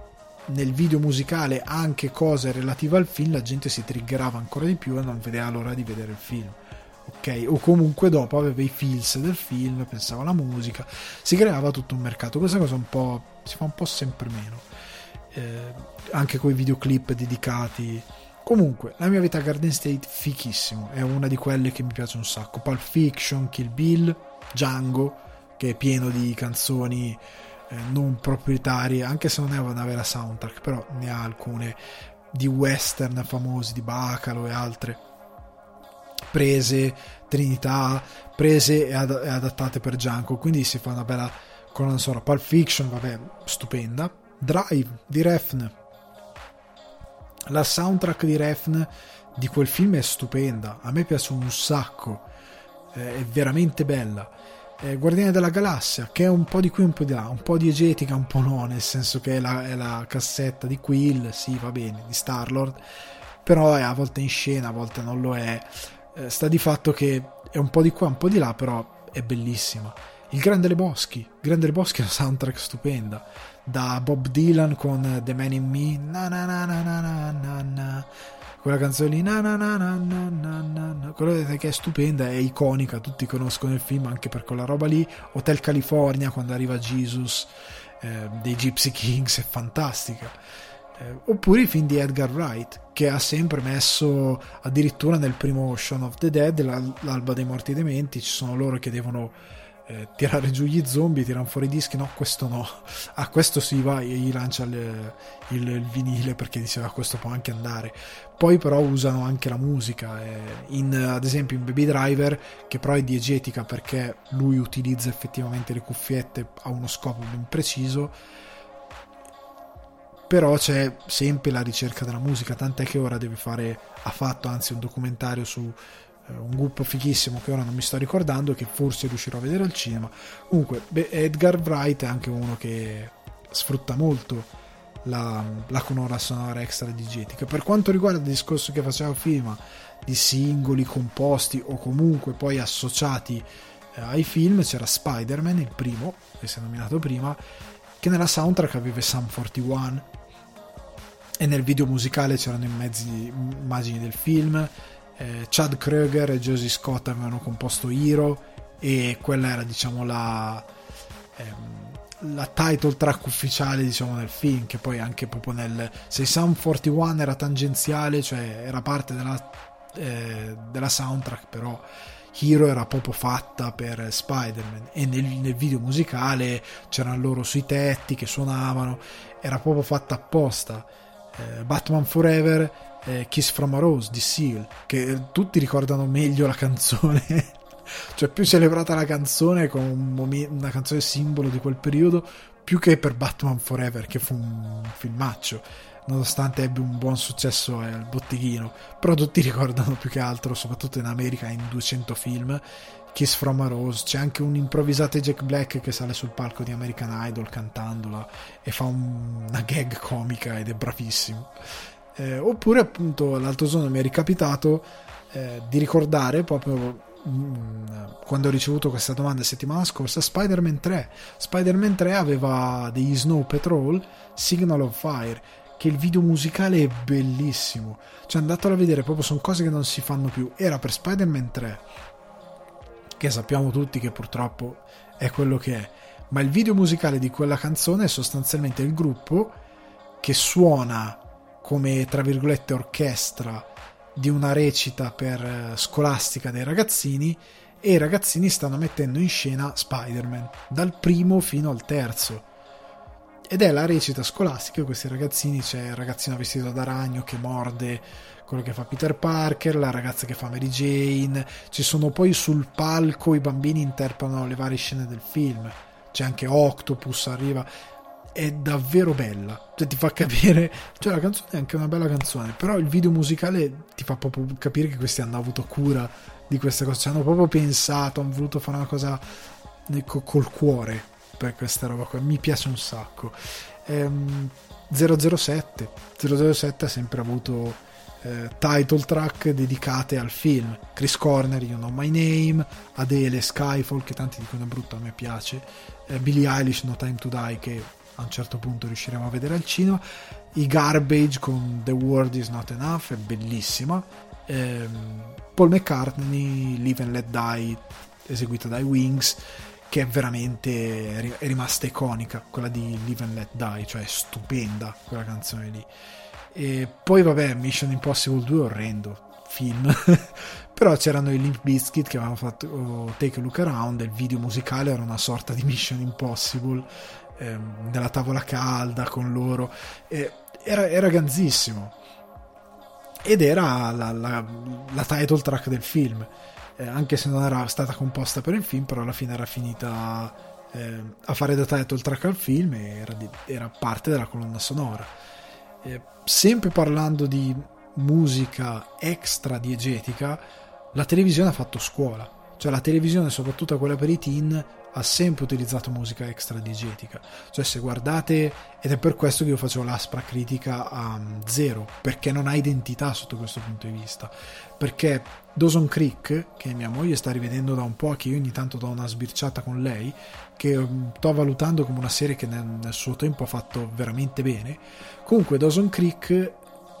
Speaker 1: nel video musicale anche cose relative al film, la gente si triggerava ancora di più e non vedeva l'ora di vedere il film, ok? O comunque dopo aveva i feels del film, pensava alla musica, si creava tutto un mercato. Questa cosa si fa un po' sempre meno, anche con i videoclip dedicati. Comunque, La mia vita a Garden State, fichissimo, è una di quelle che mi piace un sacco. Pulp Fiction, Kill Bill, Django, che è pieno di canzoni non proprietarie, anche se non è una vera soundtrack, però ne ha alcune di western famosi, di Bacalo e altre, prese, Trinità, prese e adattate per Django, quindi si fa una bella colonna sonora. Pulp Fiction, vabbè, stupenda. Drive di Refn, la soundtrack di Refn di quel film è stupenda, a me piace un sacco, è veramente bella. Guardiani della Galassia, che è un po' di qui un po' di là, un po' diegetica, un po' no, nel senso che è la cassetta di Quill, sì, va bene, di Star-Lord, però è a volte in scena, a volte non lo è. Sta di fatto che è un po' di qua, un po' di là, però è bellissima. Il Grande Lebowski è una soundtrack stupenda, da Bob Dylan con The Man in Me, na na na na na na na, quella canzone lì, na na na na na na na, quella che è stupenda, è iconica, tutti conoscono il film anche per quella roba lì. Hotel California, quando arriva Jesus, dei Gypsy Kings, è fantastica. Oppure i film di Edgar Wright, che ha sempre messo, addirittura nel primo Shaun of the Dead, l'alba dei morti dementi, ci sono loro che devono tirare giù gli zombie, tirano fuori i dischi, no, questo no, a questo si va, gli lancia il vinile perché diceva questo può anche andare. Poi però usano anche la musica, ad esempio in Baby Driver, che però è diegetica perché lui utilizza effettivamente le cuffiette a uno scopo ben preciso, però c'è sempre la ricerca della musica, tant'è che ora ha fatto anzi un documentario su un gruppo fighissimo che ora non mi sto ricordando, che forse riuscirò a vedere al cinema. Comunque Edgar Wright è anche uno che sfrutta molto la colonna sonora extra diegetica. Per quanto riguarda il discorso che facevo prima di singoli composti o comunque poi associati ai film, c'era Spider-Man, il primo che si è nominato prima, che nella soundtrack aveva Sum 41 e nel video musicale c'erano immagini del film. Chad Kroeger e Josie Scott avevano composto Hero e quella era, diciamo, la title track ufficiale, diciamo, del film, che poi anche proprio se Sum 41 era tangenziale, cioè era parte della soundtrack, però Hero era proprio fatta per Spider-Man, e nel video musicale c'erano loro sui tetti che suonavano, era proprio fatta apposta. Batman Forever, Kiss from a Rose di Seal, che tutti ricordano meglio la canzone cioè più celebrata la canzone con una canzone simbolo di quel periodo, più che per Batman Forever, che fu un filmaccio nonostante ebbe un buon successo al botteghino, però tutti ricordano più che altro, soprattutto in America, in 200 film, Kiss from a Rose. C'è anche un improvvisato Jack Black che sale sul palco di American Idol cantandola e fa una gag comica ed è bravissimo. Oppure appunto l'altro giorno mi è ricapitato di ricordare, proprio quando ho ricevuto questa domanda settimana scorsa, Spider-Man 3 aveva degli Snow Patrol, Signal of Fire, che il video musicale è bellissimo, cioè andatelo a vedere, proprio sono cose che non si fanno più. Era per Spider-Man 3, che sappiamo tutti che purtroppo è quello che è, ma il video musicale di quella canzone è sostanzialmente il gruppo che suona come, tra virgolette, orchestra di una recita per scolastica dei ragazzini, e i ragazzini stanno mettendo in scena Spider-Man dal primo fino al terzo, ed è la recita scolastica. Questi ragazzini, c'è il ragazzino vestito da ragno che morde quello che fa Peter Parker, la ragazza che fa Mary Jane, ci sono poi sul palco i bambini interpretano le varie scene del film, c'è anche Octopus, arriva, è davvero bella, cioè ti fa capire, cioè la canzone è anche una bella canzone, però il video musicale ti fa proprio capire che questi hanno avuto cura di queste cose, cioè hanno proprio pensato, hanno voluto fare una cosa col cuore per questa roba qua, mi piace un sacco. 007 ha sempre avuto title track dedicate al film, Chris Corner, You Know My Name, Adele, Skyfall, che tanti dicono è brutto, a me piace, Billie Eilish, No Time to Die, che a un certo punto riusciremo a vedere al cinema. i Garbage con The World Is Not Enough è bellissima, Paul McCartney Live and Let Die eseguita dai Wings, che è veramente è rimasta iconica, quella di Live and Let Die, cioè è stupenda quella canzone lì. E poi vabbè, Mission Impossible 2 orrendo film però c'erano i Limp Bizkit che avevano fatto Take a Look Around, e il video musicale era una sorta di Mission Impossible, nella tavola calda con loro, era ganzissimo, ed era la title track del film, anche se non era stata composta per il film, però alla fine era finita a fare da title track al film e era parte della colonna sonora. Sempre parlando di musica extra diegetica, la televisione ha fatto scuola, cioè la televisione, soprattutto quella per i teen, ha sempre utilizzato musica extra diegetica, cioè se guardate, ed è per questo che io facevo l'aspra critica a Zero, perché non ha identità sotto questo punto di vista, perché Dawson Creek, che mia moglie sta rivedendo da un po', che io ogni tanto do una sbirciata con lei, che sto valutando come una serie che nel suo tempo ha fatto veramente bene. Comunque Dawson Creek,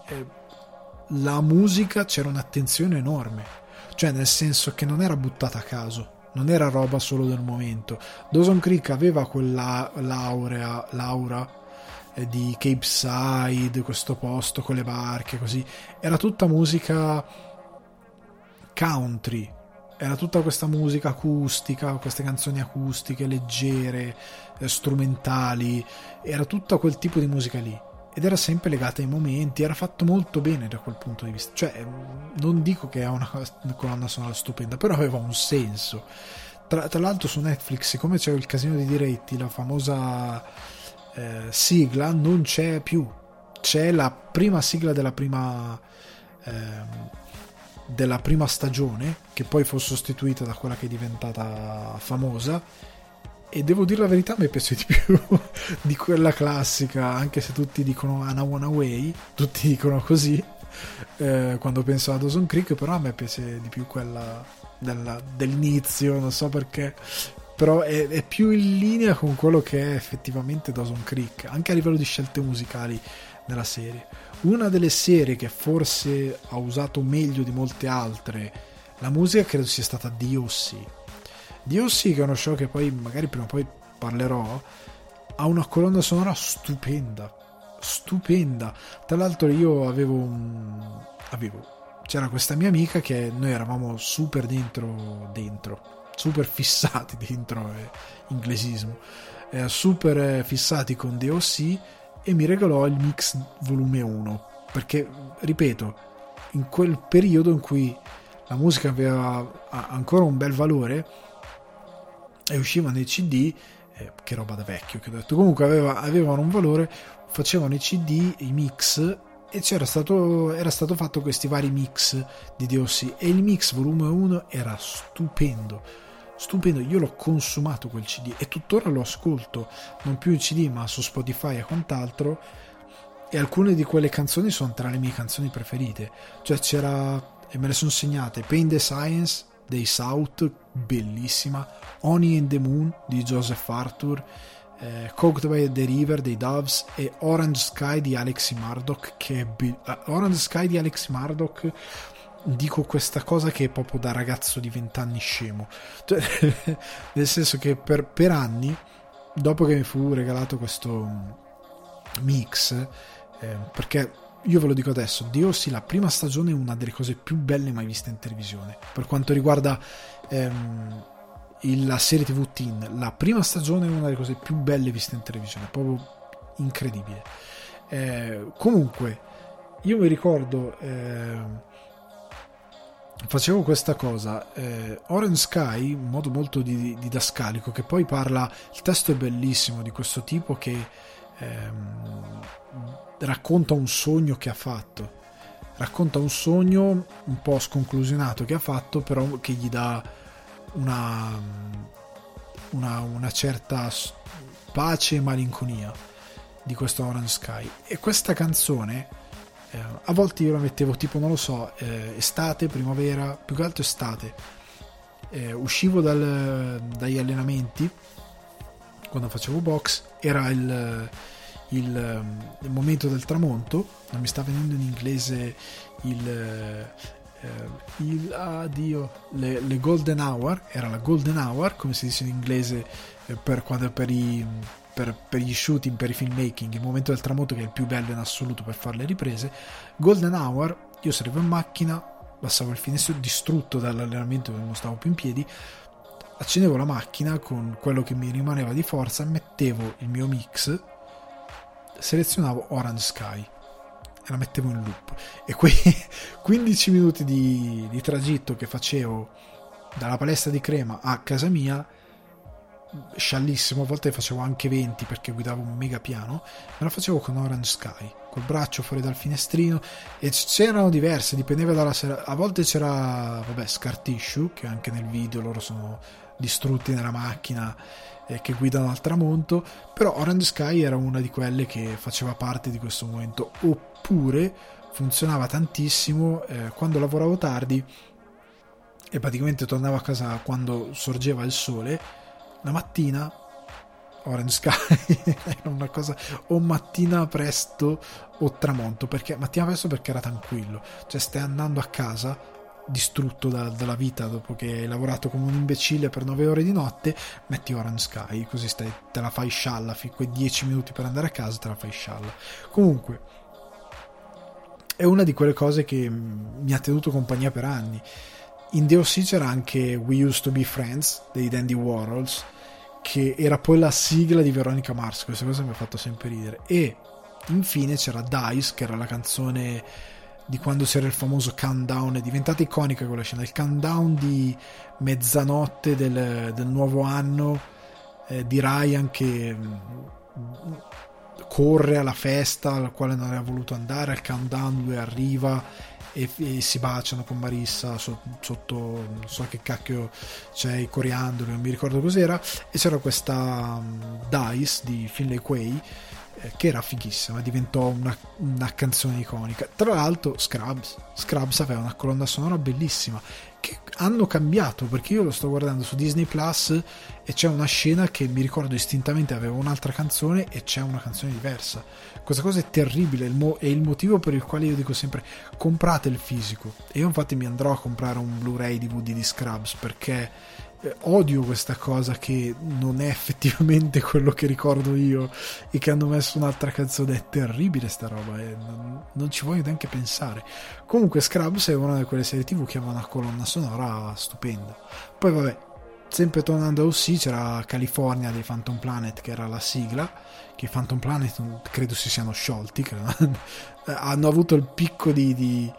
Speaker 1: la musica c'era un'attenzione enorme, cioè nel senso che non era buttata a caso, non era roba solo del momento. Dawson Creek aveva quella l'aura di Cape Side, questo posto con le barche così, era tutta musica country, era tutta questa musica acustica, queste canzoni acustiche leggere, strumentali, era tutta quel tipo di musica lì, ed era sempre legata ai momenti, era fatto molto bene da quel punto di vista, cioè non dico che è una colonna sonora stupenda, però aveva un senso. Tra l'altro su Netflix, siccome c'è il casino di diritti, la famosa sigla non c'è più, c'è la prima sigla della prima stagione, che poi fu sostituita da quella che è diventata famosa, e devo dire la verità, mi piace di più di quella classica, anche se tutti dicono Anna One Away, tutti dicono così quando penso a Dawson Creek, però a me piace di più quella dell'inizio, non so perché, però è più in linea con quello che è effettivamente Dawson Creek, anche a livello di scelte musicali nella serie. Una delle serie che forse ha usato meglio di molte altre la musica credo sia stata DOC, che è uno show che poi magari prima o poi parlerò, ha una colonna sonora stupenda. Tra l'altro io c'era questa mia amica che noi eravamo super super fissati dentro inglesismo, super fissati con DOC, e mi regalò il mix volume 1, perché ripeto, in quel periodo in cui la musica aveva ancora un bel valore e uscivano i CD, che roba da vecchio che ho detto, comunque avevano un valore, facevano i CD, i mix, e era stato fatto questi vari mix di DOC, e il mix volume 1 era stupendo, io l'ho consumato quel CD e tuttora lo ascolto, non più in CD ma su Spotify e quant'altro, e alcune di quelle canzoni sono tra le mie canzoni preferite, cioè c'era, e me le sono segnate, Pain the Science dei South, bellissima, Honey and the Moon di Joseph Arthur, Coked by the River dei Doves, e Orange Sky di Alex Murdoch, che è Orange Sky di Alex Murdoch, dico questa cosa che è proprio da ragazzo di 20 anni scemo, cioè, nel senso che per anni, dopo che mi fu regalato questo mix, perché io ve lo dico adesso, DOC la prima stagione è una delle cose più belle mai viste in televisione per quanto riguarda la serie TV teen. La prima stagione è una delle cose più belle viste in televisione, proprio incredibile. Comunque io mi ricordo, facevo questa cosa, Orange Sky, in modo molto didascalico, che poi parla, il testo è bellissimo, di questo tipo che racconta un sogno che ha fatto, racconta un sogno un po' sconclusionato che ha fatto, però che gli dà una certa pace e malinconia di questo Orange Sky. E questa canzone a volte io la mettevo tipo, non lo so, estate, primavera, più che altro estate, uscivo dagli allenamenti quando facevo box, era il il momento del tramonto, non mi sta venendo in inglese le golden hour, era la golden hour come si dice in inglese per gli shooting, per i filmmaking, il momento del tramonto che è il più bello in assoluto per fare le riprese. Golden hour, io salivo in macchina, passavo il finestrino distrutto dall'allenamento, non stavo più in piedi, accendevo la macchina con quello che mi rimaneva di forza, mettevo il mio mix, selezionavo Orange Sky e la mettevo in loop, e quei 15 minuti di tragitto che facevo dalla palestra di Crema a casa mia, sciallissimo, a volte facevo anche 20 perché guidavo un mega piano, me la facevo con Orange Sky, col braccio fuori dal finestrino, e c'erano diverse, dipendeva dalla sera, a volte c'era Scar Tissue, che anche nel video loro sono distrutti nella macchina che guidano al tramonto, però Orange Sky era una di quelle che faceva parte di questo momento. Oppure funzionava tantissimo quando lavoravo tardi e praticamente tornavo a casa quando sorgeva il sole, la mattina Orange Sky era una cosa, o mattina presto o tramonto, perché mattina presto perché era tranquillo, cioè stai andando a casa distrutto dalla vita dopo che hai lavorato come un imbecille per 9 ore di notte, metti Orange Sky, così te la fai scialla, quei 10 minuti per andare a casa te la fai scialla. Comunque è una di quelle cose che mi ha tenuto compagnia per anni. In DOC c'era anche We Used to Be Friends dei Dandy Warhols, che era poi la sigla di Veronica Mars, questa cosa mi ha fatto sempre ridere. E infine c'era Dice, che era la canzone di quando c'era il famoso countdown, è diventata iconica quella scena, il countdown di mezzanotte del nuovo anno di Ryan che corre alla festa alla quale non aveva voluto andare, al countdown lui arriva e si baciano con Marissa sotto non so che cacchio c'è, i coriandoli, non mi ricordo cos'era, e c'era questa Dice di Finlay Quay che era fighissima, diventò una canzone iconica. Tra l'altro Scrubs aveva una colonna sonora bellissima che hanno cambiato, perché io lo sto guardando su Disney Plus e c'è una scena che mi ricordo distintamente aveva un'altra canzone e c'è una canzone diversa. Questa cosa è terribile, è il motivo per il quale io dico sempre comprate il fisico, e io infatti mi andrò a comprare un Blu-ray DVD di Scrubs perché odio questa cosa che non è effettivamente quello che ricordo io e che hanno messo un'altra canzone. È terribile sta roba, non ci voglio neanche pensare. Comunque Scrubs è una di quelle serie TV che aveva una colonna sonora stupenda. Poi vabbè, sempre tornando a OC, c'era California dei Phantom Planet, che era la sigla, che i Phantom Planet credo si siano sciolti, hanno avuto il picco di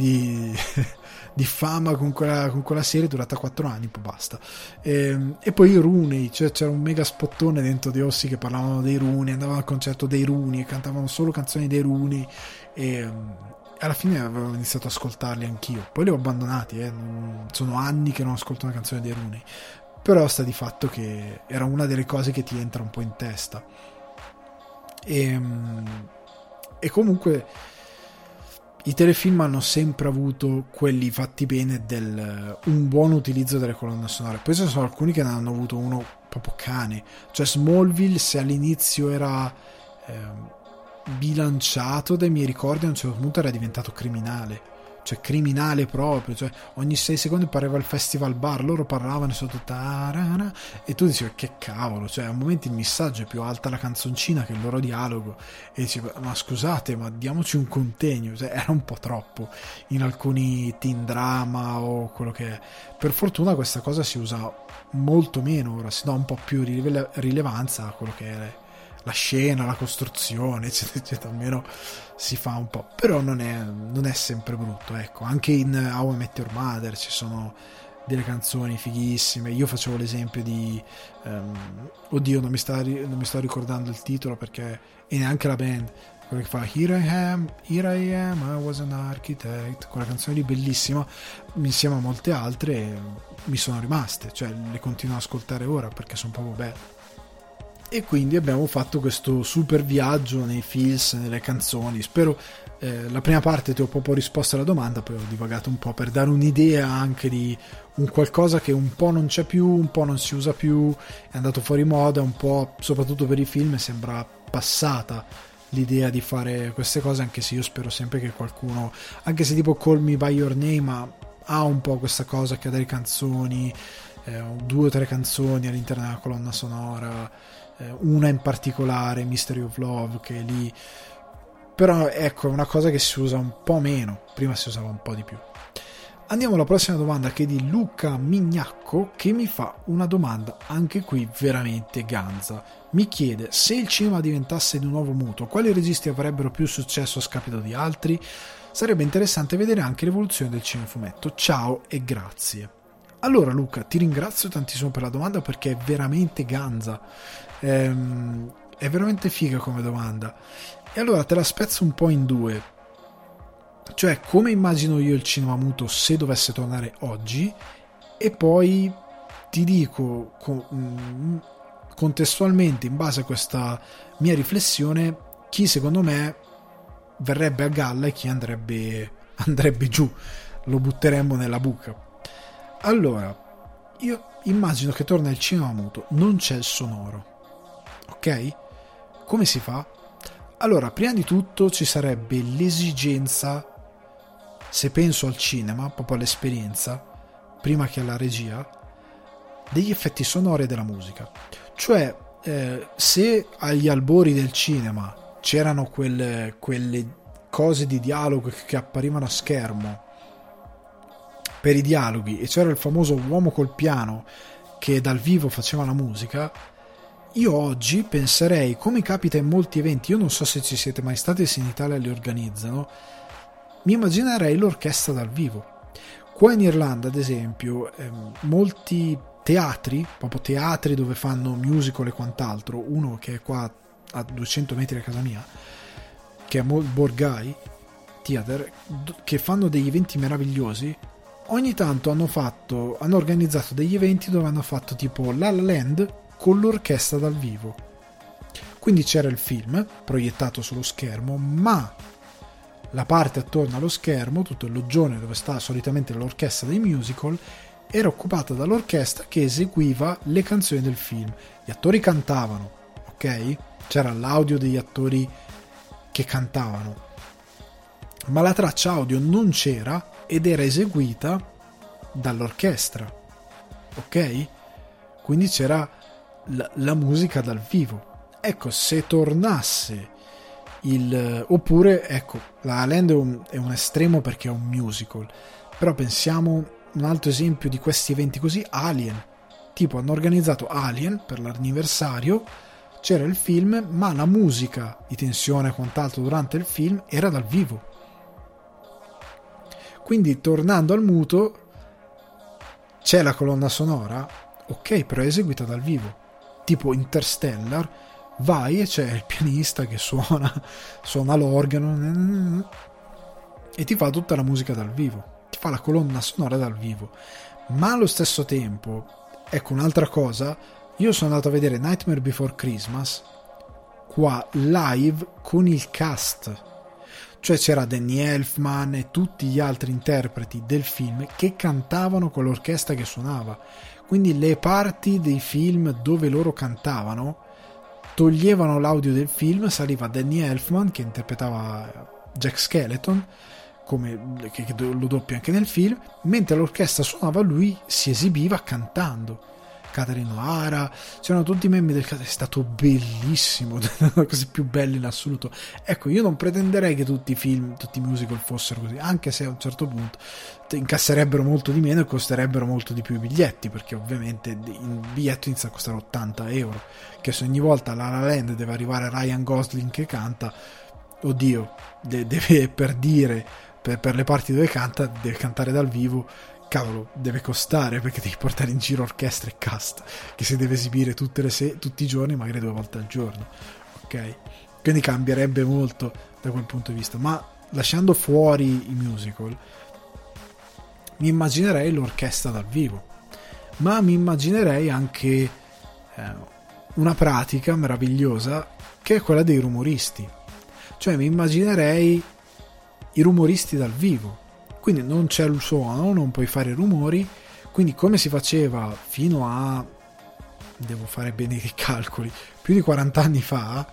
Speaker 1: fama con quella serie durata 4 anni, poi basta. E poi i Rooney, cioè c'era un mega spottone dentro di Ossi che parlavano dei Rooney, andavano al concerto dei Rooney e cantavano solo canzoni dei Rooney, e alla fine avevo iniziato ad ascoltarli anch'io, poi li ho abbandonati, sono anni che non ascolto una canzone dei Rooney, però sta di fatto che era una delle cose che ti entra un po' in testa. E comunque i telefilm hanno sempre avuto quelli fatti bene un buon utilizzo delle colonne sonore. Poi ci sono alcuni che ne hanno avuto uno proprio cane, cioè Smallville, se all'inizio era bilanciato dai miei ricordi, a un certo punto era diventato criminale, cioè criminale proprio, cioè ogni 6 secondi pareva il festival bar, loro parlavano sotto tarana, e tu dici che cavolo, cioè a momenti il messaggio è più alta la canzoncina che il loro dialogo, e dici ma scusate, ma diamoci un contegno, cioè era un po' troppo in alcuni teen drama o quello che è. Per fortuna questa cosa si usa molto meno ora, si dà un po' più rilevanza a quello che è la scena, la costruzione, eccetera, eccetera, almeno si fa un po', però non è sempre brutto, ecco. Anche in How I Met Your Mother ci sono delle canzoni fighissime. Io facevo l'esempio di oddio, non mi sto ricordando il titolo perché, e neanche la band, quello che fa Here I am, I was an architect, quella canzone lì bellissima, insieme a molte altre mi sono rimaste, cioè le continuo ad ascoltare ora perché sono proprio belle. E quindi abbiamo fatto questo super viaggio nei feels, nelle canzoni. Spero la prima parte ti ho proprio risposto alla domanda, poi ho divagato un po' per dare un'idea anche di un qualcosa che un po' non c'è più, un po' non si usa più, è andato fuori moda, un po' soprattutto per i film sembra passata l'idea di fare queste cose, anche se io spero sempre che qualcuno, anche se tipo Call Me By Your Name ha un po' questa cosa che ha delle canzoni, 2 o 3 canzoni all'interno della colonna sonora, una in particolare, Mystery of Love, che è lì, però ecco, è una cosa che si usa un po' meno, prima si usava un po' di più. Andiamo alla prossima domanda, che è di Luca Mignacco, che mi fa una domanda anche qui veramente ganza. Mi chiede: se il cinema diventasse di nuovo muto, quali registi avrebbero più successo a scapito di altri? Sarebbe interessante vedere anche l'evoluzione del cinefumetto. Ciao e grazie. Allora Luca, ti ringrazio tantissimo per la domanda, perché è veramente ganza, è veramente figa come domanda. E allora te la spezzo un po' in due. Cioè, come immagino io il cinema muto se dovesse tornare oggi, e poi ti dico contestualmente, in base a questa mia riflessione, chi secondo me verrebbe a galla e chi andrebbe giù, lo butteremmo nella buca. Allora, io immagino che torna il cinema muto, non c'è il sonoro, ok? Come si fa? Allora, prima di tutto ci sarebbe l'esigenza, se penso al cinema, proprio all'esperienza, prima che alla regia, degli effetti sonori e della musica. Cioè, se agli albori del cinema c'erano quelle cose di dialogo che apparivano a schermo per i dialoghi, e c'era il famoso uomo col piano che dal vivo faceva la musica, io oggi penserei, come capita in molti eventi, io non so se ci siete mai stati, se in Italia li organizzano, mi immaginerei l'orchestra dal vivo. Qua in Irlanda, ad esempio, molti teatri, proprio teatri dove fanno musical e quant'altro, uno che è qua a 200 metri da casa mia, che è Borgay Theatre, che fanno degli eventi meravigliosi, ogni tanto hanno organizzato degli eventi dove hanno fatto tipo La La Land con l'orchestra dal vivo. Quindi c'era il film proiettato sullo schermo, ma la parte attorno allo schermo, tutto il loggione dove sta solitamente l'orchestra dei musical, era occupata dall'orchestra che eseguiva le canzoni del film. Gli attori cantavano, ok? C'era l'audio degli attori che cantavano, ma la traccia audio non c'era ed era eseguita dall'orchestra, ok? Quindi c'era la musica dal vivo. Ecco, se tornasse oppure, ecco, La La Land è un estremo perché è un musical, però pensiamo un altro esempio di questi eventi così, Alien. Tipo, hanno organizzato Alien per l'anniversario, c'era il film, ma la musica di tensione e quant'altro durante il film era dal vivo. Quindi, tornando al muto, c'è la colonna sonora, ok, però è eseguita dal vivo. Tipo Interstellar, vai e c'è il pianista che suona l'organo e ti fa tutta la musica dal vivo, ti fa la colonna sonora dal vivo. Ma allo stesso tempo, ecco un'altra cosa, io sono andato a vedere Nightmare Before Christmas qua live con il cast, cioè c'era Danny Elfman e tutti gli altri interpreti del film che cantavano con l'orchestra che suonava. Quindi le parti dei film dove loro cantavano toglievano l'audio del film, saliva Danny Elfman che interpretava Jack Skeleton, che lo doppia anche nel film, mentre l'orchestra suonava lui si esibiva cantando. Catherine O'Hara, c'erano tutti i membri del cast, è stato bellissimo, una delle cose più belle in assoluto. Ecco, io non pretenderei che tutti i film, tutti i musical fossero così, anche se a un certo punto incasserebbero molto di meno e costerebbero molto di più i biglietti, perché ovviamente il biglietto inizia a costare 80 euro, che se ogni volta La La Land deve arrivare Ryan Gosling che canta, oddio, deve, per dire, per le parti dove canta, deve cantare dal vivo, cavolo, deve costare, perché devi portare in giro orchestra e cast che si deve esibire tutti i giorni, magari 2 volte al giorno, ok? Quindi cambierebbe molto da quel punto di vista. Ma lasciando fuori i musical, mi immaginerei l'orchestra dal vivo, ma mi immaginerei anche una pratica meravigliosa che è quella dei rumoristi. Cioè mi immaginerei i rumoristi dal vivo. Quindi non c'è il suono, non puoi fare rumori, quindi come si faceva fino a, devo fare bene i calcoli, più di 40 anni fa,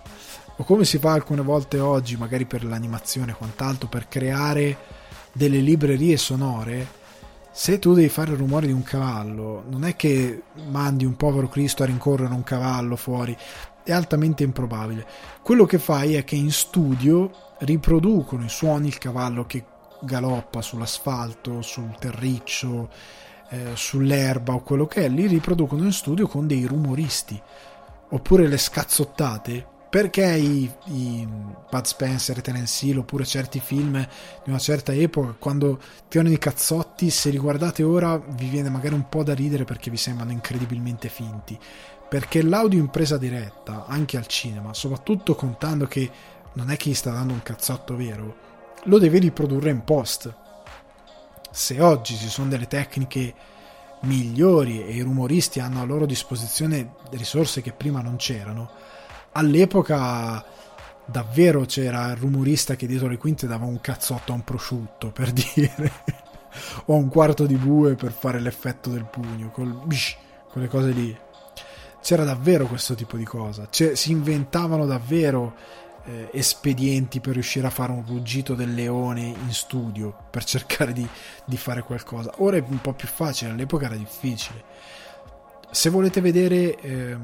Speaker 1: o come si fa alcune volte oggi, magari per l'animazione e quant'altro, per creare delle librerie sonore. Se tu devi fare il rumore di un cavallo, non è che mandi un povero Cristo a rincorrere un cavallo fuori, è altamente improbabile. Quello che fai è che in studio riproducono i suoni, il cavallo che galoppa sull'asfalto, sul terriccio, sull'erba o quello che è, li riproducono in studio con dei rumoristi. Oppure le scazzottate, perché i Bud Spencer e Terence Hill, oppure certi film di una certa epoca, quando tirano i cazzotti, se li guardate ora vi viene magari un po' da ridere perché vi sembrano incredibilmente finti, perché l'audio in presa diretta, anche al cinema, soprattutto contando che non è che gli sta dando un cazzotto vero, lo deve riprodurre in post. Se oggi ci sono delle tecniche migliori e i rumoristi hanno a loro disposizione risorse che prima non c'erano, all'epoca davvero c'era il rumorista che dietro le quinte dava un cazzotto a un prosciutto, per dire, o un quarto di bue per fare l'effetto del pugno, quelle cose lì. C'era davvero questo tipo di cosa, si inventavano davvero espedienti per riuscire a fare un ruggito del leone in studio per cercare di fare qualcosa. Ora è un po' più facile, all'epoca era difficile. Se volete vedere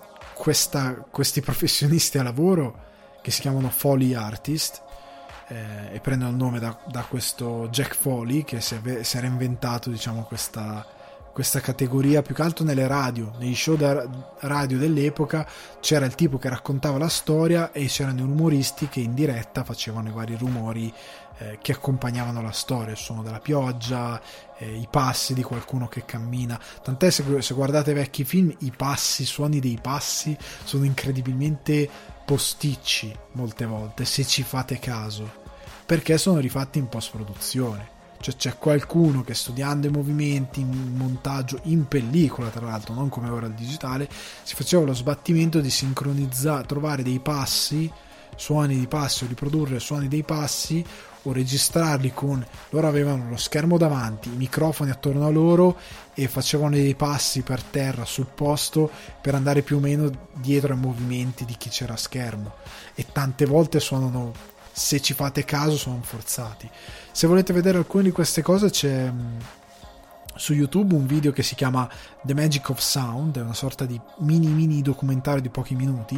Speaker 1: questi professionisti a lavoro, che si chiamano Foley Artist, e prendono il nome da questo Jack Foley, che si era inventato, diciamo, questa categoria più che altro nelle radio, negli show radio dell'epoca. C'era il tipo che raccontava la storia e c'erano i rumoristi che in diretta facevano i vari rumori che accompagnavano la storia, il suono della pioggia, i passi di qualcuno che cammina. Tant'è, se guardate vecchi film, i suoni dei passi sono incredibilmente posticci molte volte, se ci fate caso, perché sono rifatti in post produzione. Cioè c'è qualcuno che, studiando i movimenti in montaggio in pellicola, tra l'altro non come ora il digitale, si faceva lo sbattimento di sincronizzare, trovare dei passi, suoni di passi, o riprodurre suoni dei passi, o registrarli loro avevano lo schermo davanti, i microfoni attorno a loro e facevano dei passi per terra sul posto per andare più o meno dietro ai movimenti di chi c'era a schermo, e tante volte suonano, se ci fate caso, sono forzati. Se volete vedere alcune di queste cose, c'è su YouTube un video che si chiama The Magic of Sound, è una sorta di mini documentario di pochi minuti,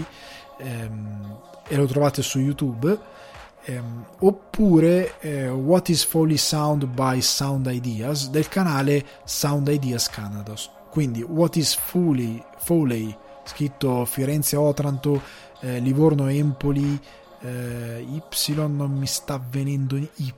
Speaker 1: e lo trovate su YouTube. Oppure What is Foley Sound by Sound Ideas del canale Sound Ideas Canada. Quindi What is Foley, scritto Firenze Otranto, Livorno Empoli, Y non mi sta venendo Y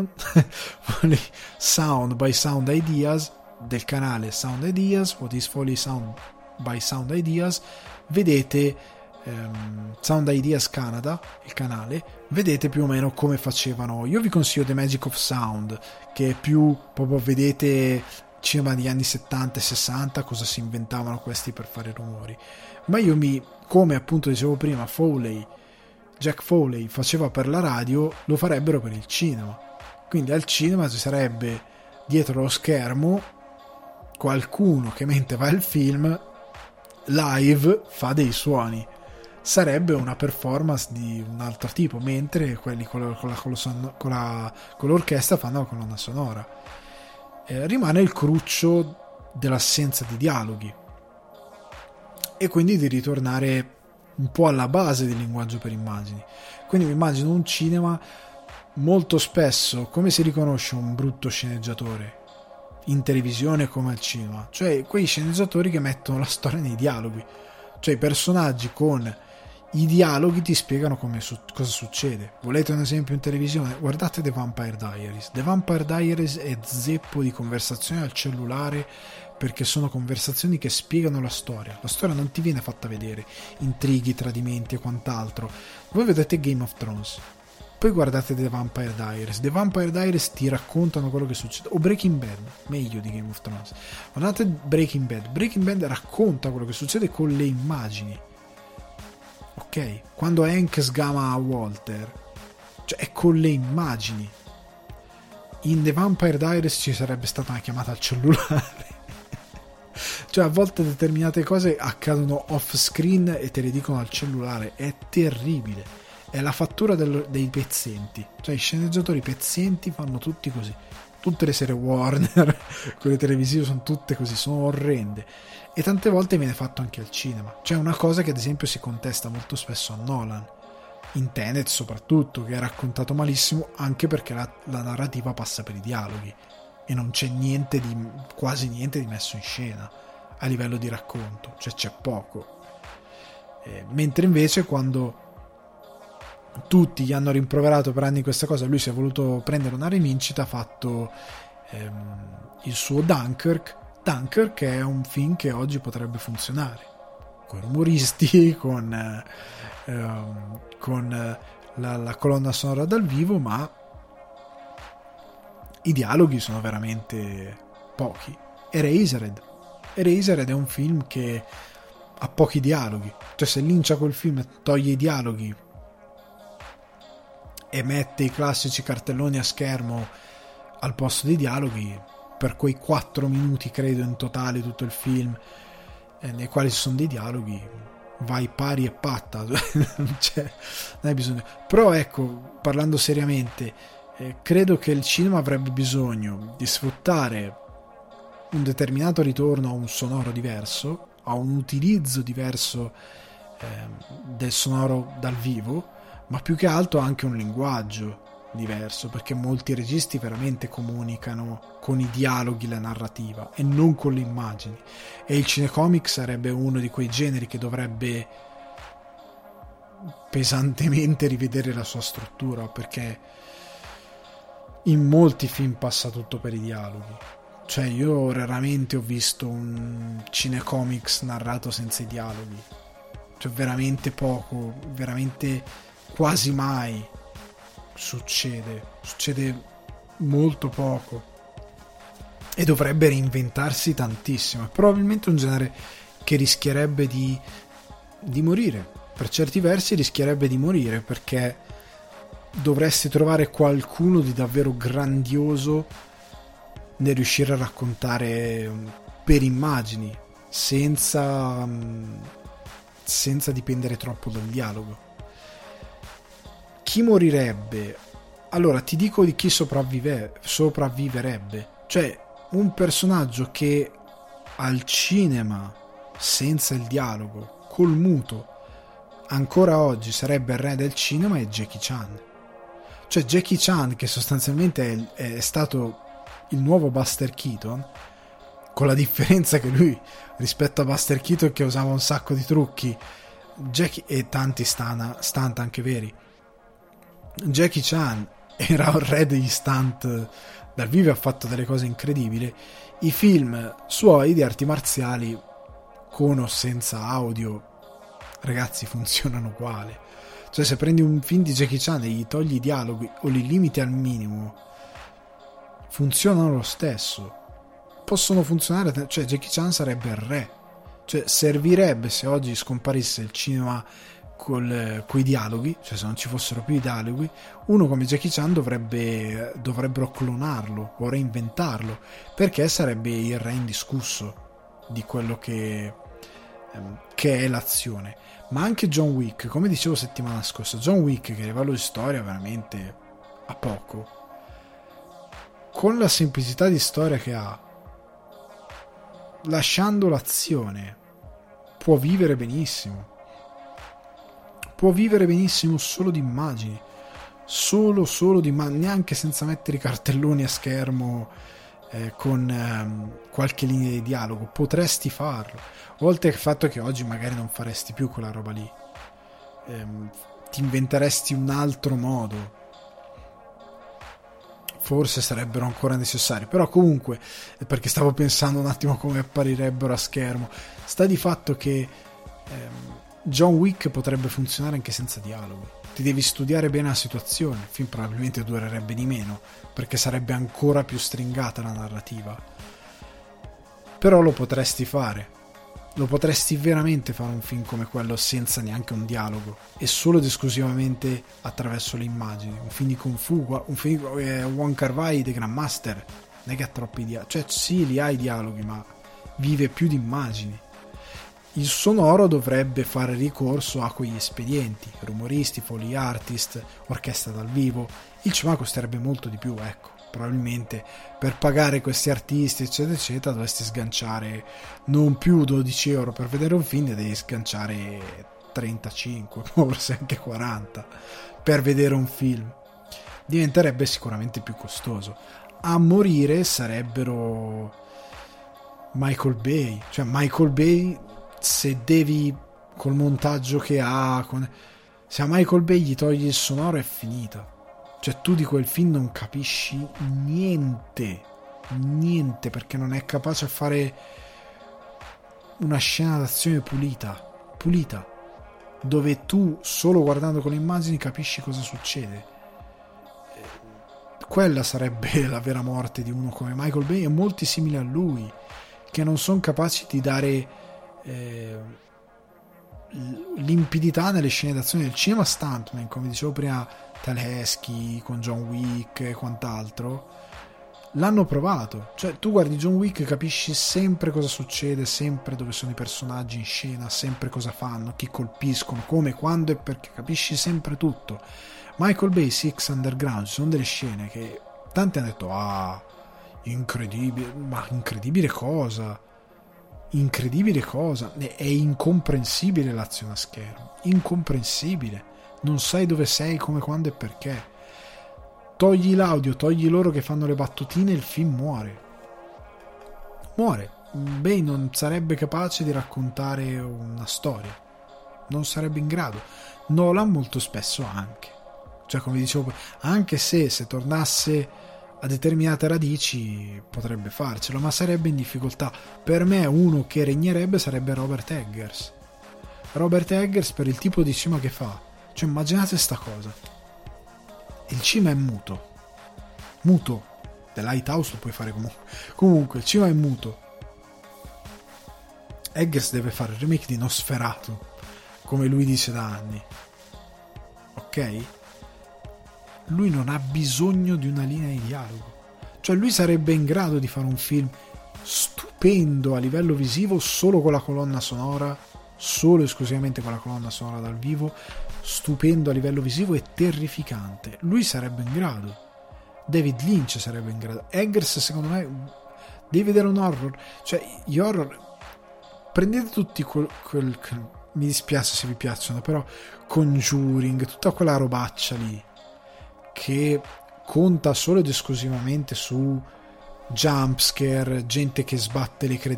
Speaker 1: Sound by Sound Ideas del canale Sound Ideas. What is Foley Sound by Sound Ideas, vedete Sound Ideas Canada, il canale, vedete più o meno come facevano. Io vi consiglio The Magic of Sound, che è più proprio, vedete cinema degli anni 70 e 60, cosa si inventavano questi per fare rumori. Ma come appunto dicevo prima, Jack Foley faceva per la radio, lo farebbero per il cinema. Quindi al cinema ci sarebbe dietro lo schermo qualcuno che, mentre va il film live, fa dei suoni. Sarebbe una performance di un altro tipo, mentre quelli con l'orchestra fanno la colonna sonora. Rimane il cruccio dell'assenza di dialoghi, e quindi di ritornare un po' alla base del linguaggio per immagini. Quindi mi immagino un cinema, molto spesso, come si riconosce un brutto sceneggiatore in televisione come al cinema, cioè quei sceneggiatori che mettono la storia nei dialoghi, cioè i personaggi con i dialoghi ti spiegano cosa succede. Volete un esempio in televisione? Guardate The Vampire Diaries. The Vampire Diaries è zeppo di conversazioni al cellulare, perché sono conversazioni che spiegano la storia. La storia non ti viene fatta vedere, intrighi, tradimenti e quant'altro. Voi vedete Game of Thrones, poi guardate The Vampire Diaries. The Vampire Diaries ti raccontano quello che succede. O Breaking Bad, meglio di Game of Thrones. Guardate Breaking Bad racconta quello che succede con le immagini. Ok? Quando Hank sgama a Walter, cioè è con le immagini. In The Vampire Diaries ci sarebbe stata una chiamata al cellulare. Cioè a volte determinate cose accadono off screen e te le dicono al cellulare. È terribile. È la fattura dei pezzenti, cioè i sceneggiatori pezzenti fanno tutti così. Tutte le serie Warner, quelle televisive, sono tutte così, sono orrende, e tante volte viene fatto anche al cinema. C'è una cosa che ad esempio si contesta molto spesso a Nolan, in Tenet soprattutto, che è raccontato malissimo anche perché la narrativa passa per i dialoghi e non c'è quasi niente di messo in scena a livello di racconto, cioè c'è poco. Mentre invece quando tutti gli hanno rimproverato per anni questa cosa, lui si è voluto prendere una rivincita, ha fatto il suo Dunkirk, che è un film che oggi potrebbe funzionare con umoristi, con la colonna sonora dal vivo, ma i dialoghi sono veramente pochi. Eraserhead è un film che ha pochi dialoghi, cioè se lincia quel film e toglie i dialoghi e mette i classici cartelloni a schermo al posto dei dialoghi, per quei 4 minuti credo in totale tutto il film nei quali ci sono dei dialoghi, vai pari e patta. non hai bisogno. Però ecco, parlando seriamente, credo che il cinema avrebbe bisogno di sfruttare un determinato ritorno a un sonoro diverso, a un utilizzo diverso del sonoro dal vivo, ma più che altro anche un linguaggio diverso, perché molti registi veramente comunicano con i dialoghi la narrativa e non con le immagini, e il cinecomic sarebbe uno di quei generi che dovrebbe pesantemente rivedere la sua struttura, perché in molti film passa tutto per i dialoghi. Cioè io raramente ho visto un cinecomics narrato senza i dialoghi, cioè veramente poco, veramente quasi mai succede molto poco, e dovrebbe reinventarsi tantissimo. È probabilmente un genere che rischierebbe di morire, per certi versi rischierebbe di morire, perché dovresti trovare qualcuno di davvero grandioso nel riuscire a raccontare per immagini senza dipendere troppo dal dialogo. Chi morirebbe? Allora ti dico di chi sopravviverebbe, cioè un personaggio che al cinema senza il dialogo, col muto, ancora oggi sarebbe il re del cinema, è Jackie Chan. Cioè Jackie Chan, che sostanzialmente è stato il nuovo Buster Keaton, con la differenza che lui, rispetto a Buster Keaton che usava un sacco di trucchi e tanti stunt anche veri, Jackie Chan era un re degli stunt dal vivo, ha fatto delle cose incredibili. I film suoi di arti marziali, con o senza audio, ragazzi, funzionano uguale. Cioè se prendi un film di Jackie Chan e gli togli i dialoghi o li limiti al minimo, funzionano lo stesso, possono funzionare. Cioè Jackie Chan sarebbe il re, cioè servirebbe, se oggi scomparisse il cinema coi dialoghi, cioè se non ci fossero più i dialoghi, uno come Jackie Chan dovrebbero clonarlo o reinventarlo, perché sarebbe il re indiscusso di quello che è l'azione. Ma anche John Wick, come dicevo settimana scorsa, John Wick, che a livello di storia veramente ha poco, con la semplicità di storia che ha, lasciando l'azione, può vivere benissimo solo di immagini, solo di immagini, neanche senza mettere i cartelloni a schermo con qualche linea di dialogo. Potresti farlo, oltre al fatto che oggi magari non faresti più quella roba lì, ti inventeresti un altro modo, forse sarebbero ancora necessari, però comunque, perché stavo pensando un attimo come apparirebbero a schermo, sta di fatto che John Wick potrebbe funzionare anche senza dialoghi. Ti devi studiare bene la situazione, il film probabilmente durerebbe di meno perché sarebbe ancora più stringata la narrativa, però lo potresti fare, lo potresti veramente fare un film come quello senza neanche un dialogo e solo ed esclusivamente attraverso le immagini. Un film di Kung Fu, un film di Wong Kar-wai, The Grandmaster, non è che ha troppi dialoghi, cioè sì, li ha i dialoghi, ma vive più di immagini. il sonoro dovrebbe fare ricorso a quegli espedienti, rumoristi, foley artist, orchestra dal vivo. Il cinema costerebbe molto di più, ecco. Probabilmente per pagare questi artisti eccetera eccetera dovresti sganciare non più 12 euro per vedere un film, devi sganciare 35, forse anche 40 per vedere un film. Diventerebbe sicuramente più costoso. A morire sarebbero Michael Bay, cioè Michael Bay, se devi, col montaggio che ha, se a Michael Bay gli togli il sonoro è finita. Cioè tu di quel film non capisci niente, perché non è capace a fare una scena d'azione pulita, dove tu solo guardando con le immagini capisci cosa succede. Quella sarebbe la vera morte di uno come Michael Bay e molti simili a lui, che non sono capaci di dare limpidità nelle scene d'azione del cinema stuntman, come dicevo prima, Taleschi con John Wick e quant'altro. L'hanno provato, cioè tu guardi John Wick e capisci sempre cosa succede, sempre dove sono i personaggi in scena, sempre cosa fanno, chi colpiscono, come, quando e perché, capisci sempre tutto. Michael Bay Six Underground, ci sono delle scene che tanti hanno detto incredibile, ma incredibile cosa, è incomprensibile l'azione a schermo, incomprensibile, non sai dove sei, come, quando e perché. Togli l'audio, togli loro che fanno le battutine, il film muore. Bay non sarebbe capace di raccontare una storia, non sarebbe in grado. Nolan molto spesso anche, cioè come dicevo, anche se tornasse a determinate radici potrebbe farcelo, ma sarebbe in difficoltà. Per me uno che regnerebbe sarebbe Robert Eggers per il tipo di cinema che fa. Cioè immaginate sta cosa, il cinema è muto, The Lighthouse lo puoi fare comunque il cinema è muto. Eggers deve fare il remake di Nosferatu, come lui dice da anni, ok? Lui non ha bisogno di una linea di dialogo, cioè lui sarebbe in grado di fare un film stupendo a livello visivo solo con la colonna sonora, solo esclusivamente con la colonna sonora dal vivo, stupendo a livello visivo e terrificante. Lui sarebbe in grado, David Lynch sarebbe in grado. Eggers secondo me devi vedere un horror, cioè gli horror, prendete tutti mi dispiace se vi piacciono, però Conjuring, tutta quella robaccia lì che conta solo ed esclusivamente su jumpscare, gente che sbatte le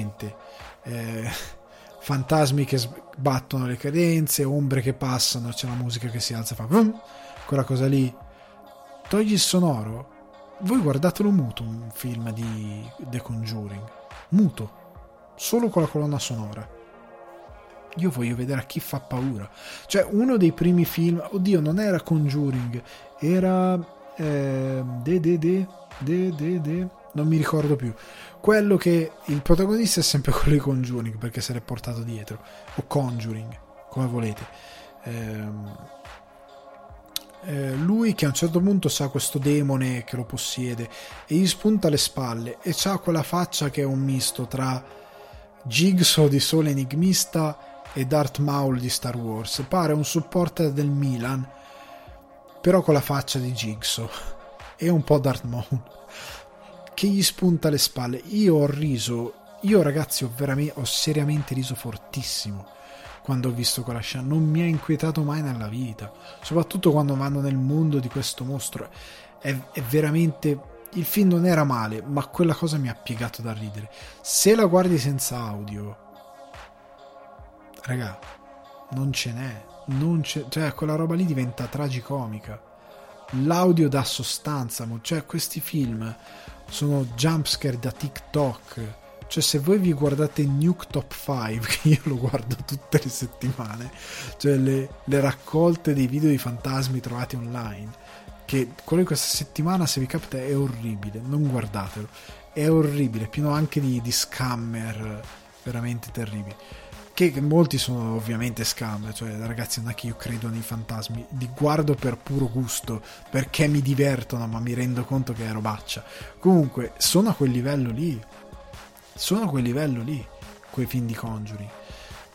Speaker 1: fantasmi che sbattono le cadenze, ombre che passano, c'è la musica che si alza, fa vum, quella cosa lì. Togli il sonoro, voi guardatelo muto un film di The Conjuring, muto, solo con la colonna sonora. Io voglio vedere a chi fa paura. Cioè uno dei primi film, oddio, non era Conjuring, era non mi ricordo più, quello che il protagonista è sempre quello di Conjuring perché se l'è portato dietro, o Conjuring come volete. Lui che a un certo punto sa questo demone che lo possiede e gli spunta le spalle e c'ha quella faccia che è un misto tra Jigsaw di Solo Enigmista e Darth Maul di Star Wars. Pare un supporter del Milan però con la faccia di Jigsaw e un po' Darth Maul che gli spunta le spalle. Io ragazzi ho seriamente riso fortissimo quando ho visto quella scena, non mi ha inquietato mai nella vita, soprattutto quando vanno nel mondo di questo mostro. È veramente, il film non era male, ma quella cosa mi ha piegato da ridere. Se la guardi senza audio, raga, non ce n'è, cioè quella roba lì diventa tragicomica. L'audio dà sostanza, cioè questi film sono jumpscare da TikTok. Cioè se voi vi guardate Nuke Top 5, che io lo guardo tutte le settimane, cioè le raccolte dei video di fantasmi trovati online, che quello di questa settimana, se vi capita, è orribile, non guardatelo, è orribile, pieno anche di scammer veramente terribili, che molti sono ovviamente scammer. Cioè ragazzi, non è che io credo nei fantasmi, li guardo per puro gusto, perché mi divertono, ma mi rendo conto che è robaccia. Comunque sono a quel livello lì, quei film di Conjuring.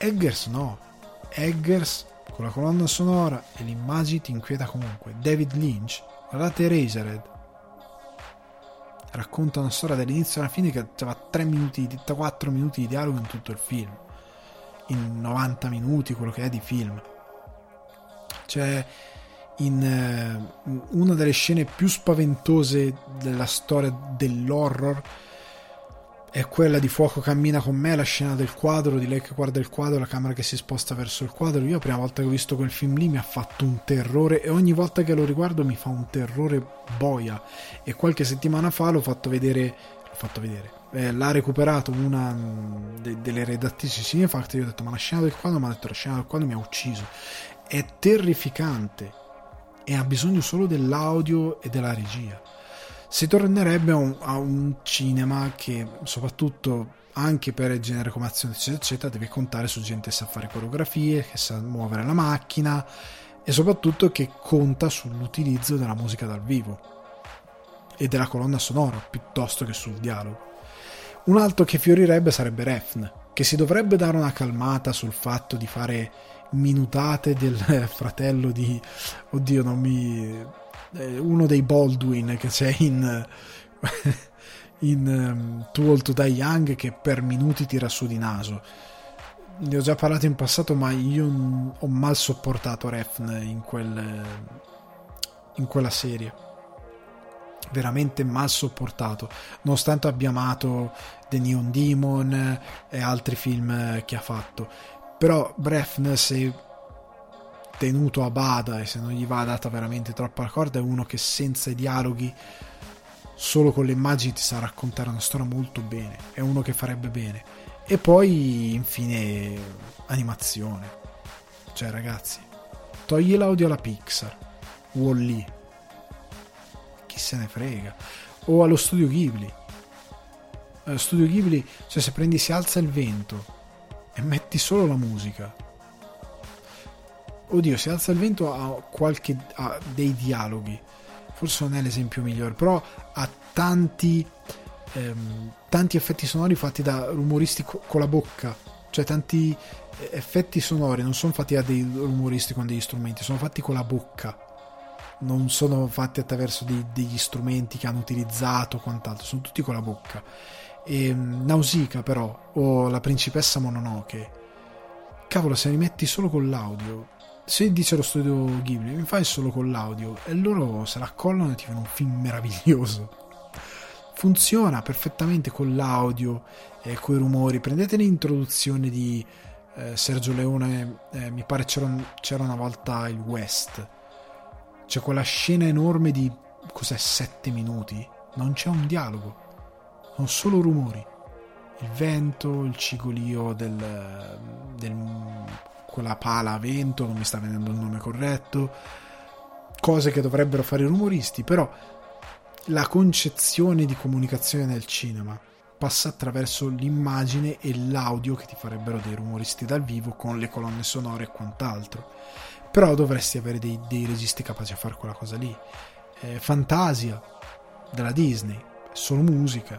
Speaker 1: Eggers no, Eggers con la colonna sonora e l'immagine ti inquieta comunque. David Lynch, guardate Eraserhead, racconta una storia dall'inizio alla fine che aveva 4 minuti di dialogo in tutto il film, in 90 minuti quello che è di film. Cioè, in una delle scene più spaventose della storia dell'horror è quella di Fuoco cammina con me, la scena del quadro, di lei che guarda il quadro, la camera che si sposta verso il quadro. Io la prima volta che ho visto quel film lì mi ha fatto un terrore, e ogni volta che lo riguardo mi fa un terrore boia, e qualche settimana fa l'ho fatto vedere, l'ha recuperato una delle redattrici Cinefact, e io ho detto ma la scena del quadro, mi ha detto la scena del quadro mi ha ucciso, è terrificante e ha bisogno solo dell'audio e della regia. Si tornerebbe a un cinema che, soprattutto anche per il genere come azione eccetera eccetera, deve contare su gente che sa fare coreografie, che sa muovere la macchina, e soprattutto che conta sull'utilizzo della musica dal vivo e della colonna sonora piuttosto che sul dialogo. Un altro che fiorirebbe sarebbe Refn, che si dovrebbe dare una calmata sul fatto di fare minutate del fratello di uno dei Baldwin che c'è in Too Old to Die Young, che per minuti tira su di naso. Ne ho già parlato in passato, ma io ho mal sopportato Refn in quella serie, veramente mal sopportato, nonostante abbia amato The Neon Demon e altri film che ha fatto. Però Refn, se tenuto a bada e se non gli va data veramente troppa corda, è uno che senza i dialoghi, solo con le immagini, ti sa raccontare una storia molto bene, è uno che farebbe bene. E poi infine animazione, cioè ragazzi, togli l'audio alla Pixar, Wall-E, chi se ne frega, o allo studio Ghibli. Cioè, se prendi Si alza il vento e metti solo la musica, oddio, Si alza il vento ha dei dialoghi, forse non è l'esempio migliore, però ha tanti effetti sonori fatti da rumoristi con la bocca, cioè tanti effetti sonori non sono fatti da dei rumoristi con degli strumenti, sono fatti con la bocca, non sono fatti attraverso degli strumenti che hanno utilizzato o quant'altro, sono tutti con la bocca. E Nausicaa però, o La principessa Mononoke, cavolo, se li metti solo con l'audio, se dice lo studio Ghibli mi fai solo con l'audio, e loro se la collano e ti fanno un film meraviglioso. Funziona perfettamente con l'audio e coi rumori. Prendete l'introduzione di Sergio Leone, mi pare c'era una volta il West, c'è quella scena enorme di 7 minuti, non c'è un dialogo, sono solo rumori, il vento, il cigolio quella pala a vento, non mi sta venendo il nome corretto, cose che dovrebbero fare i rumoristi, però la concezione di comunicazione nel cinema passa attraverso l'immagine e l'audio che ti farebbero dei rumoristi dal vivo con le colonne sonore e quant'altro. Però dovresti avere dei registi capaci a fare quella cosa lì. Fantasia della Disney, solo musica.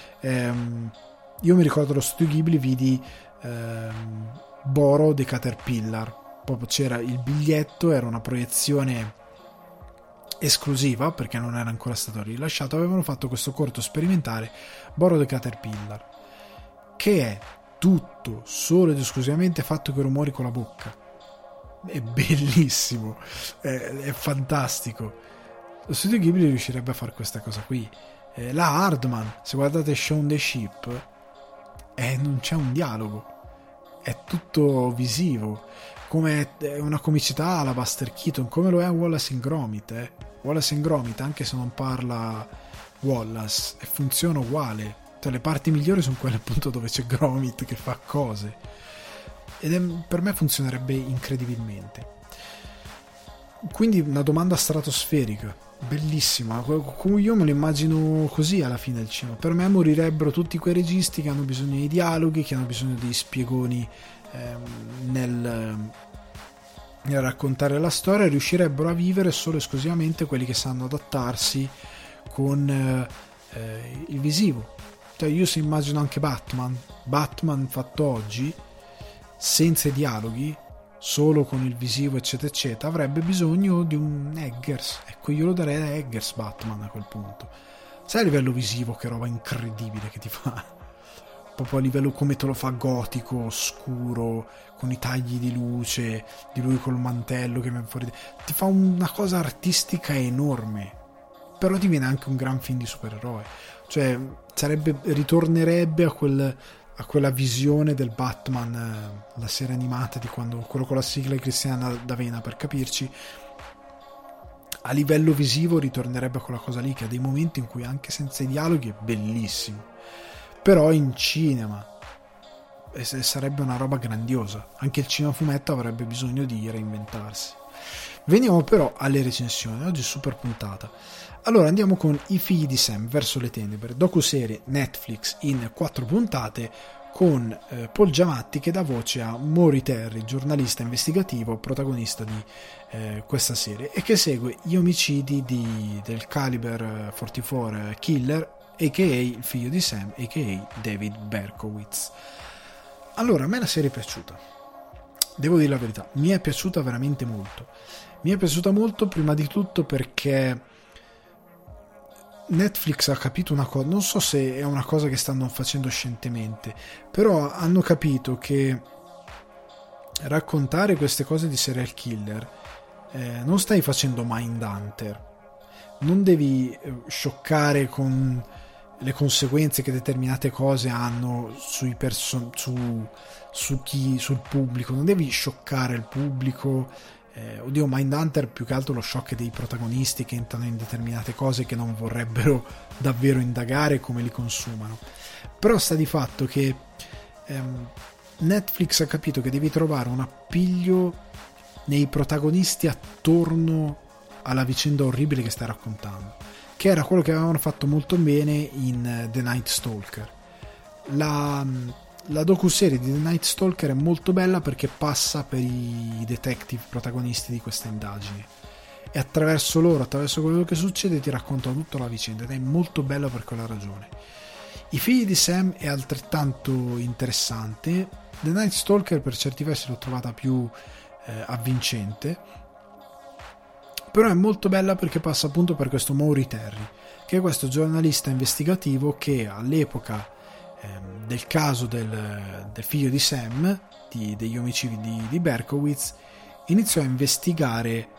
Speaker 1: Io mi ricordo lo studio Ghibli, vidi Boro The Caterpillar, proprio c'era il biglietto, era una proiezione esclusiva perché non era ancora stato rilasciato, avevano fatto questo corto sperimentale Boro The Caterpillar, che è tutto solo ed esclusivamente fatto con rumori con la bocca. È bellissimo, è fantastico. Lo studio Ghibli riuscirebbe a fare questa cosa qui. La Hardman, se guardate Shaun the Sheep, non c'è un dialogo, è tutto visivo, come è una comicità alla Buster Keaton, come lo è Wallace and Gromit. Wallace and Gromit, anche se non parla Wallace, e funziona uguale. Cioè, le parti migliori sono quelle appunto dove c'è Gromit che fa cose, per me funzionerebbe incredibilmente. Quindi una domanda stratosferica, bellissima, come io me lo immagino così alla fine del cinema. Per me morirebbero tutti quei registi che hanno bisogno di dialoghi, che hanno bisogno di spiegoni nel raccontare la storia, e riuscirebbero a vivere solo esclusivamente quelli che sanno adattarsi con il visivo. Cioè, io se immagino anche Batman fatto oggi, senza i dialoghi, solo con il visivo eccetera eccetera, avrebbe bisogno di un Eggers. Ecco, io lo darei a Eggers Batman a quel punto. Sai a livello visivo che roba incredibile che ti fa, proprio a livello come te lo fa gotico, scuro, con i tagli di luce di lui col mantello che viene fuori, ti fa una cosa artistica enorme, però ti viene anche un gran film di supereroe, cioè ritornerebbe a quella visione del Batman, la serie animata di quando, quello con la sigla di Cristiana D'Avena, per capirci. A livello visivo ritornerebbe a quella cosa lì, che ha dei momenti in cui anche senza i dialoghi è bellissimo, però in cinema sarebbe una roba grandiosa. Anche il cinema fumetto avrebbe bisogno di reinventarsi. Veniamo però alle recensioni. Oggi super puntata. Allora andiamo con I figli di Sam verso le tenebre, docuserie Netflix in 4 puntate con Paul Giamatti che dà voce a Maury Terry, giornalista investigativo protagonista di questa serie, e che segue gli omicidi del Caliber 44 Killer, a.k.a. il figlio di Sam, a.k.a. David Berkowitz. Allora, a me la serie è piaciuta, devo dire la verità, mi è piaciuta veramente molto. Mi è piaciuta molto prima di tutto perché Netflix ha capito una cosa, non so se è una cosa che stanno facendo scientemente, però hanno capito che raccontare queste cose di serial killer non stai facendo Mindhunter, non devi scioccare con le conseguenze che determinate cose hanno sul pubblico, non devi scioccare il pubblico. Oddio, Mindhunter più che altro lo shock dei protagonisti che entrano in determinate cose che non vorrebbero davvero indagare, come li consumano. Però sta di fatto che Netflix ha capito che devi trovare un appiglio nei protagonisti attorno alla vicenda orribile che stai raccontando, che era quello che avevano fatto molto bene in The Night Stalker. La docuserie di The Night Stalker è molto bella perché passa per i detective protagonisti di questa indagine e attraverso loro, attraverso quello che succede, ti racconta tutta la vicenda ed è molto bella per quella ragione. I figli di Sam è altrettanto interessante. The Night Stalker per certi versi l'ho trovata più avvincente, però è molto bella perché passa appunto per questo Maury Terry, che è questo giornalista investigativo che all'epoca del caso del figlio di Sam, degli omicidi di Berkowitz, iniziò a investigare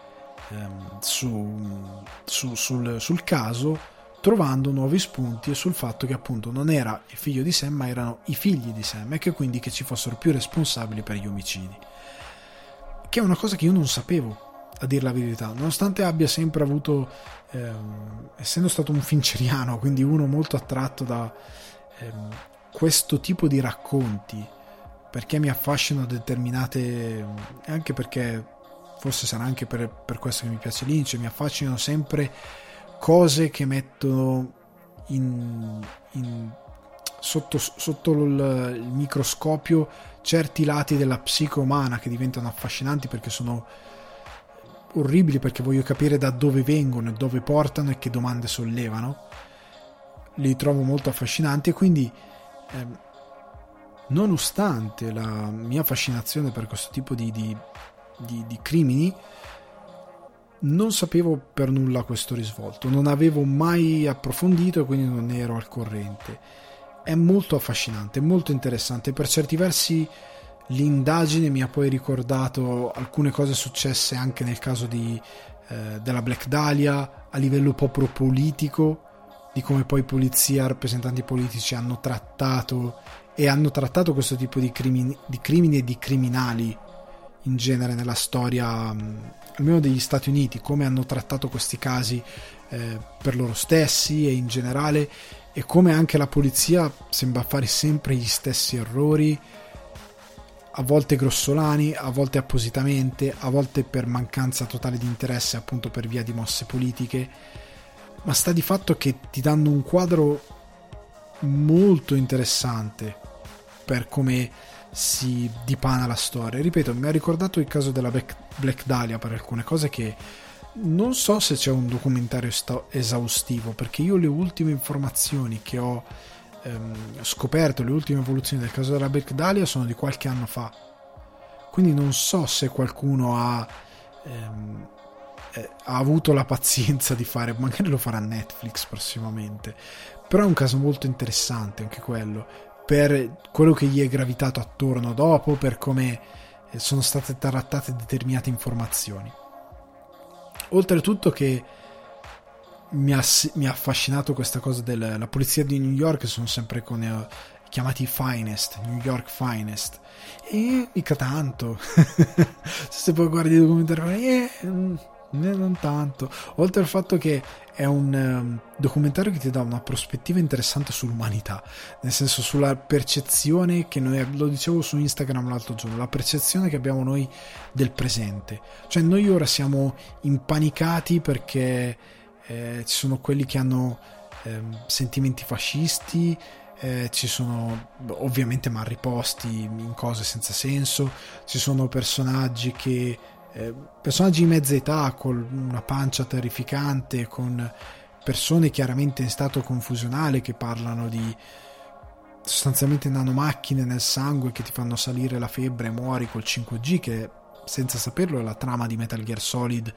Speaker 1: sul caso, trovando nuovi spunti e sul fatto che appunto non era il figlio di Sam ma erano i figli di Sam, e che quindi che ci fossero più responsabili per gli omicidi, che è una cosa che io non sapevo, a dir la verità, nonostante abbia sempre avuto essendo stato un fincheriano, quindi uno molto attratto da questo tipo di racconti, perché mi affascinano determinate, anche perché forse sarà anche per questo che mi piace Lynch, mi affascinano sempre cose che mettono sotto il microscopio certi lati della psiche umana che diventano affascinanti perché sono orribili, perché voglio capire da dove vengono e dove portano e che domande sollevano. Li trovo molto affascinanti e quindi nonostante la mia fascinazione per questo tipo di crimini, non sapevo per nulla questo risvolto, non avevo mai approfondito e quindi non ne ero al corrente. È molto affascinante, molto interessante. Per certi versi l'indagine mi ha poi ricordato alcune cose successe anche nel caso della Black Dahlia, a livello proprio politico, di come poi polizia, rappresentanti politici hanno trattato questo tipo di crimini e di criminali in genere nella storia, almeno degli Stati Uniti, come hanno trattato questi casi per loro stessi e in generale, e come anche la polizia sembra fare sempre gli stessi errori, a volte grossolani, a volte appositamente, a volte per mancanza totale di interesse, appunto per via di mosse politiche, ma sta di fatto che ti danno un quadro molto interessante per come si dipana la storia. Ripeto, mi ha ricordato il caso della Black Dahlia per alcune cose, che non so se c'è un documentario esaustivo, perché io le ultime informazioni che ho scoperto, le ultime evoluzioni del caso della Black Dahlia sono di qualche anno fa, quindi non so se qualcuno ha avuto la pazienza di fare, magari lo farà Netflix prossimamente, però è un caso molto interessante anche quello, per quello che gli è gravitato attorno dopo, per come sono state trattate determinate informazioni. Oltretutto che mi ha affascinato questa cosa della polizia di New York, sono sempre chiamati Finest, New York Finest, e mica tanto. Se poi guardi i documentari, non tanto. Oltre al fatto che è un documentario che ti dà una prospettiva interessante sull'umanità, nel senso, sulla percezione che noi, lo dicevo su Instagram l'altro giorno, la percezione che abbiamo noi del presente. Cioè noi ora siamo impanicati perché ci sono quelli che hanno sentimenti fascisti, ci sono ovviamente mal riposti in cose senza senso, ci sono personaggi di mezza età con una pancia terrificante, con persone chiaramente in stato confusionale che parlano di sostanzialmente nanomacchine nel sangue che ti fanno salire la febbre e muori col 5G, che senza saperlo è la trama di Metal Gear Solid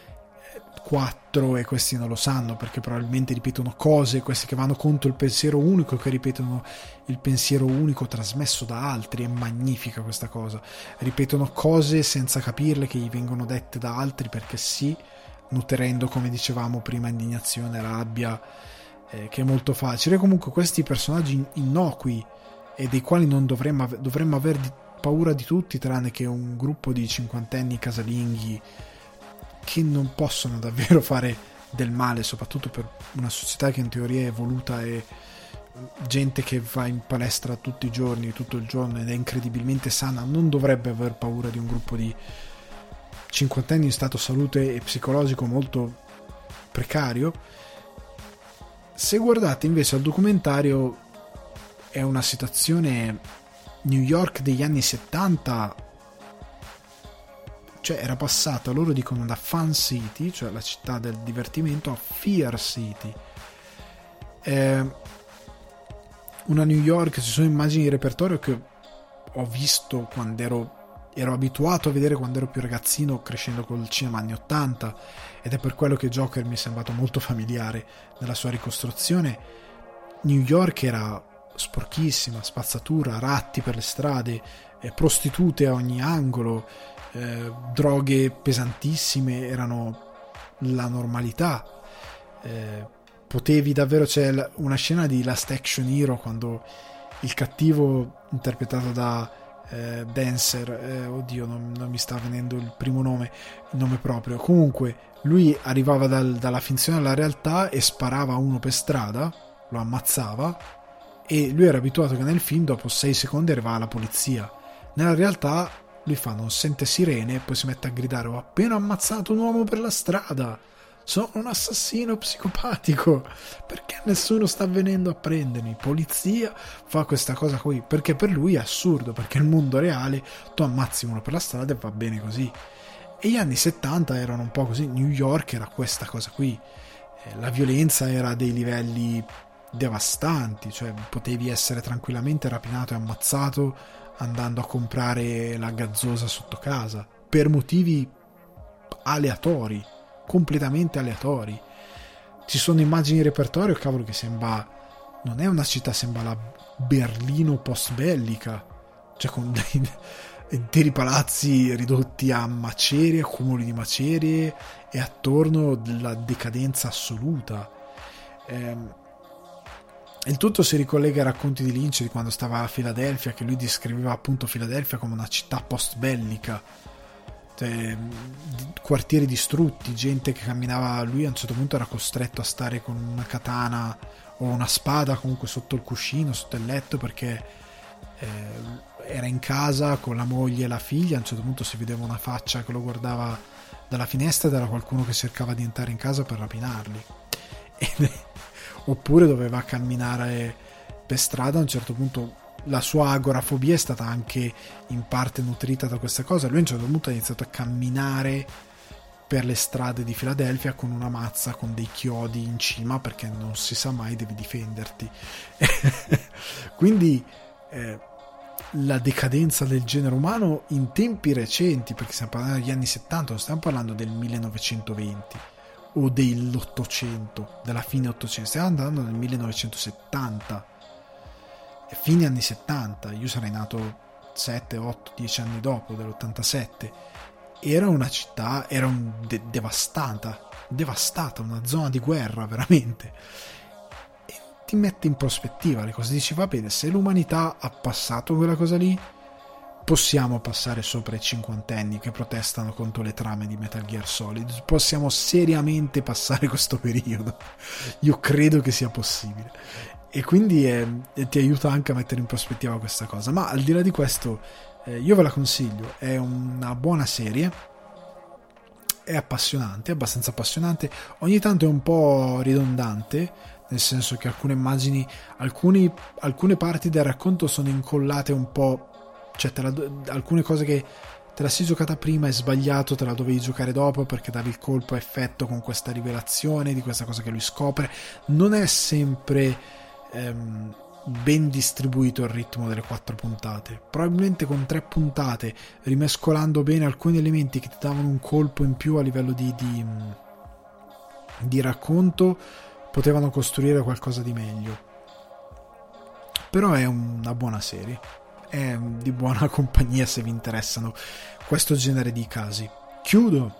Speaker 1: 4, e questi non lo sanno perché probabilmente ripetono cose, questi che vanno contro il pensiero unico, che ripetono il pensiero unico trasmesso da altri. È magnifica questa cosa, ripetono cose senza capirle, che gli vengono dette da altri perché sì, nutrendo, come dicevamo prima, indignazione, rabbia, che è molto facile. Comunque questi personaggi innocui e dei quali non dovremmo aver paura di tutti, tranne che un gruppo di cinquantenni casalinghi che non possono davvero fare del male, soprattutto per una società che in teoria è evoluta e gente che va in palestra tutti i giorni, tutto il giorno, ed è incredibilmente sana, non dovrebbe aver paura di un gruppo di cinquantenni in stato salute e psicologico molto precario. Se guardate invece al documentario, è una situazione New York degli anni 70, cioè era passata, loro dicono, da Fun City, cioè la città del divertimento, a Fear City. Una New York, ci sono immagini di repertorio che ho visto quando ero abituato a vedere quando ero più ragazzino, crescendo col cinema anni 80, ed è per quello che Joker mi è sembrato molto familiare nella sua ricostruzione. New York era sporchissima, spazzatura, ratti per le strade, prostitute a ogni angolo, droghe pesantissime erano la normalità. Potevi davvero, c'è una scena di Last Action Hero quando il cattivo, interpretato da Dancer, oddio non mi sta venendo il nome proprio, comunque lui arrivava dalla finzione alla realtà e sparava a uno per strada, lo ammazzava, e lui era abituato che nel film dopo 6 secondi arrivava la polizia. Nella realtà lui non sente sirene e poi si mette a gridare: ho appena ammazzato un uomo per la strada, sono un assassino psicopatico, perché nessuno sta venendo a prendermi? Polizia, fa questa cosa qui, perché per lui è assurdo, perché nel mondo reale tu ammazzi uno per la strada e va bene così. E gli anni 70 erano un po' così, New York era questa cosa qui, la violenza era a dei livelli devastanti, cioè potevi essere tranquillamente rapinato e ammazzato andando a comprare la gazzosa sotto casa per motivi aleatori, completamente aleatori. Ci sono immagini di repertorio, cavolo, che sembra, non è una città, sembra la Berlino post bellica, cioè con dei interi palazzi ridotti a macerie, accumuli di macerie, e attorno della decadenza assoluta. Il tutto si ricollega ai racconti di Lynch di quando stava a Filadelfia, che lui descriveva appunto Filadelfia come una città post bellica, cioè, quartieri distrutti, gente che camminava. Lui a un certo punto era costretto a stare con una katana o una spada comunque sotto il cuscino, sotto il letto, perché era in casa con la moglie e la figlia. A un certo punto si vedeva una faccia che lo guardava dalla finestra ed era qualcuno che cercava di entrare in casa per rapinarli. Oppure doveva camminare per strada. A un certo punto la sua agorafobia è stata anche in parte nutrita da questa cosa. Lui a un certo punto ha iniziato a camminare per le strade di Filadelfia con una mazza con dei chiodi in cima, perché non si sa mai, devi difenderti. Quindi la decadenza del genere umano in tempi recenti, perché stiamo parlando degli anni 70, non stiamo parlando del 1920 o dell'800, della fine 800, stiamo andando nel 1970, fine anni 70. Io sarei nato 7, 8, 10 anni dopo, dell'87. Era una città, era devastata, una zona di guerra veramente, e ti mette in prospettiva le cose, dici va bene, se l'umanità ha passato quella cosa lì, possiamo passare sopra i cinquantenni che protestano contro le trame di Metal Gear Solid, possiamo seriamente passare questo periodo. Io credo che sia possibile, e quindi ti aiuta anche a mettere in prospettiva questa cosa. Ma al di là di questo, io ve la consiglio, è una buona serie, è appassionante, è abbastanza appassionante, ogni tanto è un po' ridondante, nel senso che alcune immagini, alcune parti del racconto sono incollate un po', cioè alcune cose che te la sei giocata prima è sbagliato, te la dovevi giocare dopo perché davi il colpo a effetto con questa rivelazione di questa cosa che lui scopre. Non è sempre ben distribuito il ritmo delle 4 puntate, probabilmente con 3 puntate, rimescolando bene alcuni elementi che ti davano un colpo in più a livello di racconto, potevano costruire qualcosa di meglio. Però è una buona serie, è di buona compagnia se vi interessano questo genere di casi. Chiudo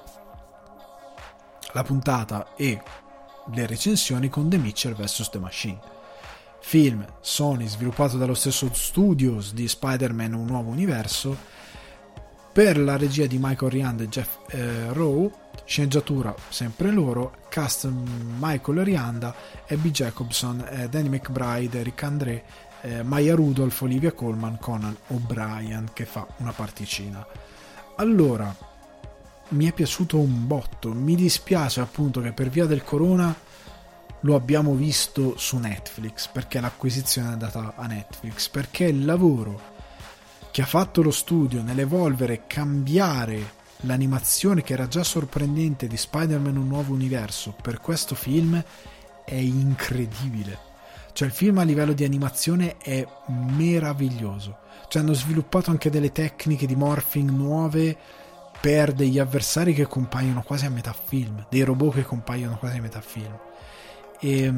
Speaker 1: la puntata e le recensioni con The Mitchell vs. The Machine, film Sony sviluppato dallo stesso studios di Spider-Man Un Nuovo Universo, per la regia di Michael Rianda e Jeff Rowe, sceneggiatura sempre loro, cast Michael Rianda, Abby Jacobson, Danny McBride, Eric André, Maya Rudolph, Olivia Colman, Conan O'Brien che fa una particina. Allora, mi è piaciuto un botto, mi dispiace appunto che per via del corona lo abbiamo visto su Netflix, perché l'acquisizione è andata a Netflix, perché il lavoro che ha fatto lo studio nell'evolvere e cambiare l'animazione che era già sorprendente di Spider-Man Un Nuovo Universo per questo film è incredibile. Cioè il film a livello di animazione è meraviglioso, cioè hanno sviluppato anche delle tecniche di morphing nuove per degli avversari che compaiono quasi a metà film, dei robot che compaiono quasi a metà film. E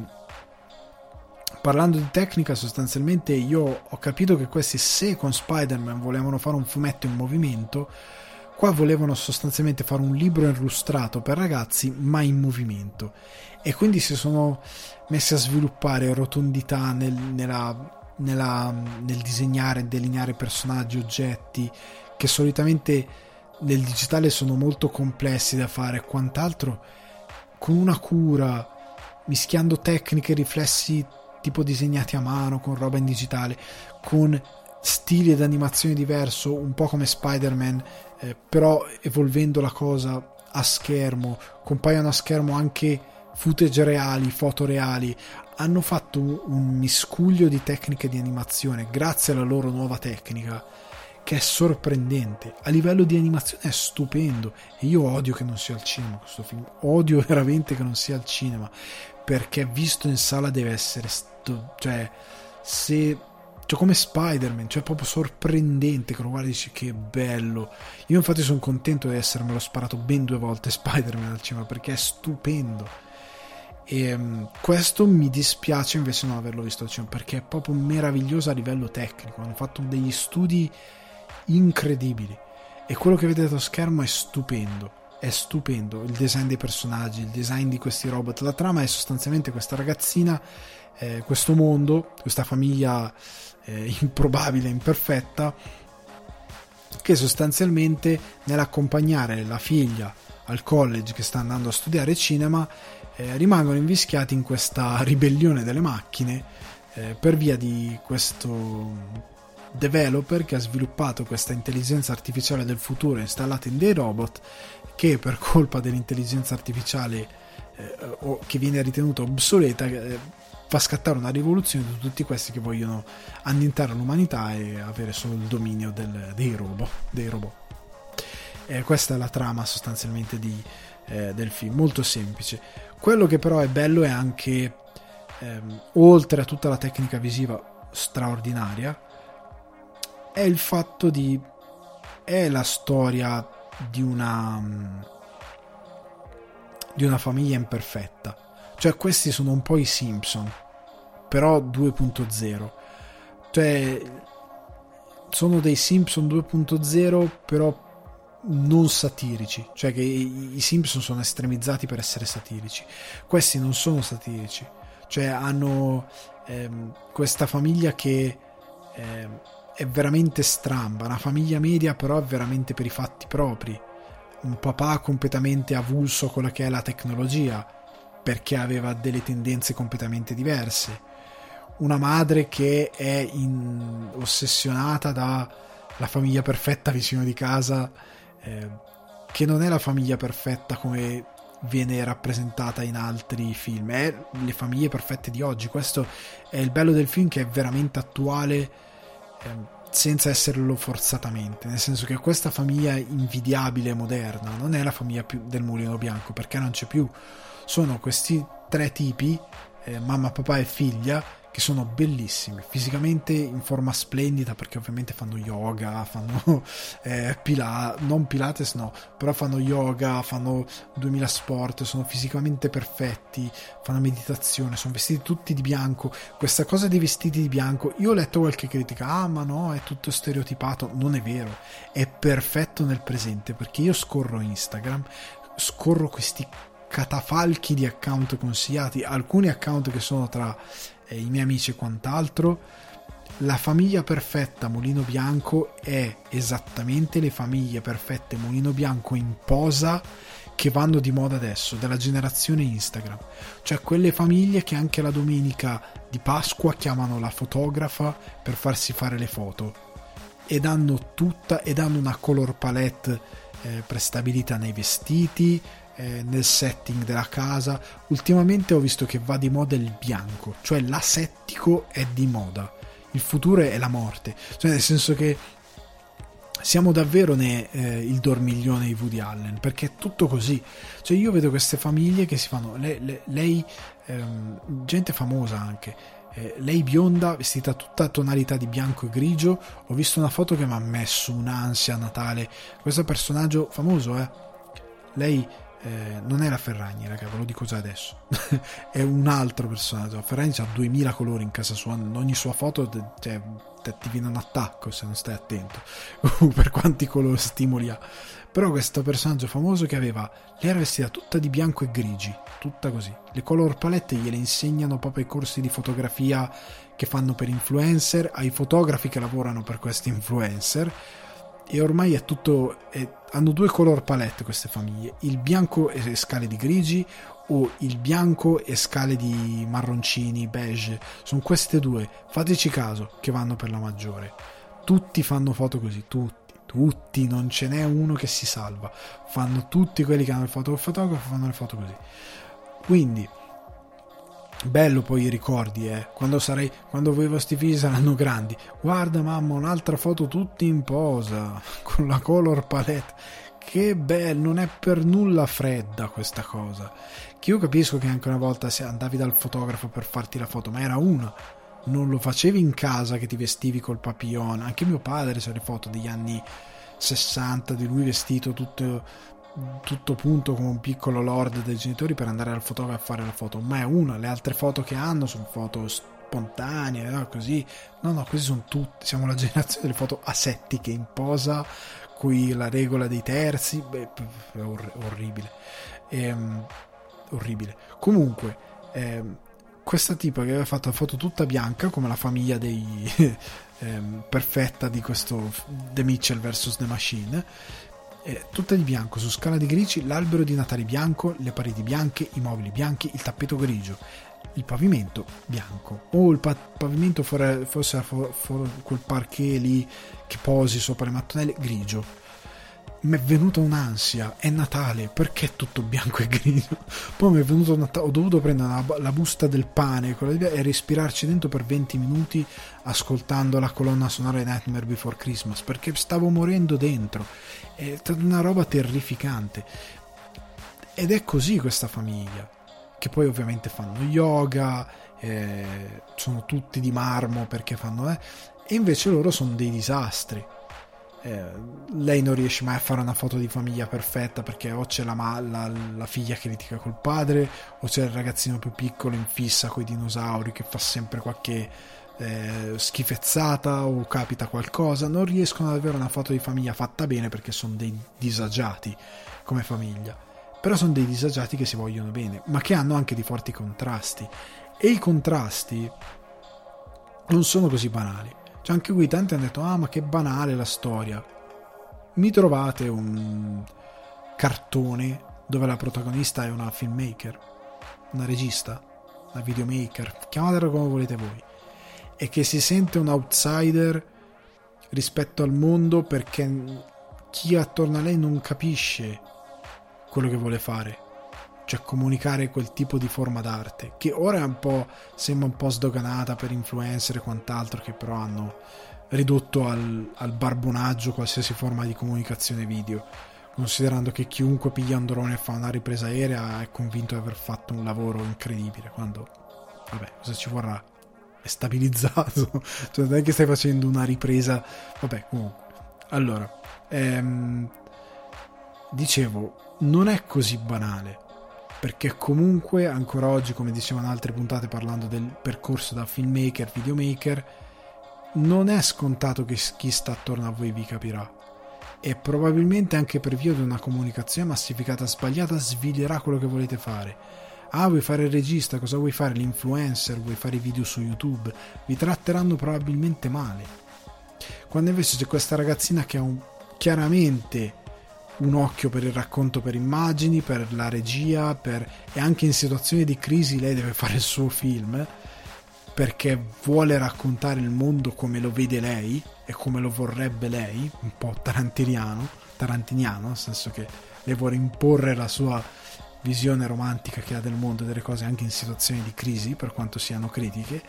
Speaker 1: parlando di tecnica, sostanzialmente io ho capito che questi, se con Spider-Man volevano fare un fumetto in movimento, qua volevano sostanzialmente fare un libro illustrato per ragazzi ma in movimento, e quindi si sono messi a sviluppare rotondità nel disegnare, delineare personaggi, oggetti che solitamente nel digitale sono molto complessi da fare e quant'altro, con una cura, mischiando tecniche, riflessi tipo disegnati a mano con roba in digitale, con stili ed animazioni diverso, un po' come Spider-Man, però evolvendo la cosa a schermo. Compaiono a schermo anche footage reali, foto reali. Hanno fatto un miscuglio di tecniche di animazione grazie alla loro nuova tecnica che è sorprendente. A livello di animazione è stupendo, e io odio che non sia al cinema questo film, odio veramente che non sia al cinema, perché visto in sala deve essere come Spider-Man, cioè proprio sorprendente, che lo guardi e dici che bello. Io infatti sono contento di essermelo sparato ben 2 volte Spider-Man al cinema, perché è stupendo. E questo mi dispiace invece non averlo visto al cinema, perché è proprio meraviglioso a livello tecnico, hanno fatto degli studi incredibili e quello che vedete a schermo è stupendo. È stupendo il design dei personaggi, il design di questi robot. La trama è sostanzialmente questa ragazzina, questo mondo, questa famiglia improbabile, imperfetta, che sostanzialmente nell'accompagnare la figlia al college che sta andando a studiare cinema rimangono invischiati in questa ribellione delle macchine per via di questo developer che ha sviluppato questa intelligenza artificiale del futuro installata in dei robot, che per colpa dell'intelligenza artificiale che viene ritenuta obsoleta fa scattare una rivoluzione di tutti questi che vogliono annientare l'umanità e avere solo il dominio dei robot. Questa è la trama sostanzialmente del film, molto semplice. Quello che però è bello è anche oltre a tutta la tecnica visiva straordinaria, è il fatto è la storia di una famiglia imperfetta. Cioè questi sono un po' i Simpson, però 2.0. Cioè sono dei Simpson 2.0 però non satirici, cioè che i Simpson sono estremizzati per essere satirici, questi non sono satirici, cioè hanno questa famiglia che è veramente stramba, una famiglia media però è veramente per i fatti propri, un papà completamente avulso a quella che è la tecnologia perché aveva delle tendenze completamente diverse, una madre che è ossessionata da la famiglia perfetta vicino di casa, che non è la famiglia perfetta come viene rappresentata in altri film, è le famiglie perfette di oggi. Questo è il bello del film, che è veramente attuale, senza esserlo forzatamente, nel senso che questa famiglia invidiabile moderna non è la famiglia più del Mulino Bianco, perché non c'è più, sono questi tre tipi, mamma, papà e figlia, che sono bellissimi, fisicamente in forma splendida, perché ovviamente fanno yoga, fanno non Pilates no, però fanno yoga, fanno 2000 sport, sono fisicamente perfetti, fanno meditazione, sono vestiti tutti di bianco. Questa cosa dei vestiti di bianco, io ho letto qualche critica, ma no, è tutto stereotipato. Non è vero, è perfetto nel presente, perché io scorro Instagram, scorro questi catafalchi di account consigliati, alcuni account che sono tra i miei amici e quant'altro. La famiglia perfetta Mulino Bianco è esattamente le famiglie perfette Mulino Bianco in posa che vanno di moda adesso, della generazione Instagram, cioè quelle famiglie che anche la domenica di Pasqua chiamano la fotografa per farsi fare le foto ed hanno una color palette prestabilita nei vestiti, nel setting della casa. Ultimamente ho visto che va di moda il bianco, cioè l'asettico è di moda, il futuro è la morte, cioè nel senso che siamo davvero il dormiglione di Woody Allen, perché è tutto così. Cioè io vedo queste famiglie che si fanno lei gente famosa anche, lei bionda vestita tutta a tonalità di bianco e grigio. Ho visto una foto che mi ha messo un'ansia a Natale, questo personaggio famoso, lei non è la Ferragni, raga, ve lo dico già adesso è un altro personaggio. La Ferragni ha 2000 colori in casa sua, in ogni sua foto ti viene un attacco se non stai attento per quanti colori stimoli ha. Però questo personaggio famoso che lei era vestita tutta di bianco e grigi, tutta così, le color palette gliele insegnano proprio ai corsi di fotografia che fanno per influencer, ai fotografi che lavorano per questi influencer, e ormai è tutto hanno due color palette queste famiglie, il bianco e scale di grigi o il bianco e scale di marroncini, beige. Sono queste due, fateci caso, che vanno per la maggiore. Tutti fanno foto così, tutti, non ce n'è uno che si salva, fanno tutti quelli che hanno il fotografo, fanno le foto così. Quindi bello poi i ricordi, quando voi vostri figli saranno grandi, guarda mamma, un'altra foto tutti in posa con la color palette, che bello, non è per nulla fredda questa cosa, che io capisco che anche una volta se andavi dal fotografo per farti la foto, ma era una, non lo facevi in casa che ti vestivi col papillon. Anche mio padre c'ha le foto degli anni 60 di lui vestito tutto punto come un piccolo lord dei genitori per andare al fotografo a fare la foto, ma è una, le altre foto che hanno sono foto spontanee, così no, questi sono tutti, siamo la generazione delle foto asettiche in posa, qui la regola dei terzi, è orribile, orribile. Comunque questa tipa che aveva fatto la foto tutta bianca come la famiglia dei perfetta di questo The Mitchell vs The Machine, tutta di bianco, su scala di grigi, l'albero di Natale bianco, le pareti bianche, i mobili bianchi, il tappeto grigio, il pavimento bianco, o il pavimento fosse quel parquet lì che posi sopra le mattonelle, grigio. Mi è venuta un'ansia, è Natale, perché è tutto bianco e grigio? Poi mi è venuto ho dovuto prendere la busta del pane e respirarci dentro per 20 minuti ascoltando la colonna sonora di Nightmare Before Christmas, perché stavo morendo dentro. È stata una roba terrificante, ed è così questa famiglia, che poi ovviamente fanno yoga, sono tutti di marmo perché fanno e invece loro sono dei disastri. Lei non riesce mai a fare una foto di famiglia perfetta perché o c'è la figlia che litiga col padre, o c'è il ragazzino più piccolo in fissa coi dinosauri che fa sempre qualche schifezzata, o capita qualcosa. Non riescono ad avere una foto di famiglia fatta bene perché sono dei disagiati come famiglia, però sono dei disagiati che si vogliono bene, ma che hanno anche dei forti contrasti, e i contrasti non sono così banali. Cioè, anche qui tanti hanno detto: ah, ma che banale la storia. Mi trovate un cartone dove la protagonista è una filmmaker, una regista, una videomaker, chiamatela come volete voi, e che si sente un outsider rispetto al mondo perché chi attorno a lei non capisce quello che vuole fare, cioè comunicare quel tipo di forma d'arte, che ora è sembra un po' sdoganata per influencer e quant'altro, che però hanno ridotto al barbonaggio qualsiasi forma di comunicazione video, considerando che chiunque piglia un drone e fa una ripresa aerea è convinto di aver fatto un lavoro incredibile, quando vabbè, cosa ci vorrà? È stabilizzato, cioè non è che stai facendo una ripresa, vabbè, comunque. Allora, dicevo, non è così banale, perché comunque ancora oggi, come dicevano in altre puntate parlando del percorso da filmmaker, videomaker, non è scontato che chi sta attorno a voi vi capirà, e probabilmente anche per via di una comunicazione massificata sbagliata svilerà quello che volete fare. Ah, vuoi fare il regista, cosa vuoi fare? L'influencer, vuoi fare i video su YouTube? Vi tratteranno probabilmente male, quando invece c'è questa ragazzina che ha chiaramente un occhio per il racconto per immagini, per la regia, e anche in situazioni di crisi lei deve fare il suo film perché vuole raccontare il mondo come lo vede lei e come lo vorrebbe lei, un po' tarantiniano, nel senso che lei vuole imporre la sua visione romantica che ha del mondo e delle cose anche in situazioni di crisi, per quanto siano critiche.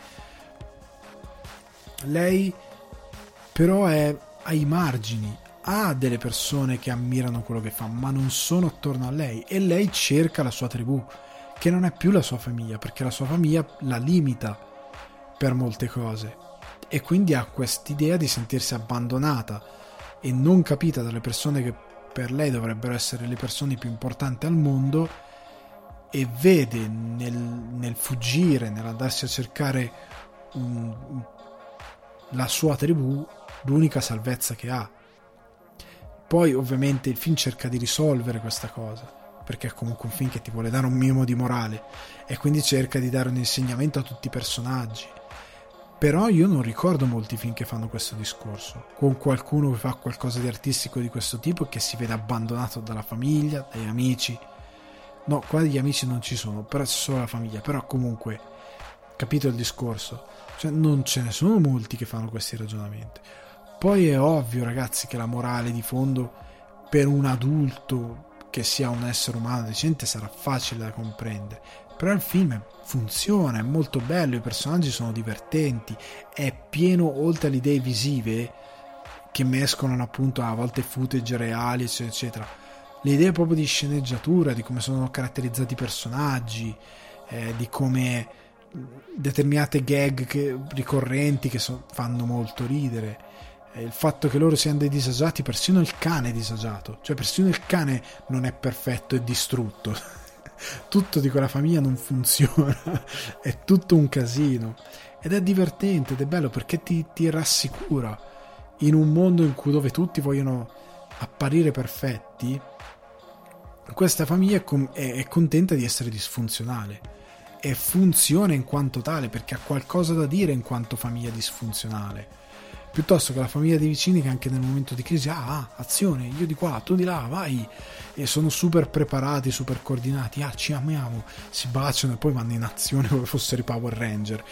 Speaker 1: Lei però è ai margini, ha delle persone che ammirano quello che fa, ma non sono attorno a lei, e lei cerca la sua tribù, che non è più la sua famiglia, perché la sua famiglia la limita per molte cose, e quindi ha quest'idea di sentirsi abbandonata e non capita dalle persone che per lei dovrebbero essere le persone più importanti al mondo, e vede nel fuggire, nell'andarsi a cercare la sua tribù l'unica salvezza che ha. Poi ovviamente il film cerca di risolvere questa cosa, perché è comunque un film che ti vuole dare un minimo di morale, e quindi cerca di dare un insegnamento a tutti i personaggi. Però io non ricordo molti film che fanno questo discorso, con qualcuno che fa qualcosa di artistico di questo tipo e che si vede abbandonato dalla famiglia, dagli amici. No, qua gli amici non ci sono, però c'è solo la famiglia. Però comunque, capito il discorso? Cioè non ce ne sono molti che fanno questi ragionamenti. Poi è ovvio, ragazzi, che la morale di fondo per un adulto che sia un essere umano decente sarà facile da comprendere, però il film funziona, è molto bello, i personaggi sono divertenti, è pieno, oltre alle idee visive che mescolano appunto a volte footage reali eccetera eccetera, le idee proprio di sceneggiatura, di come sono caratterizzati i personaggi, di come determinate gag ricorrenti che fanno molto ridere, il fatto che loro siano dei disagiati, persino il cane è disagiato, cioè persino il cane non è perfetto e distrutto, tutto di quella famiglia non funziona, è tutto un casino, ed è divertente ed è bello perché ti rassicura in un mondo in cui dove tutti vogliono apparire perfetti. Questa famiglia è contenta di essere disfunzionale e funziona in quanto tale perché ha qualcosa da dire in quanto famiglia disfunzionale, piuttosto che la famiglia dei vicini che anche nel momento di crisi azione, io di qua, tu di là, vai, e sono super preparati, super coordinati, ci amiamo, si baciano e poi vanno in azione come fossero i Power Ranger.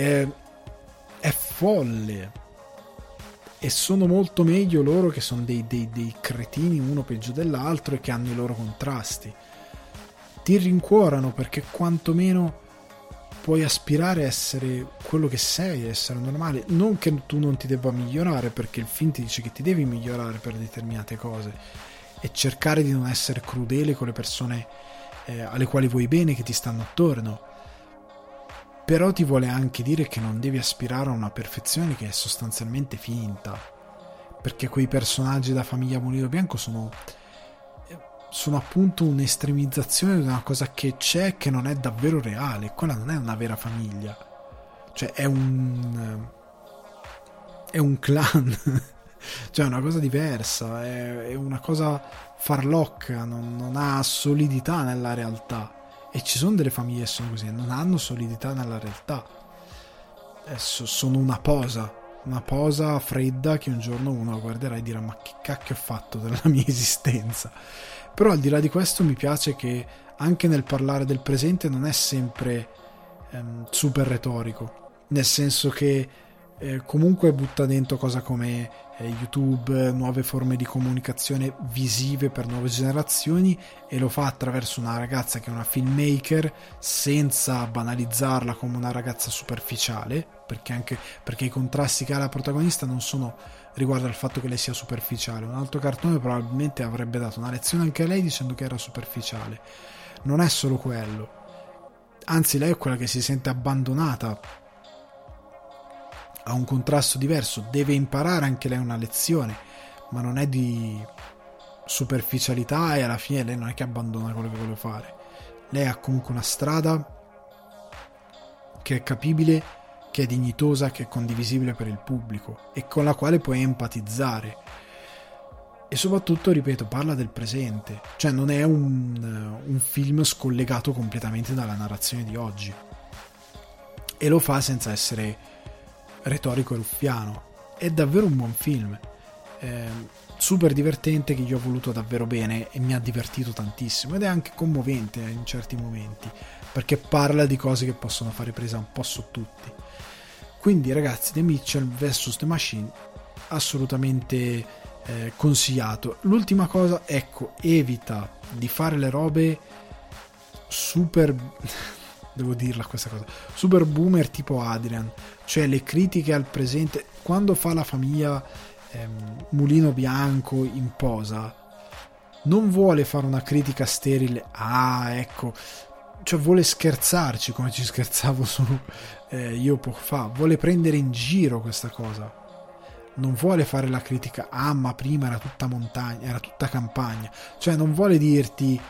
Speaker 1: È folle, e sono molto meglio loro che sono dei cretini uno peggio dell'altro e che hanno i loro contrasti. Ti rincuorano perché quantomeno puoi aspirare a essere quello che sei, essere normale, non che tu non ti debba migliorare, perché il film ti dice che ti devi migliorare per determinate cose, e cercare di non essere crudele con le persone alle quali vuoi bene, che ti stanno attorno, però ti vuole anche dire che non devi aspirare a una perfezione che è sostanzialmente finta, perché quei personaggi da famiglia Mulino Bianco sono appunto un'estremizzazione di una cosa che c'è, che non è davvero reale. Quella non è una vera famiglia, cioè è un clan cioè è una cosa diversa, è una cosa farlocca, non ha solidità nella realtà. E ci sono delle famiglie che sono così, non hanno solidità nella realtà, sono una posa fredda che un giorno uno la guarderà e dirà: ma che cacchio ho fatto della mia esistenza? Però al di là di questo mi piace che anche nel parlare del presente non è sempre super retorico, nel senso che comunque butta dentro cosa come YouTube, nuove forme di comunicazione visive per nuove generazioni, e lo fa attraverso una ragazza che è una filmmaker, senza banalizzarla come una ragazza superficiale, perché i contrasti che ha la protagonista non sono riguardo al fatto che lei sia superficiale. Un altro cartone probabilmente avrebbe dato una lezione anche a lei dicendo che era superficiale. Non è solo quello, anzi lei è quella che si sente abbandonata, ha un contrasto diverso, deve imparare anche lei una lezione, ma non è di superficialità, e alla fine lei non è che abbandona quello che vuole fare. Lei ha comunque una strada che è capibile, che è dignitosa, che è condivisibile per il pubblico e con la quale puoi empatizzare. E soprattutto, ripeto, parla del presente, cioè non è un film scollegato completamente dalla narrazione di oggi, e lo fa senza essere retorico e ruffiano. È davvero un buon film, super divertente, che io ho voluto davvero bene e mi ha divertito tantissimo, ed è anche commovente in certi momenti, perché parla di cose che possono fare presa un po' su tutti. Quindi ragazzi, The Mitchell vs The Machine assolutamente consigliato. L'ultima cosa, ecco, evita di fare le robe super devo dirla questa cosa, super boomer tipo Adrian, cioè le critiche al presente. Quando fa la famiglia Mulino Bianco in posa, non vuole fare una critica sterile, ecco, cioè vuole scherzarci come ci scherzavo su io poco fa, vuole prendere in giro questa cosa, non vuole fare la critica ma prima era tutta montagna, era tutta campagna, cioè non vuole dirti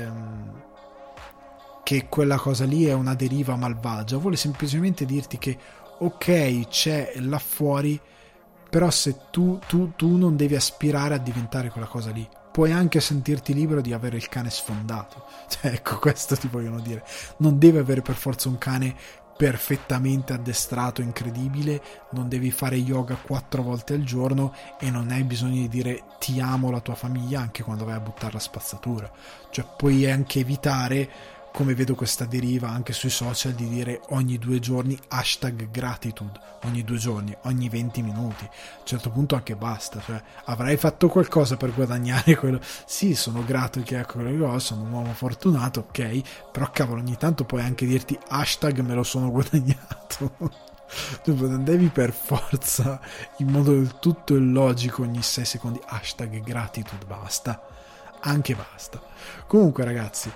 Speaker 1: che quella cosa lì è una deriva malvagia, vuole semplicemente dirti che ok, c'è là fuori, però se tu non devi aspirare a diventare quella cosa lì, puoi anche sentirti libero di avere il cane sfondato, cioè ecco, questo ti vogliono dire, non devi avere per forza un cane perfettamente addestrato, incredibile, non devi fare yoga 4 volte al giorno e non hai bisogno di dire ti amo la tua famiglia anche quando vai a buttare la spazzatura, cioè puoi anche evitare, come vedo questa deriva anche sui social, di dire ogni 2 giorni #gratitude, ogni 2 giorni, ogni 20 minuti. A un certo punto anche basta, cioè avrai fatto qualcosa per guadagnare quello, sì, sono grato che ecco quello che ho, sono un uomo fortunato, ok, però cavolo, ogni tanto puoi anche dirti #me lo sono guadagnato. Non devi per forza in modo del tutto illogico ogni 6 secondi #gratitude, basta, anche basta. Comunque ragazzi,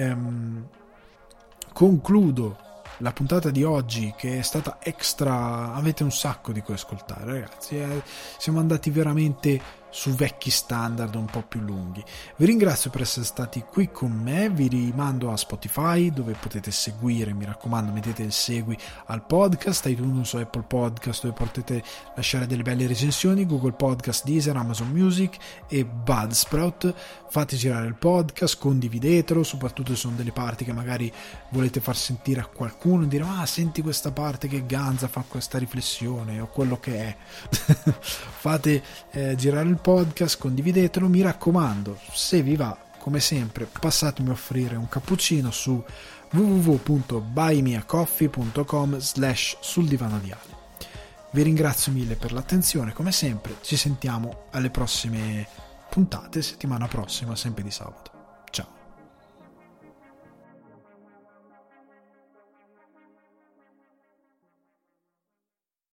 Speaker 1: concludo la puntata di oggi, che è stata extra, avete un sacco di cui ascoltare ragazzi, siamo andati veramente su vecchi standard un po' più lunghi. Vi ringrazio per essere stati qui con me, vi rimando a Spotify dove potete seguire, mi raccomando mettete il segui al podcast, iTunes o Apple Podcast dove potete lasciare delle belle recensioni, Google Podcast, Deezer, Amazon Music e Buzzsprout. Fate girare il podcast, condividetelo, soprattutto se sono delle parti che magari volete far sentire a qualcuno, dire senti questa parte che Ganza fa questa riflessione o quello che è. Fate girare il podcast, condividetelo, mi raccomando, se vi va, come sempre passatemi a offrire un cappuccino su www.buymeacoffee.com/sul divano di Ale. Vi ringrazio mille per l'attenzione, come sempre ci sentiamo alle prossime puntate, settimana prossima, sempre di sabato.